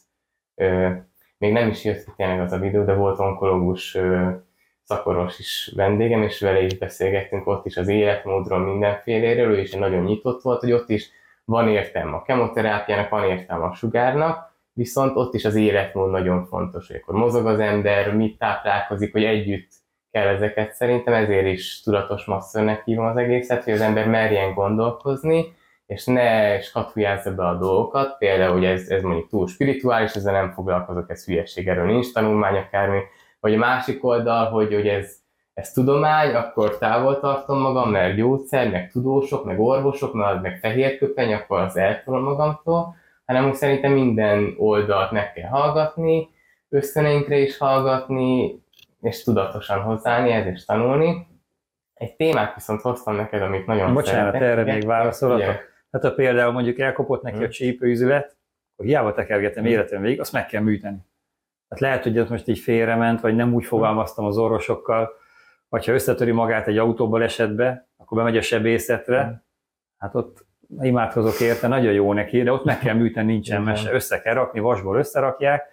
még nem is jött ki tényleg az a videó, de volt onkológus szakorvos is vendégem, és vele is beszélgettünk ott is az életmódról, mindenféléről, ő is nagyon nyitott volt, hogy ott is van értelme a kemoterápiának, van értelme a sugárnak, viszont ott is az életmód nagyon fontos, hogy akkor mozog az ember, mit táplálkozik, hogy együtt kell ezeket szerintem, ezért is tudatos masszörnek hívom az egészet, hogy az ember merjen gondolkozni, és ne skatujázza be a dolgokat, például, hogy ez mondjuk túl spirituális, ezzel nem foglalkozok, ez hülyeség, erről nincs tanulmány akármi, vagy a másik oldal, hogy ez tudomány, akkor távol tartom magam, mert gyógyszer, meg tudósok, meg orvosok, meg fehérköpeny, akkor az eltolom magamtól, hanem úgy szerintem minden oldalt meg kell hallgatni, ösztöneinkre is hallgatni, és tudatosan hozzáállni ez és tanulni. Egy témát viszont hoztam neked, amit nagyon Bocsánat, erre még válaszolatok. Hát ha például mondjuk elkopott neki a csípőüzület, akkor hiába tekergetem életem végig, azt meg kell műteni. Tehát lehet, hogy ez most így félrement, vagy nem úgy fogalmaztam az orvosokkal, vagy ha összetöri magát egy autóbalesetbe, akkor bemegy a sebészetre, hát ott imádkozok érte, nagyon jó neki, de ott meg kell műteni, nincsen mese, össze kell rakni, vasból összerakják,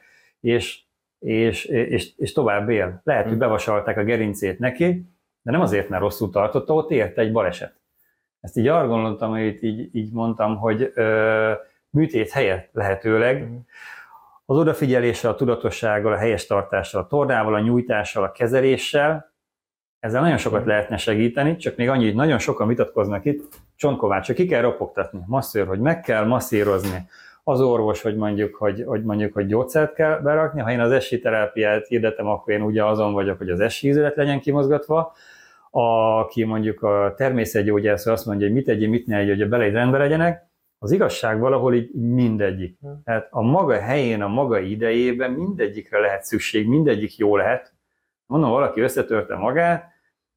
és tovább él. Lehet, hogy bevasalták a gerincét neki, de nem azért, mert rosszul tartotta, ott érte egy baleset. ezt így arra gondoltam, hogy így mondtam, hogy műtét helyett lehetőleg az odafigyeléssel, a tudatossággal, a helyes tartással, a tornával, a nyújtással, a kezeléssel, ezzel nagyon sokat lehetne segíteni, csak még annyi, hogy nagyon sokan vitatkoznak itt, csontkovácsot ki kell ropogtatni, masszőr, hogy meg kell masszírozni, az orvos, hogy mondjuk, hogy gyógyszert kell berakni, ha én az SI terápiát hirdetem, akkor én ugye azon vagyok, hogy az SI ízület legyen kimozgatva, aki mondjuk a természetgyógyász azt mondja, hogy mit egyél, mit ne egyél, hogy a beleid rendben legyenek, az igazság valahol így mindegyik. Tehát a maga helyén, a maga idejében mindegyikre lehet szükség, mindegyik jó lehet. Mondom, valaki összetörte magát,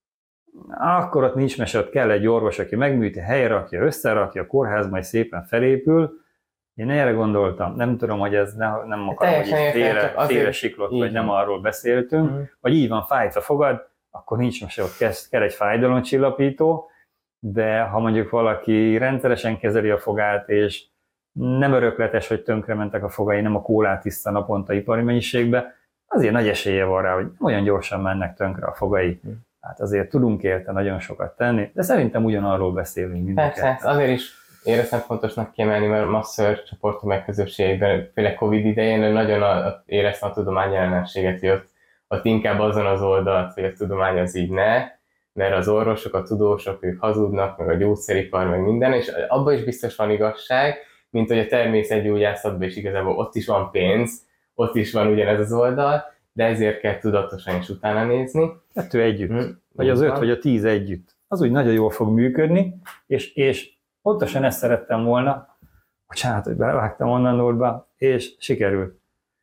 akkor ott nincs mese, ott kell egy orvos, aki megműti, helyrakja, összerakja, a kórház majd szépen felépül. Én erre gondoltam, nem tudom, hogy ez nem akarom, hogy félre siklott, vagy nem arról beszéltünk, vagy így van, fájt a fogad, akkor nincs mese, ott kell egy fájdalomcsillapító, de ha mondjuk valaki rendszeresen kezeli a fogát, és nem örökletes, hogy tönkrementek a fogai, nem a kólát iszta naponta ipari mennyiségbe, azért nagy esélye van rá, hogy olyan gyorsan mennek tönkre a fogai. Hát azért tudunk érte nagyon sokat tenni, de szerintem ugyanarról beszélünk mindeket. Persze, azért is éreztem fontosnak kiemelni, mert masször csoportok meg közösségben, főleg Covid idején nagyon éreztem a tudomány jelenséget, hogy ott inkább azon az oldalt, hogy a tudomány az így ne, mert az orvosok, a tudósok, ők hazudnak, meg a gyógyszeripar, meg minden, és abban is biztos van igazság, mint hogy a természetgyógyászatban is igazából ott is van pénz, ott is van ugyanez az oldal, de ezért kell tudatosan is utána nézni. 2 együtt, vagy az 5 vagy a 10 együtt. Az úgy nagyon jól fog működni, és pontosan ezt szerettem volna, bocsánat, hogy belevágtam onnan Nordba, és sikerült.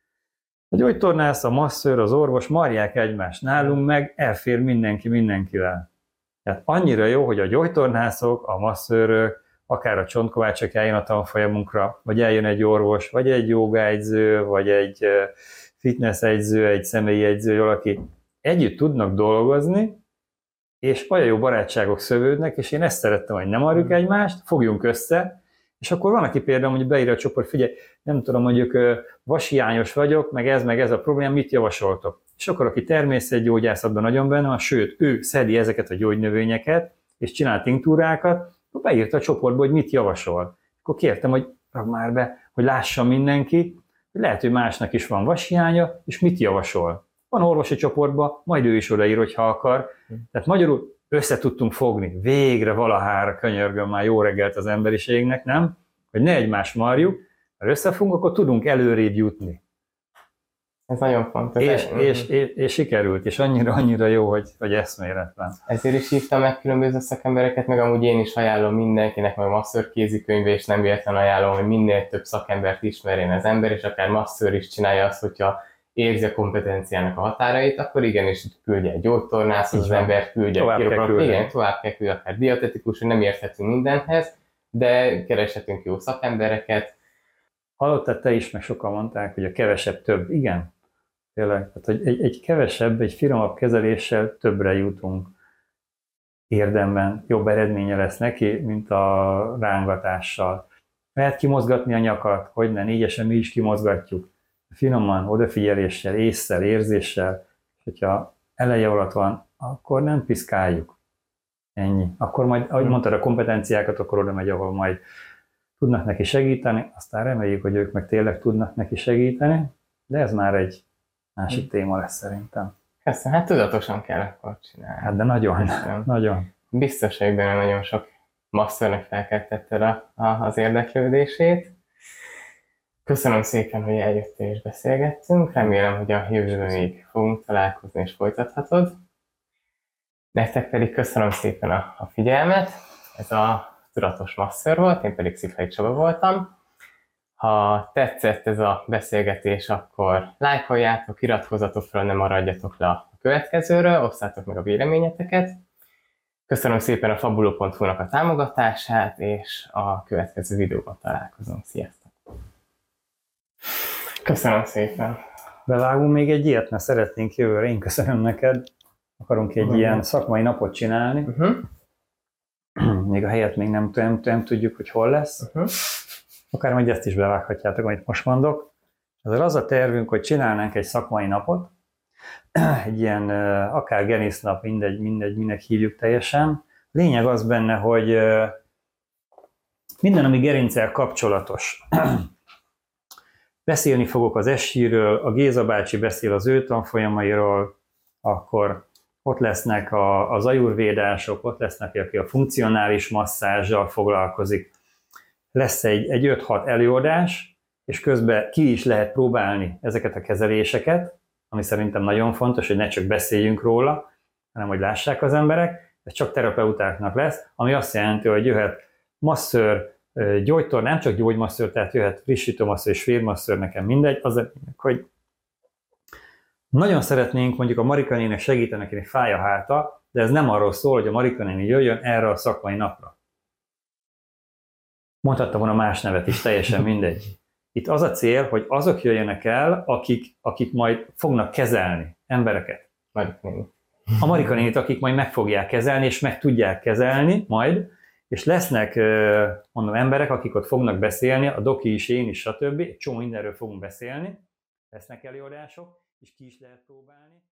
A gyógytornász, a masszőr, az orvos marják egymást, nálunk meg elfér mindenki mindenkivel. Tehát annyira jó, hogy a gyógytornászok, a masszőrök, akár a csontkovácsok eljön a tanfolyamunkra, vagy eljön egy orvos, vagy egy jogaegyző, vagy egy fitnessegyző, egy személyi egyző, valaki együtt tudnak dolgozni, és olyan jó barátságok szövődnek, és én ezt szerettem, hogy nem marjuk egymást, fogjunk össze, és akkor van, aki például mondjuk beírja a csoport, figyelj, nem tudom, mondjuk vashiányos vagyok, meg ez a probléma, mit javasoltok? És akkor, aki természetgyógyászatban nagyon benne van, sőt, ő szedi ezeket a gyógynövényeket, és csinál tinktúrákat, akkor beírta a csoportba, hogy mit javasol. Akkor kértem, hogy rakd már be, hogy lássa mindenki, hogy lehet, hogy másnak is van vashiánya, és mit javasol. Van orvosi csoportban, majd ő is odaír, hogyha akar. Tehát magyarul össze tudtunk fogni. Végre valahára könyörgöm már jó reggelt az emberiségnek, nem? Hogy ne egymást marjuk, mert összefogunk, akkor tudunk előrébb jutni. Ez nagyon fontos. És sikerült, és annyira jó, hogy eszméletlen. Ezért is hívtam meg különböző szakembereket, meg amúgy én is ajánlom mindenkinek, meg masször kézikönyve, és nem véletlen ajánlom, hogy minél több szakembert ismerjen az ember, és akár masször is csinálja azt, hogyha érzi a kompetenciának a határait, akkor igenis küldje egy gyógytornászhoz az ember, küldje tovább kell küldje, akár dietetikus, hogy nem érthetünk mindenhez, de kereshetünk jó szakembereket. Hallottad te is, meg sokan mondták, hogy a kevesebb több. Igen, tényleg. Tehát, hogy egy kevesebb, egy finomabb kezeléssel többre jutunk. Érdemben jobb eredménye lesz neki, mint a rángatással. Lehet kimozgatni a nyakat, hogy ne, négyesen mi is kimozgatjuk. Finoman, odafigyeléssel, ésszel, érzéssel, és hogyha eleje alatt van, akkor nem piszkáljuk. Ennyi. Akkor majd, ahogy mondtad, a kompetenciákat, akkor oda megy, ahol majd tudnak neki segíteni, aztán reméljük, hogy ők meg tényleg tudnak neki segíteni, de ez már egy másik téma lesz szerintem. Köszönöm, hát tudatosan kell akkor csinálni. Hát de nagyon. Biztos, hogy benne nagyon sok masszörnek felkeltette az érdeklődését. Köszönöm szépen, hogy eljöttél és beszélgettünk. Remélem, hogy a jövőben még fogunk találkozni és folytathatod. Nektek pedig köszönöm szépen a figyelmet. Ez a Tudatos Masször volt, én pedig Sziklai Csaba voltam. Ha tetszett ez a beszélgetés, akkor lájkoljátok, iratkozzatok fel, ne maradjatok le a következőről, osszátok meg a véleményeteket. Köszönöm szépen a fabulo.hu-nak a támogatását, és a következő videóban találkozunk. Sziasztok! Köszönöm szépen! Bevágunk még egy ilyet, mert szeretnénk jövőre. Én köszönöm neked. Akarunk egy ilyen szakmai napot csinálni. Még a helyet még nem tudjuk, hogy hol lesz. Akár majd ezt is bevághatjátok, amit most mondok. Ezzel az a tervünk, hogy csinálnánk egy szakmai napot, egy ilyen akár genisznap, mindegy, minek hívjuk teljesen, Lényeg az benne, hogy minden, ami gerinccel kapcsolatos. Beszélni fogok az SI-ről, a Géza bácsi beszél az ő tanfolyamairól, akkor ott lesznek az ajurvédások, ott lesznek, aki a funkcionális masszázsal foglalkozik. Lesz egy 5-6 előadás, és közben ki is lehet próbálni ezeket a kezeléseket, ami szerintem nagyon fontos, hogy ne csak beszéljünk róla, hanem hogy lássák az emberek. Ez csak terapeutáknak lesz, ami azt jelenti, hogy jöhet masször, gyógytornás, nem csak gyógymasször, tehát jöhet frissítőmasször és férmasször, nekem mindegy, az, hogy nagyon szeretnénk mondjuk a Marika néninek segíteni, akinek fáj a háta, de ez nem arról szól, hogy a Marika néni jöjjön erre a szakmai napra. Mondhatta volna más nevet is, teljesen mindegy. Itt az a cél, hogy azok jöjjenek el, akik majd fognak kezelni embereket. A Marika nénit, akik majd meg fogják kezelni, és meg tudják kezelni majd, és lesznek, mondom, emberek, akik ott fognak beszélni, a doki is, én is, stb. Egy csomó mindenről fogunk beszélni, lesznek előadások, és ki is lehet próbálni.